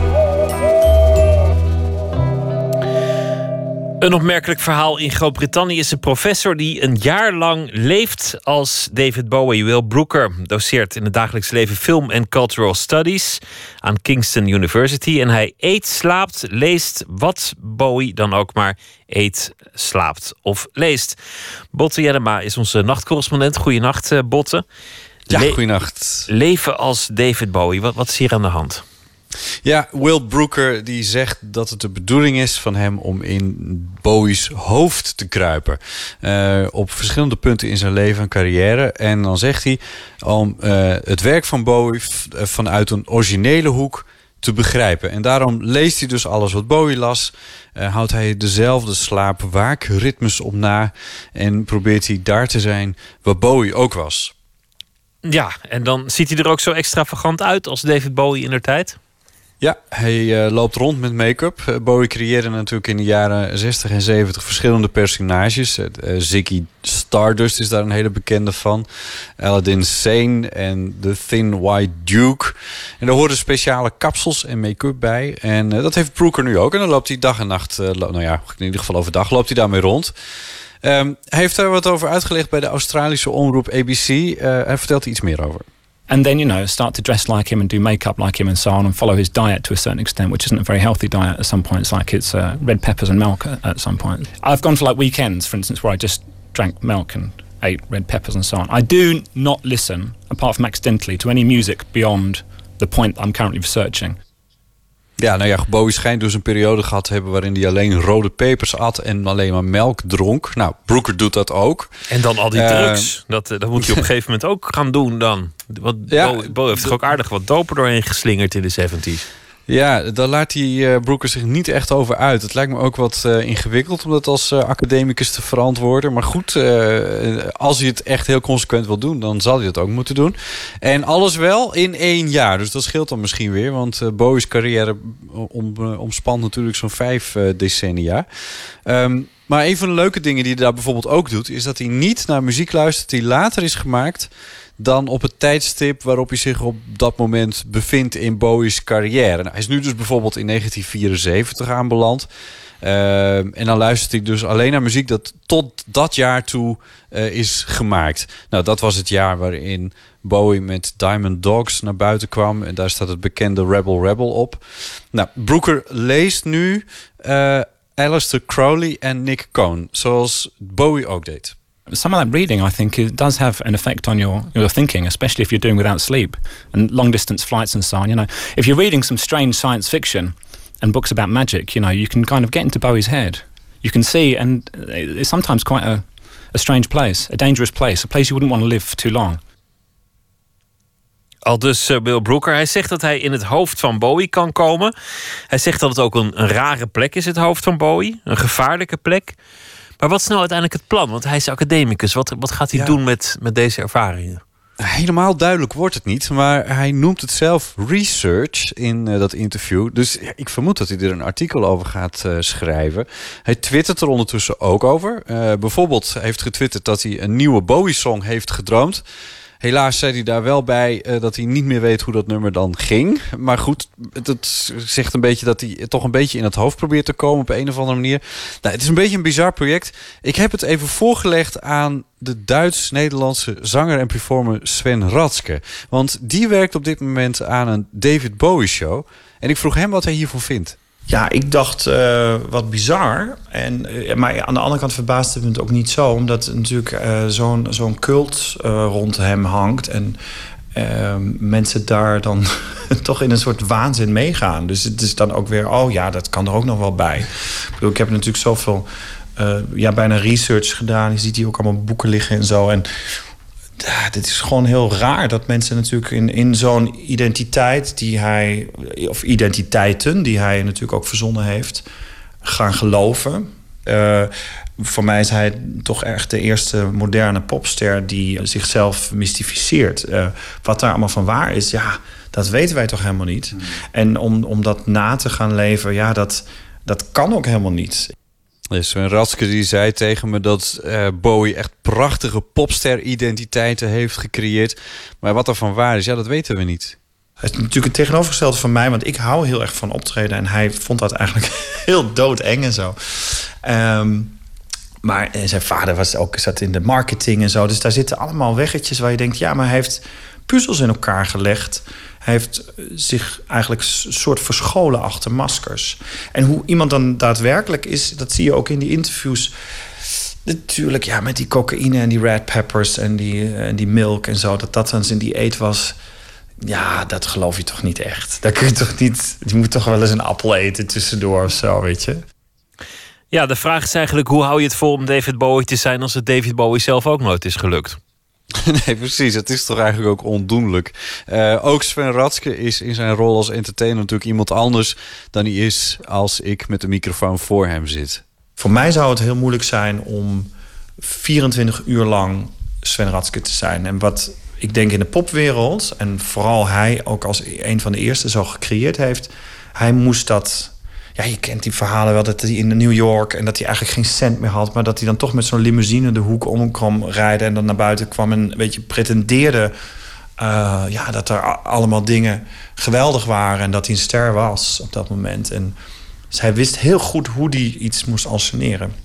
D: Een opmerkelijk verhaal in Groot-Brittannië is een professor die een jaar lang leeft als David Bowie. Will Brooker doseert in het dagelijks leven film en cultural studies aan Kingston University. En hij eet, slaapt, leest wat Bowie dan ook maar eet, slaapt of leest. Botte Jellema is onze nachtcorrespondent. Goeienacht, eh, Botte.
M: Ja,
D: Le-
M: goeienacht.
D: Leven als David Bowie. Wat, wat is hier aan de hand?
M: Ja, Will Brooker die zegt dat het de bedoeling is van hem om in Bowie's hoofd te kruipen. Uh, op verschillende punten in zijn leven en carrière. En dan zegt hij om uh, het werk van Bowie f- vanuit een originele hoek te begrijpen. En daarom leest hij dus alles wat Bowie las. Uh, houdt hij dezelfde slaap-waakritmes op na. En probeert hij daar te zijn waar Bowie ook was.
D: Ja, en dan ziet hij er ook zo extravagant uit als David Bowie in der tijd?
M: Ja, hij uh, loopt rond met make-up. Uh, Bowie creëerde natuurlijk in de jaren zestig en zeventig verschillende personages. Uh, Ziggy Stardust is daar een hele bekende van. Aladdin Sane en The Thin White Duke. En daar horen speciale kapsels en make-up bij. En uh, dat heeft Brooker nu ook. En dan loopt hij dag en nacht, uh, lo- nou ja, in ieder geval overdag loopt hij daarmee rond. Um, hij heeft daar wat over uitgelegd bij de Australische omroep A B C. Uh, hij vertelt er iets meer over.
N: And then, you know, start to dress like him and do makeup like him and so on, and follow his diet to a certain extent, which isn't a very healthy diet at some points, like it's uh, red peppers and milk at, at some point. I've gone for like weekends, for instance, where I just drank milk and ate red peppers and so on. I do not listen, apart from accidentally, to any music beyond the point I'm currently researching.
M: Ja, nou ja, Bowie schijnt dus een periode gehad te hebben waarin hij alleen rode pepers at en alleen maar melk dronk. Nou, Brooker doet dat ook.
D: En dan al die
M: Uh,
D: drugs. Dat, dat moet hij op een gegeven moment ook gaan doen dan. Want
M: Ja,
D: Bowie, Bowie heeft toch ook aardig wat dopen doorheen geslingerd in de zeventig.
M: Ja, daar laat die uh, Brooker zich niet echt over uit. Het lijkt me ook wat uh, ingewikkeld om dat als uh, academicus te verantwoorden. Maar goed, uh, als hij het echt heel consequent wil doen, dan zal hij dat ook moeten doen. En alles wel in één jaar. Dus dat scheelt dan misschien weer. Want uh, Bowie's carrière om, uh, omspant natuurlijk zo'n vijf uh, decennia. Um, maar een van de leuke dingen die hij daar bijvoorbeeld ook doet, is dat hij niet naar muziek luistert die later is gemaakt dan op het tijdstip waarop hij zich op dat moment bevindt in Bowie's carrière. Nou, hij is nu dus bijvoorbeeld in negentien vierenzeventig aanbeland. Uh, en dan luistert hij dus alleen naar muziek dat tot dat jaar toe uh, is gemaakt. Nou, dat was het jaar waarin Bowie met Diamond Dogs naar buiten kwam. En daar staat het bekende Rebel Rebel op. Nou, Brooker leest nu uh, Aleister Crowley en Nick Cohn, zoals Bowie ook deed.
N: Some of that reading, I think, it does have an effect on your, your thinking, especially if you're doing without sleep and long-distance flights and so on. You know, if you're reading some strange science fiction and books about magic, you know, you can kind of get into Bowie's head. You can see, and it's sometimes quite a, a strange place, a dangerous place, a place you wouldn't want to live for too long.
D: Al dus uh, Bill Brooker. Hij zegt dat hij in het hoofd van Bowie kan komen. Hij zegt dat het ook een, een rare plek is, het hoofd van Bowie. Een gevaarlijke plek. Maar wat is nou uiteindelijk het plan? Want hij is academicus. Wat, wat gaat hij ja. doen met, met deze ervaringen?
M: Helemaal duidelijk wordt het niet. Maar hij noemt het zelf research in uh, dat interview. Dus ja, ik vermoed dat hij er een artikel over gaat uh, schrijven. Hij twittert er ondertussen ook over. Uh, bijvoorbeeld heeft getwitterd dat hij een nieuwe Bowie-song heeft gedroomd. Helaas zei hij daar wel bij uh, dat hij niet meer weet hoe dat nummer dan ging. Maar goed, het zegt een beetje dat hij toch een beetje in het hoofd probeert te komen op een of andere manier. Nou, het is een beetje een bizar project. Ik heb het even voorgelegd aan de Duits-Nederlandse zanger en performer Sven Radske. Want die werkt op dit moment aan een David Bowie show. En ik vroeg hem wat hij hiervan vindt.
O: Ja, ik dacht uh, wat bizar. En, uh, maar aan de andere kant verbaasde me het ook niet zo. Omdat natuurlijk uh, zo'n zo'n cult uh, rond hem hangt. En uh, mensen daar dan toch in een soort waanzin meegaan. Dus het is dan ook weer, oh ja, dat kan er ook nog wel bij. Ik bedoel, ik heb natuurlijk zoveel, uh, ja, bijna research gedaan. Je ziet hier ook allemaal boeken liggen en zo. En ja, dit is gewoon heel raar dat mensen natuurlijk in, in zo'n identiteit die hij, of identiteiten die hij natuurlijk ook verzonnen heeft, gaan geloven. Uh, voor mij is hij toch echt de eerste moderne popster die zichzelf mystificeert. Uh, wat daar allemaal van waar is, ja, dat weten wij toch helemaal niet. Mm. En om, om dat na te gaan leven, ja, dat, dat kan ook helemaal niet.
M: Sven Radske die zei tegen me dat uh, Bowie echt prachtige popster-identiteiten heeft gecreëerd. Maar wat er van waar is, ja, dat weten we niet.
O: Het is natuurlijk het tegenovergestelde van mij, want ik hou heel erg van optreden. En hij vond dat eigenlijk heel doodeng en zo. Um, maar zijn vader was ook, zat in de marketing en zo. Dus daar zitten allemaal weggetjes waar je denkt, ja, maar hij heeft puzzels in elkaar gelegd. Hij heeft zich eigenlijk een soort verscholen achter maskers. En hoe iemand dan daadwerkelijk is, dat zie je ook in die interviews. Natuurlijk, ja, met die cocaïne en die red peppers en die, en die milk en zo. Dat dat dan in die eet was. Ja, dat geloof je toch niet echt. Dat kun je toch niet. Je moet toch wel eens een appel eten tussendoor of zo, weet je.
D: Ja, de vraag is eigenlijk, hoe hou je het vol om David Bowie te zijn als het David Bowie zelf ook nooit is gelukt?
M: Nee, precies. Het is toch eigenlijk ook ondoenlijk. Uh, ook Sven Radske is in zijn rol als entertainer natuurlijk iemand anders dan hij is als ik met de microfoon voor hem zit.
O: Voor mij zou het heel moeilijk zijn om vierentwintig uur lang Sven Radske te zijn. En wat ik denk in de popwereld, en vooral hij ook als een van de eerste zo gecreëerd heeft, hij moest dat. Ja, je kent die verhalen wel, dat hij in New York en dat hij eigenlijk geen cent meer had, maar dat hij dan toch met zo'n limousine de hoek om kwam rijden en dan naar buiten kwam en een beetje pretendeerde uh, ja, dat er allemaal dingen geweldig waren en dat hij een ster was op dat moment. En dus hij wist heel goed hoe hij iets moest anseneren.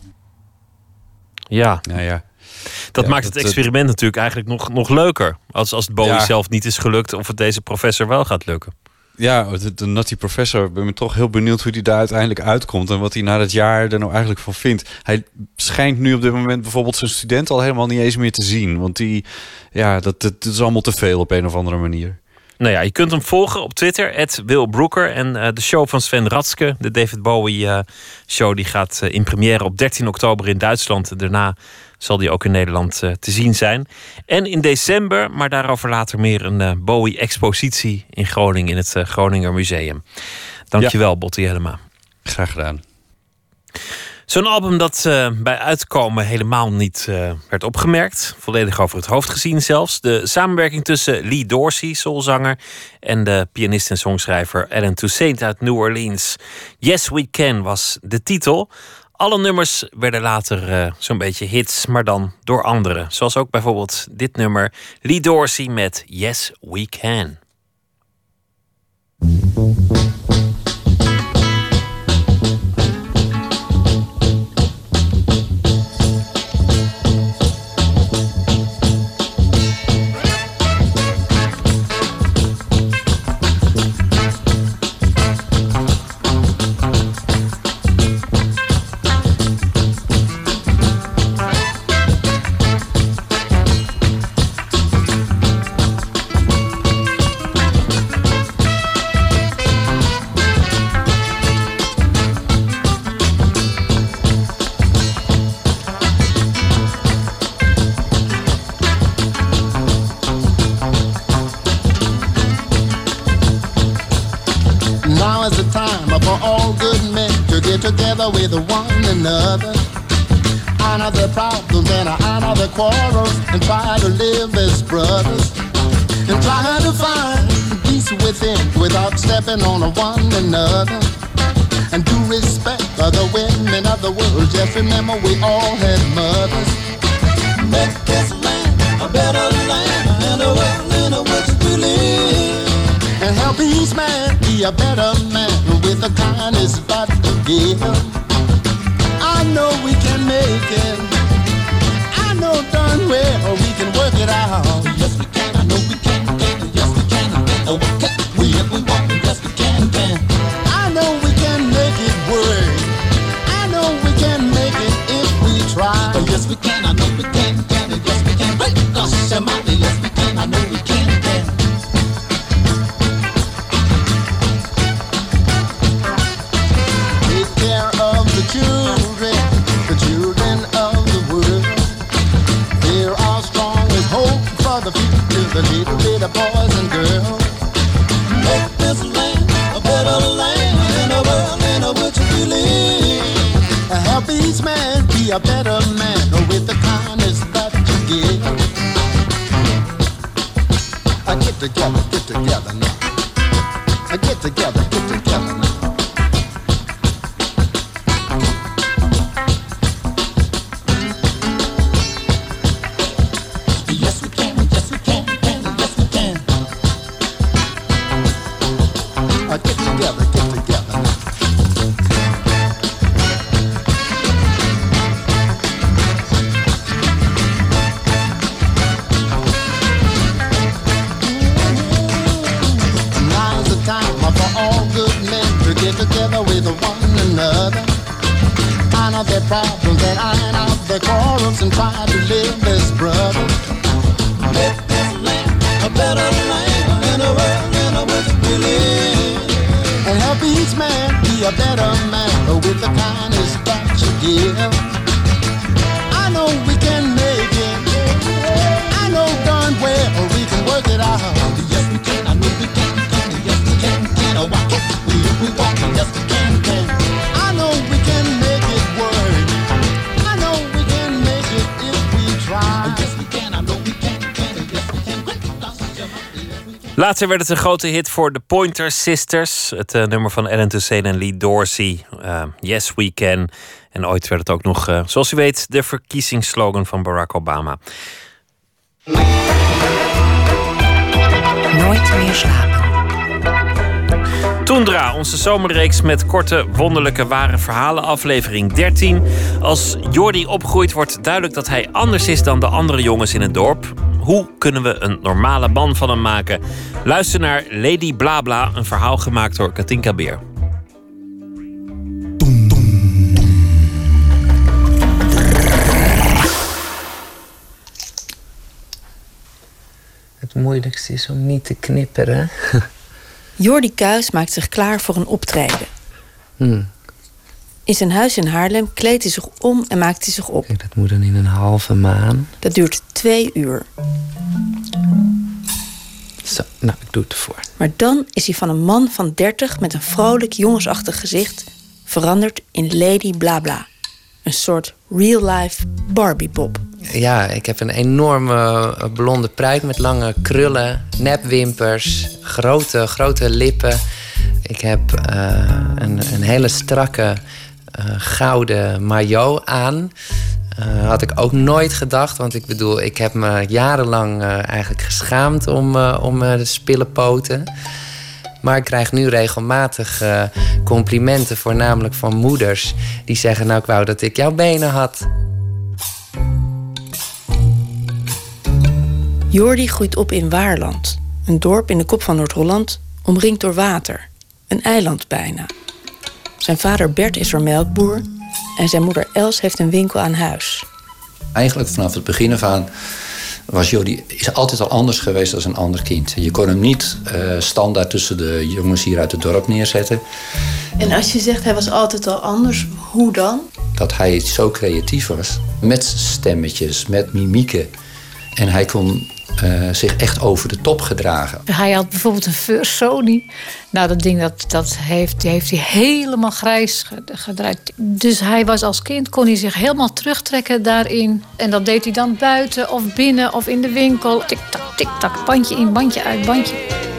D: Ja,
M: nou ja.
D: Dat
M: ja,
D: maakt het
M: dat,
D: experiment dat, natuurlijk eigenlijk nog, nog leuker. Als, als het Bowie ja. zelf niet is gelukt, of het deze professor wel gaat lukken.
M: Ja, de, de Nutty Professor. Ik ben toch heel benieuwd hoe hij daar uiteindelijk uitkomt. En wat hij na dat jaar er nou eigenlijk van vindt. Hij schijnt nu op dit moment bijvoorbeeld zijn student al helemaal niet eens meer te zien. Want die, ja, dat, dat, dat is allemaal te veel op een of andere manier.
D: Nou ja, je kunt hem volgen op Twitter, at Will Brooker. En uh, de show van Sven Radske, de David Bowie uh, show, die gaat uh, in première op dertien oktober in Duitsland. Daarna zal die ook in Nederland uh, te zien zijn. En in december, maar daarover later meer, een uh, Bowie-expositie in Groningen in het uh, Groninger Museum. Dankjewel, ja. Botti Jellema.
M: Graag gedaan.
D: Zo'n album dat uh, bij uitkomen helemaal niet uh, werd opgemerkt. Volledig over het hoofd gezien zelfs. De samenwerking tussen Lee Dorsey, soulzanger, en de pianist en songschrijver Alan Toussaint uit New Orleans. Yes We Can was de titel. Alle nummers werden later uh, zo'n beetje hits, maar dan door anderen. Zoals ook bijvoorbeeld dit nummer, Lee Dorsey met Yes We Can.
P: Together with one another, honor their problems and honor their quarrels, and try to live as brothers, and try to find peace within without stepping on one another, and do respect for the women of the world. Just remember we all had mothers. Make this land a better land and a world in which we live, and help each man be a better man with the kindness that to give. I know we can make it. I know darn well we can work it out. Yes we can, I know we can, can. Yes we can, I know we can. We if we want, yes we can, can. I know we can make it work. I know we can make it if we try. Oh, yes we can, I know we can, can. Yes we can. Wait, gosh, somebody, yes we can, I know we can, can. Children, the children of the world, they're all strong with hope for the future, the little little boys and girls. Make this land a better land and a world in which we live. Help each man be a better man with the kindness that you give. I get together, get together now. I get together, get together now. Together with one another, honor their problems and iron out their quarrels, and try to live as brothers. Make this land a better land and a world in which we live, and help each man be a better man with the kindness that you give. I know we can make it. I know darn well we can work it out. Yes we can, I know we can, can. Yes we can, can. Oh, why can't we if we want? Yes we can, can. I know we can make it work. I know we can make it if we try. Yes we can, I know we can, can. Yes we can.
D: Later werd het een grote hit voor de Pointer Sisters. Het uh, nummer van Alan Toussaint en Lee Dorsey. Uh, Yes We Can. En ooit werd het ook nog, uh, zoals u weet, de verkiezingsslogan van Barack Obama.
C: Nooit meer slapen.
D: Toendra, onze zomerreeks met korte, wonderlijke, ware verhalen. Aflevering dertien. Als Jordi opgroeit, wordt duidelijk dat hij anders is dan de andere jongens in het dorp. Hoe kunnen we een normale man van hem maken? Luister naar Lady Blabla, een verhaal gemaakt door Katinka Beer.
Q: Het moeilijkste is om niet te knipperen.
R: Jordi Kuijs maakt zich klaar voor een optreden.
Q: Hmm.
R: In zijn huis in Haarlem kleedt hij zich om en maakt hij zich op.
Q: Kijk, dat moet dan in een halve maan.
R: Dat duurt twee uur.
Q: Zo, nou, ik doe het ervoor.
R: Maar dan is hij van een man van dertig met een vrolijk, jongensachtig gezicht veranderd in Lady Blabla. Een soort real-life Barbie-pop.
Q: Ja, ik heb een enorme blonde pruik met lange krullen, nepwimpers, grote, grote lippen. Ik heb uh, een, een hele strakke uh, gouden maillot aan. Uh, had ik ook nooit gedacht, want ik bedoel, ik heb me jarenlang uh, eigenlijk geschaamd om, uh, om uh, de spillepoten. Maar ik krijg nu regelmatig uh, complimenten, voornamelijk van moeders. Die zeggen, nou, ik wou dat ik jouw benen had.
R: Jordi groeit op in Waarland. Een dorp in de kop van Noord-Holland, omringd door water. Een eiland bijna. Zijn vader Bert is er melkboer en zijn moeder Els heeft een winkel aan huis.
S: Eigenlijk vanaf het begin af aan was Jordi is altijd al anders geweest als een ander kind. Je kon hem niet uh, standaard tussen de jongens hier uit het dorp neerzetten.
R: En als je zegt hij was altijd al anders, hoe dan?
S: Dat hij zo creatief was. Met stemmetjes, met mimieken. En hij kon uh, zich echt over de top gedragen.
T: Hij had bijvoorbeeld een First Sony. Nou, dat ding dat, dat heeft, die heeft hij helemaal grijs gedraaid. Dus hij was als kind, kon hij zich helemaal terugtrekken daarin. En dat deed hij dan buiten of binnen of in de winkel. Tik-tak, tik-tak, bandje in, bandje uit, bandje.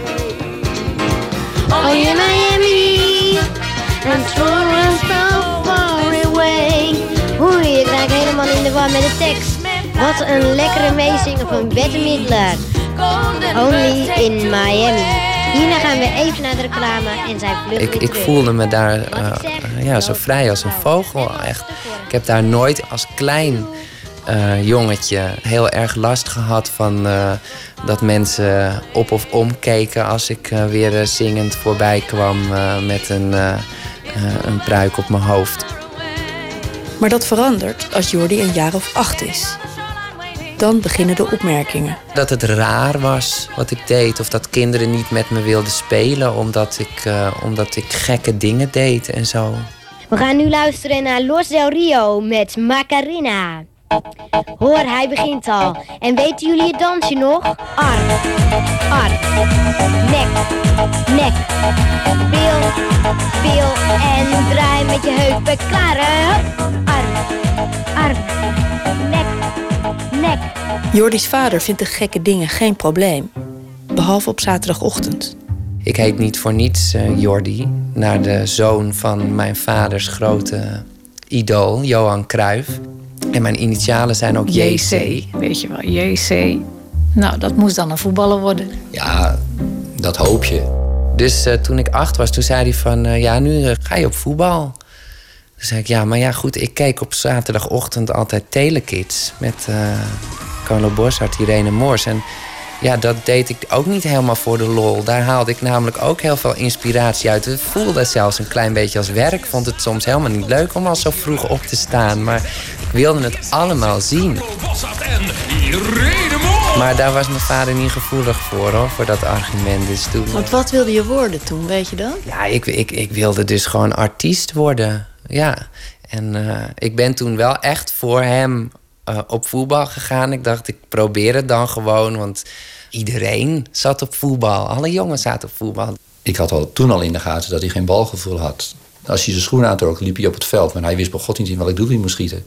U: Oh, in Miami, and children so far away. Oei, ik raak helemaal in de war met de tekst. Wat een lekkere meezing op een Bette Midler. Only in Miami. Hierna gaan we even naar de reclame en zijn vlug
Q: Ik, ik voelde me daar uh, ja, zo vrij als een vogel. Echt. Ik heb daar nooit als klein uh, jongetje heel erg last gehad van uh, dat mensen op of omkeken als ik uh, weer uh, zingend voorbij kwam uh, met een, uh, uh, een pruik op mijn hoofd.
R: Maar dat verandert als Jordi een jaar of acht is. Dan beginnen de opmerkingen.
Q: Dat het raar was wat ik deed. Of dat kinderen niet met me wilden spelen. Omdat ik, uh, omdat ik gekke dingen deed en zo.
U: We gaan nu luisteren naar Los del Rio met Macarena. Hoor, hij begint al. En weten jullie het dansje nog? Arm, arm, nek, nek, bil, bil en draai met je heupen klaar. Hup. Arm, arm, nek, nek.
R: Jordi's vader vindt de gekke dingen geen probleem. Behalve op zaterdagochtend.
Q: Ik heet niet voor niets uh, Jordi. Naar de zoon van mijn vaders grote idool, Johan Cruijff. En mijn initialen zijn ook J C.
T: Weet je wel, J C. Nou, dat moest dan een voetballer worden.
S: Ja, dat hoop je.
Q: Dus uh, toen ik acht was, toen zei hij van... Uh, ja, nu uh, ga je op voetbal. Toen zei ik, ja, maar ja, goed, ik keek op zaterdagochtend altijd Telekids. Met uh, Carlo Boszhard, Irene Moors. En ja, dat deed ik ook niet helemaal voor de lol. Daar haalde ik namelijk ook heel veel inspiratie uit. Het voelde zelfs een klein beetje als werk. Ik vond het soms helemaal niet leuk om al zo vroeg op te staan. Maar ik wilde het allemaal zien. Maar daar was mijn vader niet gevoelig voor, hoor, voor dat argument. Dus toen...
R: Want wat wilde je worden toen, weet je dat?
Q: Ja, ik, ik, ik wilde dus gewoon artiest worden. Ja. En uh, ik ben toen wel echt voor hem uh, op voetbal gegaan. Ik dacht, ik probeer het dan gewoon, want iedereen zat op voetbal. Alle jongens zaten op voetbal.
S: Ik had al toen al in de gaten dat hij geen balgevoel had. Als hij zijn schoenen aantrok, liep hij op het veld. Maar hij wist bij God niet in welk doel hij moest schieten.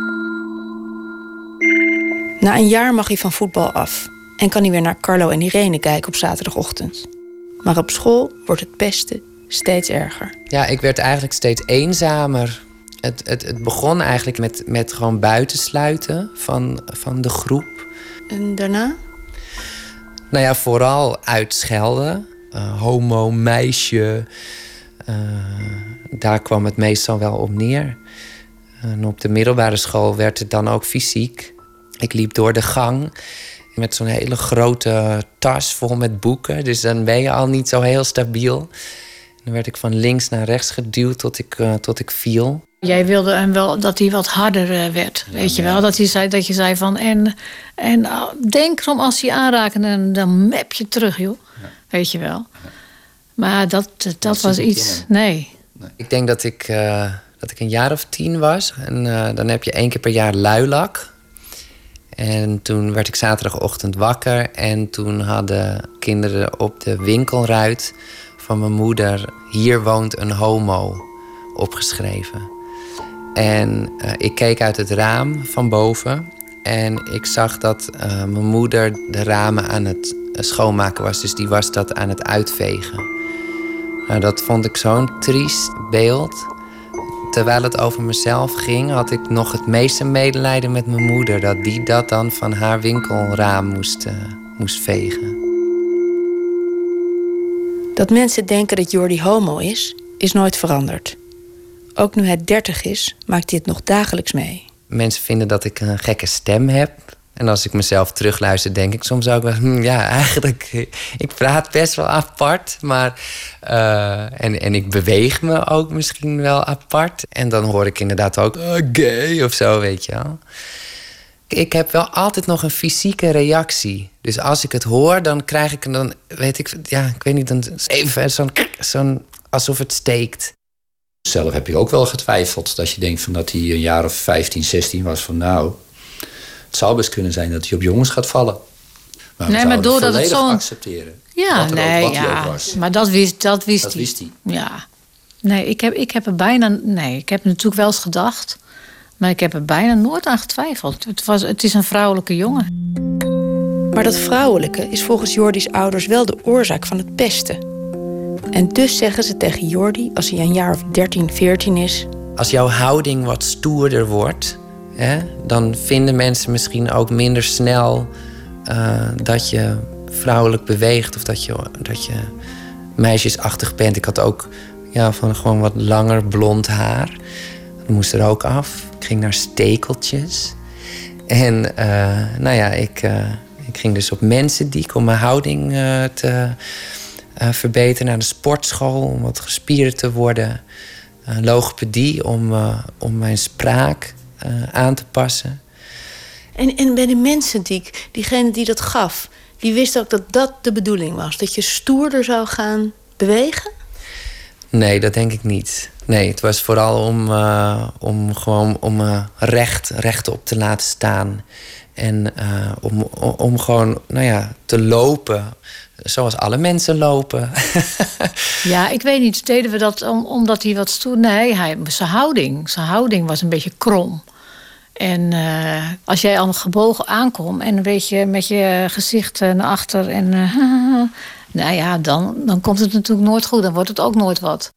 R: Na een jaar mag hij van voetbal af. En kan hij weer naar Carlo en Irene kijken op zaterdagochtend. Maar op school wordt het pesten steeds erger.
Q: Ja, ik werd eigenlijk steeds eenzamer. Het, het, het begon eigenlijk met, met gewoon buitensluiten van, van de groep.
R: En daarna?
Q: Nou ja, vooral uitschelden. Uh, homo, meisje. Uh, daar kwam het meestal wel op neer. En op de middelbare school werd het dan ook fysiek. Ik liep door de gang met zo'n hele grote tas vol met boeken. Dus dan ben je al niet zo heel stabiel. Dan werd ik van links naar rechts geduwd tot ik, uh, tot ik viel.
T: Jij wilde hem wel dat hij wat harder uh, werd, weet ja, je wel. Dat, hij zei, dat je zei van, en, en uh, denk erom als hij aanraakt, en dan map je terug, joh. Ja. Weet je wel. Ja. Maar dat, dat, dat was iets, nee.
Q: nee. Ik denk dat ik, uh, dat ik een jaar of tien was. En uh, dan heb je één keer per jaar luilak. En toen werd ik zaterdagochtend wakker. En toen hadden kinderen op de winkelruit van mijn moeder... hier woont een homo opgeschreven. En uh, ik keek uit het raam van boven. En ik zag dat uh, mijn moeder de ramen aan het schoonmaken was. Dus die was dat aan het uitvegen. Nou, dat vond ik zo'n triest beeld. Terwijl het over mezelf ging, had ik nog het meeste medelijden met mijn moeder. Dat die dat dan van haar winkelraam moest, uh, moest vegen.
R: Dat mensen denken dat Jordi homo is, is nooit veranderd. Ook nu hij dertig is, maakt hij het nog dagelijks mee.
Q: Mensen vinden dat ik een gekke stem heb. En als ik mezelf terugluister, denk ik soms ook wel... Hm, ja, eigenlijk, ik praat best wel apart. Maar, uh, en, en ik beweeg me ook misschien wel apart. En dan hoor ik inderdaad ook... Uh, gay of zo, weet je wel. Ik heb wel altijd nog een fysieke reactie. Dus als ik het hoor, dan krijg ik... dan weet ik, ja, ik weet niet, dan even zo'n... zo'n alsof het steekt.
S: Zelf heb ik ook wel getwijfeld. Dat je denkt van dat hij een jaar of vijftien, zestien was van nou... Het zou best kunnen zijn dat hij op jongens gaat vallen. Maar we
T: nee, maar doordat het zo
S: accepteren.
T: Ja,
S: wat
T: nee,
S: ook, wat
T: ja.
S: Hij ook was.
T: Maar dat wist, dat wist
S: dat
T: hij.
S: Wist hij.
T: Ja. Nee, ik heb, ik heb er bijna. Nee, ik heb natuurlijk wel eens gedacht. Maar ik heb er bijna nooit aan getwijfeld. Het, was, het is een vrouwelijke jongen.
R: Maar dat vrouwelijke is volgens Jordi's ouders wel de oorzaak van het pesten. En dus zeggen ze tegen Jordi, als hij een jaar of dertien, veertien is...
Q: Als jouw houding wat stoerder wordt... Hè, dan vinden mensen misschien ook minder snel uh, dat je vrouwelijk beweegt... of dat je, dat je meisjesachtig bent. Ik had ook ja, van gewoon wat langer blond haar. Dat moest er ook af. Ik ging naar stekeltjes. En uh, nou ja, ik, uh, ik ging dus op Mensendiek om mijn houding uh, te uh, verbeteren. Naar de sportschool om wat gespierder te worden. Uh, logopedie om, uh, om mijn spraak uh, aan te passen.
R: En, en bij de Mensendiek, diegene die dat gaf... die wist ook dat dat de bedoeling was. Dat je stoerder zou gaan bewegen?
Q: Nee, dat denk ik niet. Nee, het was vooral om, uh, om gewoon om uh, recht, rechtop te laten staan. En uh, om, om gewoon, nou ja, te lopen. Zoals alle mensen lopen.
T: Ja, ik weet niet. Deden we dat om, omdat hij wat stoer... Nee, hij, zijn houding. Zijn houding was een beetje krom. En uh, als jij al gebogen aankomt... en een beetje met je gezicht naar achter... en uh, nou ja, dan, dan komt het natuurlijk nooit goed. Dan wordt het ook nooit wat.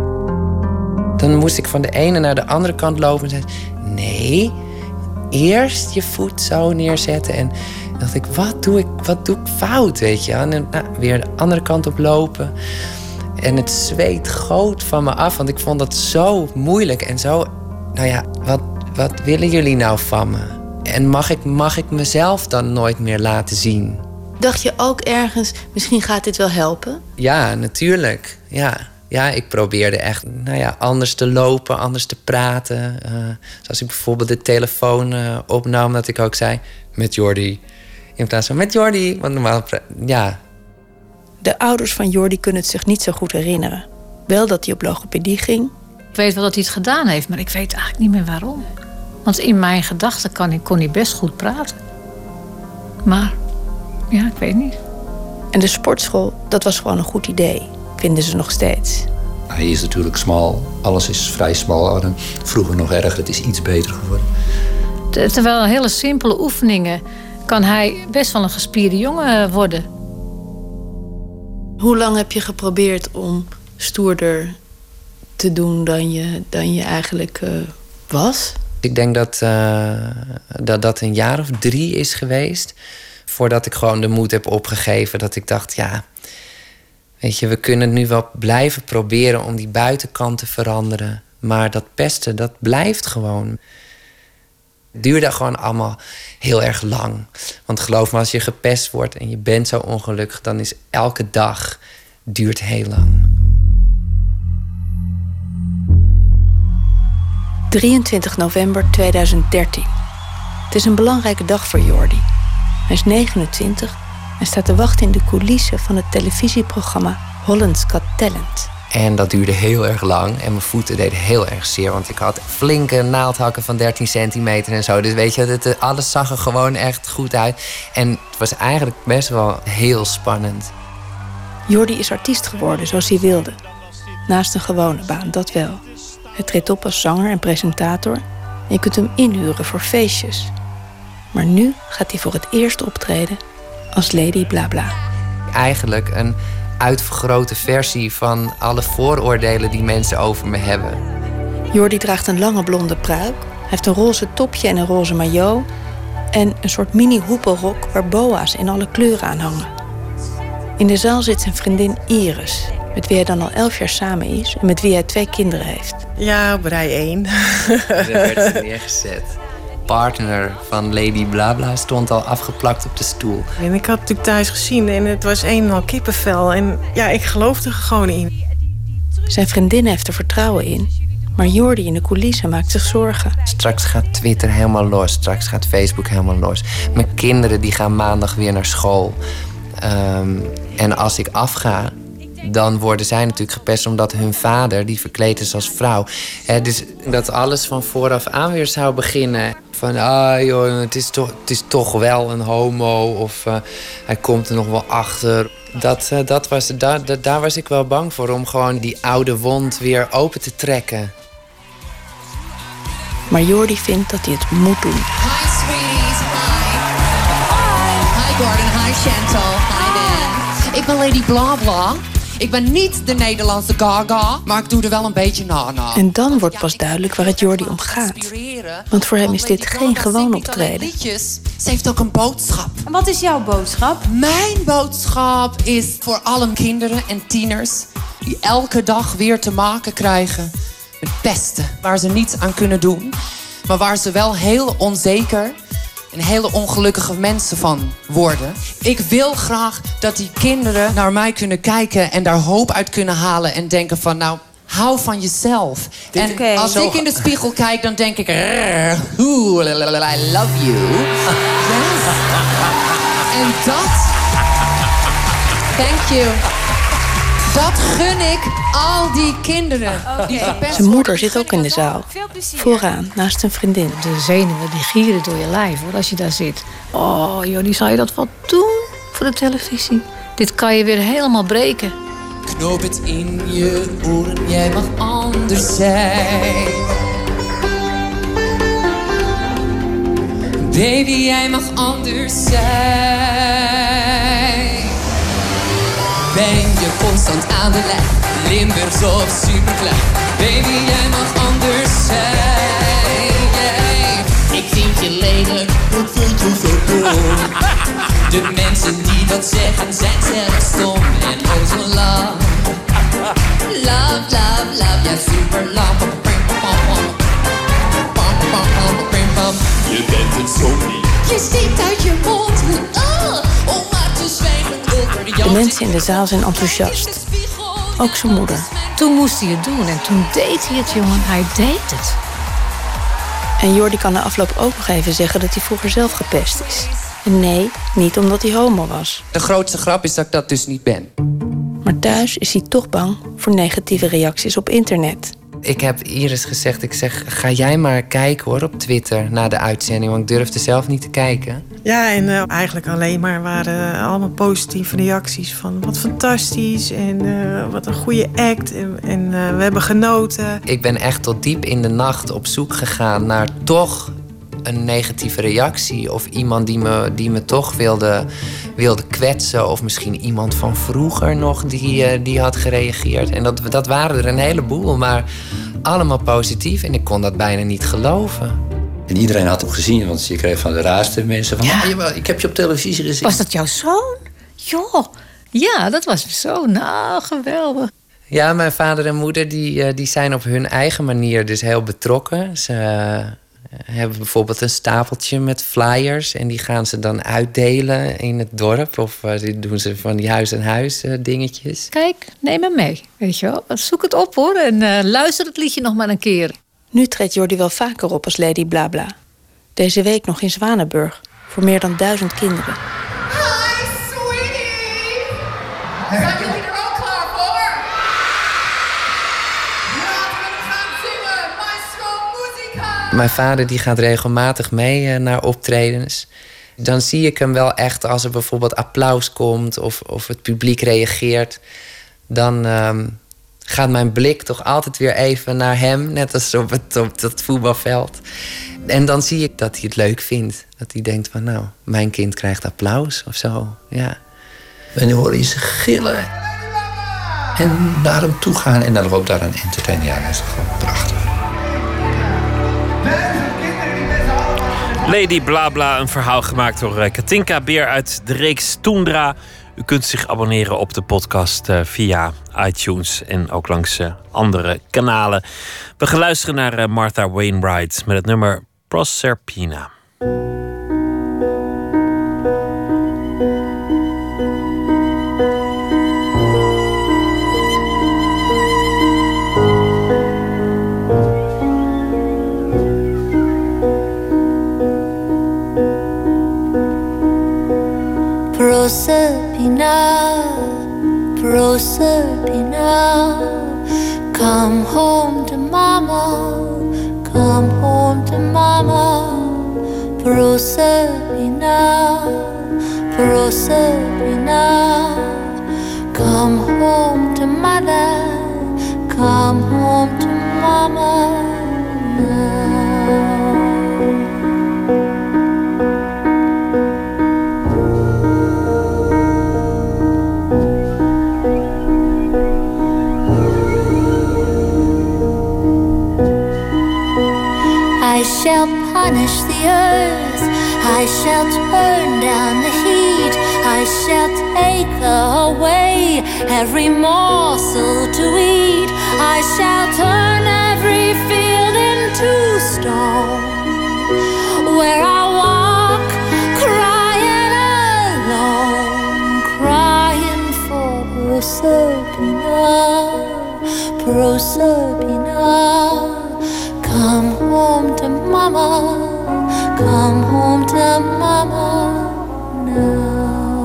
Q: Dan moest ik van de ene naar de andere kant lopen en zei... nee, eerst je voet zo neerzetten. En dacht ik, wat doe ik, wat doe ik fout, weet je? En nou, weer de andere kant op lopen. En het zweet goot van me af, want ik vond dat zo moeilijk. En zo, nou ja, wat, wat willen jullie nou van me? En mag ik, mag ik mezelf dan nooit meer laten zien?
R: Dacht je ook ergens, misschien gaat dit wel helpen?
Q: Ja, natuurlijk, ja. Ja, ik probeerde echt nou ja, anders te lopen, anders te praten. Uh, zoals ik bijvoorbeeld de telefoon uh, opnam, dat ik ook zei... met Jordi. In plaats van met Jordi. Want normaal, ja.
R: De ouders van Jordi kunnen het zich niet zo goed herinneren. Wel dat hij op logopedie ging.
T: Ik weet wel dat hij het gedaan heeft, maar ik weet eigenlijk niet meer waarom. Want in mijn gedachten kon hij, kon hij best goed praten. Maar, ja, ik weet niet.
R: En de sportschool, dat was gewoon een goed idee. Vinden ze nog steeds.
S: Hij is natuurlijk smal. Alles is vrij smal. Vroeger nog erger. Het is iets beter geworden.
T: Terwijl hele simpele oefeningen... kan hij best wel een gespierde jongen worden.
R: Hoe lang heb je geprobeerd om stoerder te doen dan je, dan je eigenlijk uh, was?
Q: Ik denk dat, uh, dat dat een jaar of drie is geweest... voordat ik gewoon de moed heb opgegeven. Dat ik dacht, ja... weet je, we kunnen nu wel blijven proberen om die buitenkant te veranderen. Maar dat pesten, dat blijft gewoon. Het duurde gewoon allemaal heel erg lang. Want geloof me, als je gepest wordt en je bent zo ongelukkig... dan is elke dag duurt heel lang.
R: drieëntwintig november tweeduizend dertien. Het is een belangrijke dag voor Jordi. Hij is negenentwintig... en staat te wachten in de coulissen van het televisieprogramma Holland's Got Talent.
Q: En dat duurde heel erg lang. En mijn voeten deden heel erg zeer. Want ik had flinke naaldhakken van dertien centimeter en zo. Dus weet je, het, alles zag er gewoon echt goed uit. En het was eigenlijk best wel heel spannend.
R: Jordi is artiest geworden zoals hij wilde. Naast een gewone baan, dat wel. Hij treedt op als zanger en presentator. En je kunt hem inhuren voor feestjes. Maar nu gaat hij voor het eerst optreden als Lady Blabla.
Q: Eigenlijk een uitvergrote versie van alle vooroordelen die mensen over me hebben.
R: Jordi draagt een lange blonde pruik. Hij heeft een roze topje en een roze maillot. En een soort mini-hoepelrok waar boa's in alle kleuren aan hangen. In de zaal zit zijn vriendin Iris, met wie hij dan al elf jaar samen is en met wie hij twee kinderen heeft.
E: Ja, op rij één.
Q: Daar werd ze neergezet. Partner van Lady Blabla stond al afgeplakt op de stoel.
E: En ik had het natuurlijk thuis gezien en het was een en al kippenvel. En ja, ik geloofde er gewoon in.
R: Zijn vriendin heeft er vertrouwen in. Maar Jordi in de coulissen maakt zich zorgen.
Q: Straks gaat Twitter helemaal los. Straks gaat Facebook helemaal los. Mijn kinderen die gaan maandag weer naar school. Um, en als ik afga, dan worden zij natuurlijk gepest omdat hun vader, die verkleed is als vrouw. He, dus dat alles van vooraf aan weer zou beginnen. Van, ah joh, het is toch, het is toch wel een homo. Of uh, hij komt er nog wel achter. Dat, uh, dat was, daar, daar, daar was ik wel bang voor. Om gewoon die oude wond weer open te trekken.
R: Maar Jordi vindt dat hij het moet doen.
V: Hi sweeties, hi. Hi Gordon, hi Chantal, hi Dan. Ik ben Lady Blabla. Ik ben niet de Nederlandse Gaga, maar ik doe er wel een beetje na-na.
R: En dan wordt pas duidelijk waar het Jordi om gaat. Want voor hem is dit geen gewoon optreden.
V: Ze heeft ook een boodschap.
W: En wat is jouw boodschap?
V: Mijn boodschap is voor alle kinderen en tieners die elke dag weer te maken krijgen met pesten. Waar ze niets aan kunnen doen, maar waar ze wel heel onzeker en hele ongelukkige mensen van worden. Ik wil graag dat die kinderen naar mij kunnen kijken en daar hoop uit kunnen halen en denken van, nou, hou van jezelf.
W: Dit,
V: en
W: okay,
V: als
W: zo.
V: ik in de spiegel kijk, dan denk ik, oeh, I love you. Yes. En dat, thank you. Dat gun ik al die kinderen.
W: Okay.
V: Die verpest
R: Zijn moeder zit ook in de zaal. Vooraan, naast een vriendin.
T: De zenuwen die gieren door je lijf hoor, als je daar zit. Oh, Jordi, zou je dat wat doen voor de televisie? Dit kan je weer helemaal breken.
V: Knoop het in je oren, jij mag anders zijn. Baby, jij mag anders zijn. Ben je constant aan de lijn, Limburgs of superklein. Baby, jij mag anders zijn. Yeah. Ik vind je lelijk, ik vind je zo dom. De mensen die dat zeggen zijn zelf stom. En oh zo love, love, love, love. Ja, super love. Je bent het zo niet. Je steekt uit je mond. Oh, om maar te zwijgen over de
R: De mensen in de zaal zijn enthousiast. Ook zijn moeder.
T: Toen moest hij het doen en toen deed hij het, jongen. Hij deed het.
R: En Jordi kan na afloop ook nog even zeggen dat hij vroeger zelf gepest is. En nee, niet omdat hij homo was.
V: De grootste grap is dat ik dat dus niet ben.
R: Maar thuis is hij toch bang voor negatieve reacties op internet.
Q: Ik heb Iris gezegd, ik zeg, ga jij maar kijken hoor op Twitter na de uitzending. Want ik durfde zelf niet te kijken.
E: Ja, en uh, eigenlijk alleen maar waren uh, allemaal positieve reacties van wat fantastisch en uh, wat een goede act en, en uh, we hebben genoten.
Q: Ik ben echt tot diep in de nacht op zoek gegaan naar toch een negatieve reactie. Of iemand die me, die me toch wilde, wilde kwetsen. Of misschien iemand van vroeger nog die, uh, die had gereageerd. En dat, dat waren er een heleboel, maar allemaal positief. En ik kon dat bijna niet geloven.
S: En iedereen had hem gezien, want je kreeg van de raarste mensen van... Ja. Oh, ik heb je op televisie gezien.
T: Was dat jouw zoon? Joh, ja, dat was mijn zoon. Nou, geweldig.
Q: Ja, mijn vader en moeder die, die zijn op hun eigen manier dus heel betrokken. Ze uh, hebben bijvoorbeeld een stapeltje met flyers... en die gaan ze dan uitdelen in het dorp. Of uh, die doen ze van die huis-aan-huis uh, dingetjes.
T: Kijk, neem hem mee, weet je wel. Zoek het op, hoor, en uh, luister het liedje nog maar een keer.
R: Nu treedt Jordi wel vaker op als Lady Blabla. Deze week nog in Zwanenburg, voor meer dan duizend kinderen.
V: Hi, sweetie! Zijn jullie er ook klaar voor?
Q: Mijn vader die gaat regelmatig mee uh, naar optredens. Dan zie ik hem wel echt als er bijvoorbeeld applaus komt of, of het publiek reageert. Dan um, gaat mijn blik toch altijd weer even naar hem, net als op het, op het voetbalveld. En dan zie ik dat hij het leuk vindt. Dat hij denkt van nou, mijn kind krijgt applaus of zo. Ja.
S: En dan hoor je ze gillen. En naar hem toe gaan en dan loopt daar een entertainer. Ja, dat is gewoon prachtig.
D: Lady Blabla, een verhaal gemaakt door Katinka Beer uit de reeks Toendra. U kunt zich abonneren op de podcast uh, via iTunes en ook langs uh, andere kanalen. We gaan luisteren naar uh, Martha Wainwright met het nummer Proserpina.
L: Proserpina, Proserpina, come home to mama, come home to mama. Proserpina, Proserpina, come home to mother, come home to mama now. I shall punish the earth, I shall turn down the heat, I shall take away every morsel to eat, I shall turn every field into stone, where I walk crying alone, crying for Proserpina, Proserpina. Come home to mama, come home to mama now.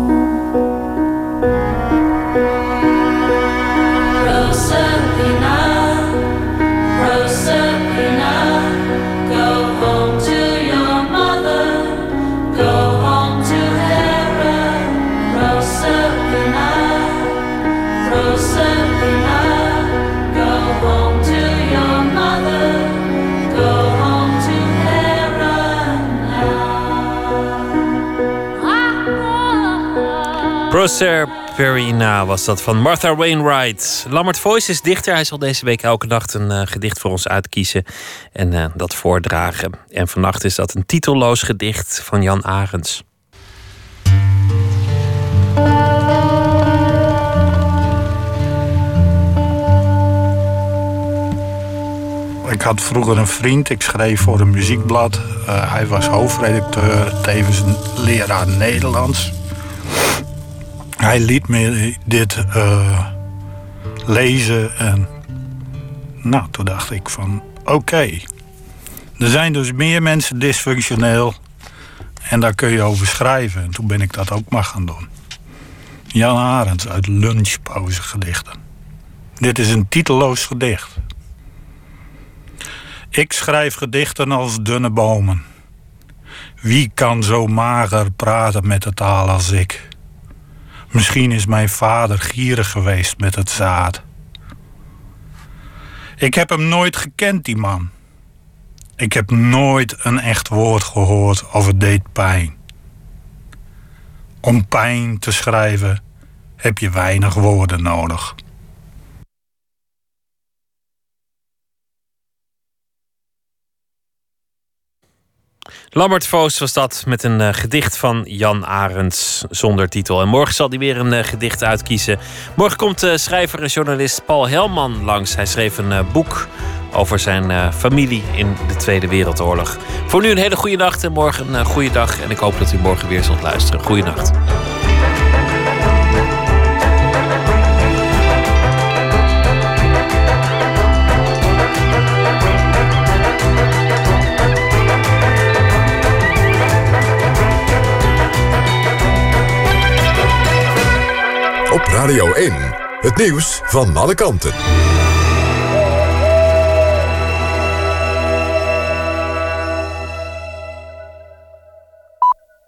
L: Proserpina, Proserpina, go home to your mother, go home to Hera. Proserpina, Proserpina, go home to your mother.
D: Proserpina was dat van Martha Wainwright. Lammert Voice is dichter. Hij zal deze week elke nacht een uh, gedicht voor ons uitkiezen en uh, dat voordragen. En vannacht is dat een titelloos gedicht van Jan Arends.
A: Ik had vroeger een vriend, ik schreef voor een muziekblad. Uh, hij was hoofdredacteur, tevens een leraar Nederlands. Hij liet me dit uh, lezen en nou, toen dacht ik van oké. Okay. Er zijn dus meer mensen dysfunctioneel en daar kun je over schrijven. En toen ben ik dat ook maar gaan doen. Jan Arends uit Lunchpauze gedichten. Dit is een titelloos gedicht. Ik schrijf gedichten als dunne bomen. Wie kan zo mager praten met de taal als ik? Misschien is mijn vader gierig geweest met het zaad. Ik heb hem nooit gekend, die man. Ik heb nooit een echt woord gehoord of het deed pijn. Om pijn te schrijven heb je weinig woorden nodig.
D: Lammert Voos was dat met een uh, gedicht van Jan Arends zonder titel. En morgen zal hij weer een uh, gedicht uitkiezen. Morgen komt uh, schrijver en journalist Paul Helman langs. Hij schreef een uh, boek over zijn uh, familie in de Tweede Wereldoorlog. Voor nu een hele goede nacht en morgen een uh, goede dag. En ik hoop dat u morgen weer zult luisteren. Goeienacht.
B: Op Radio één, het nieuws van alle kanten.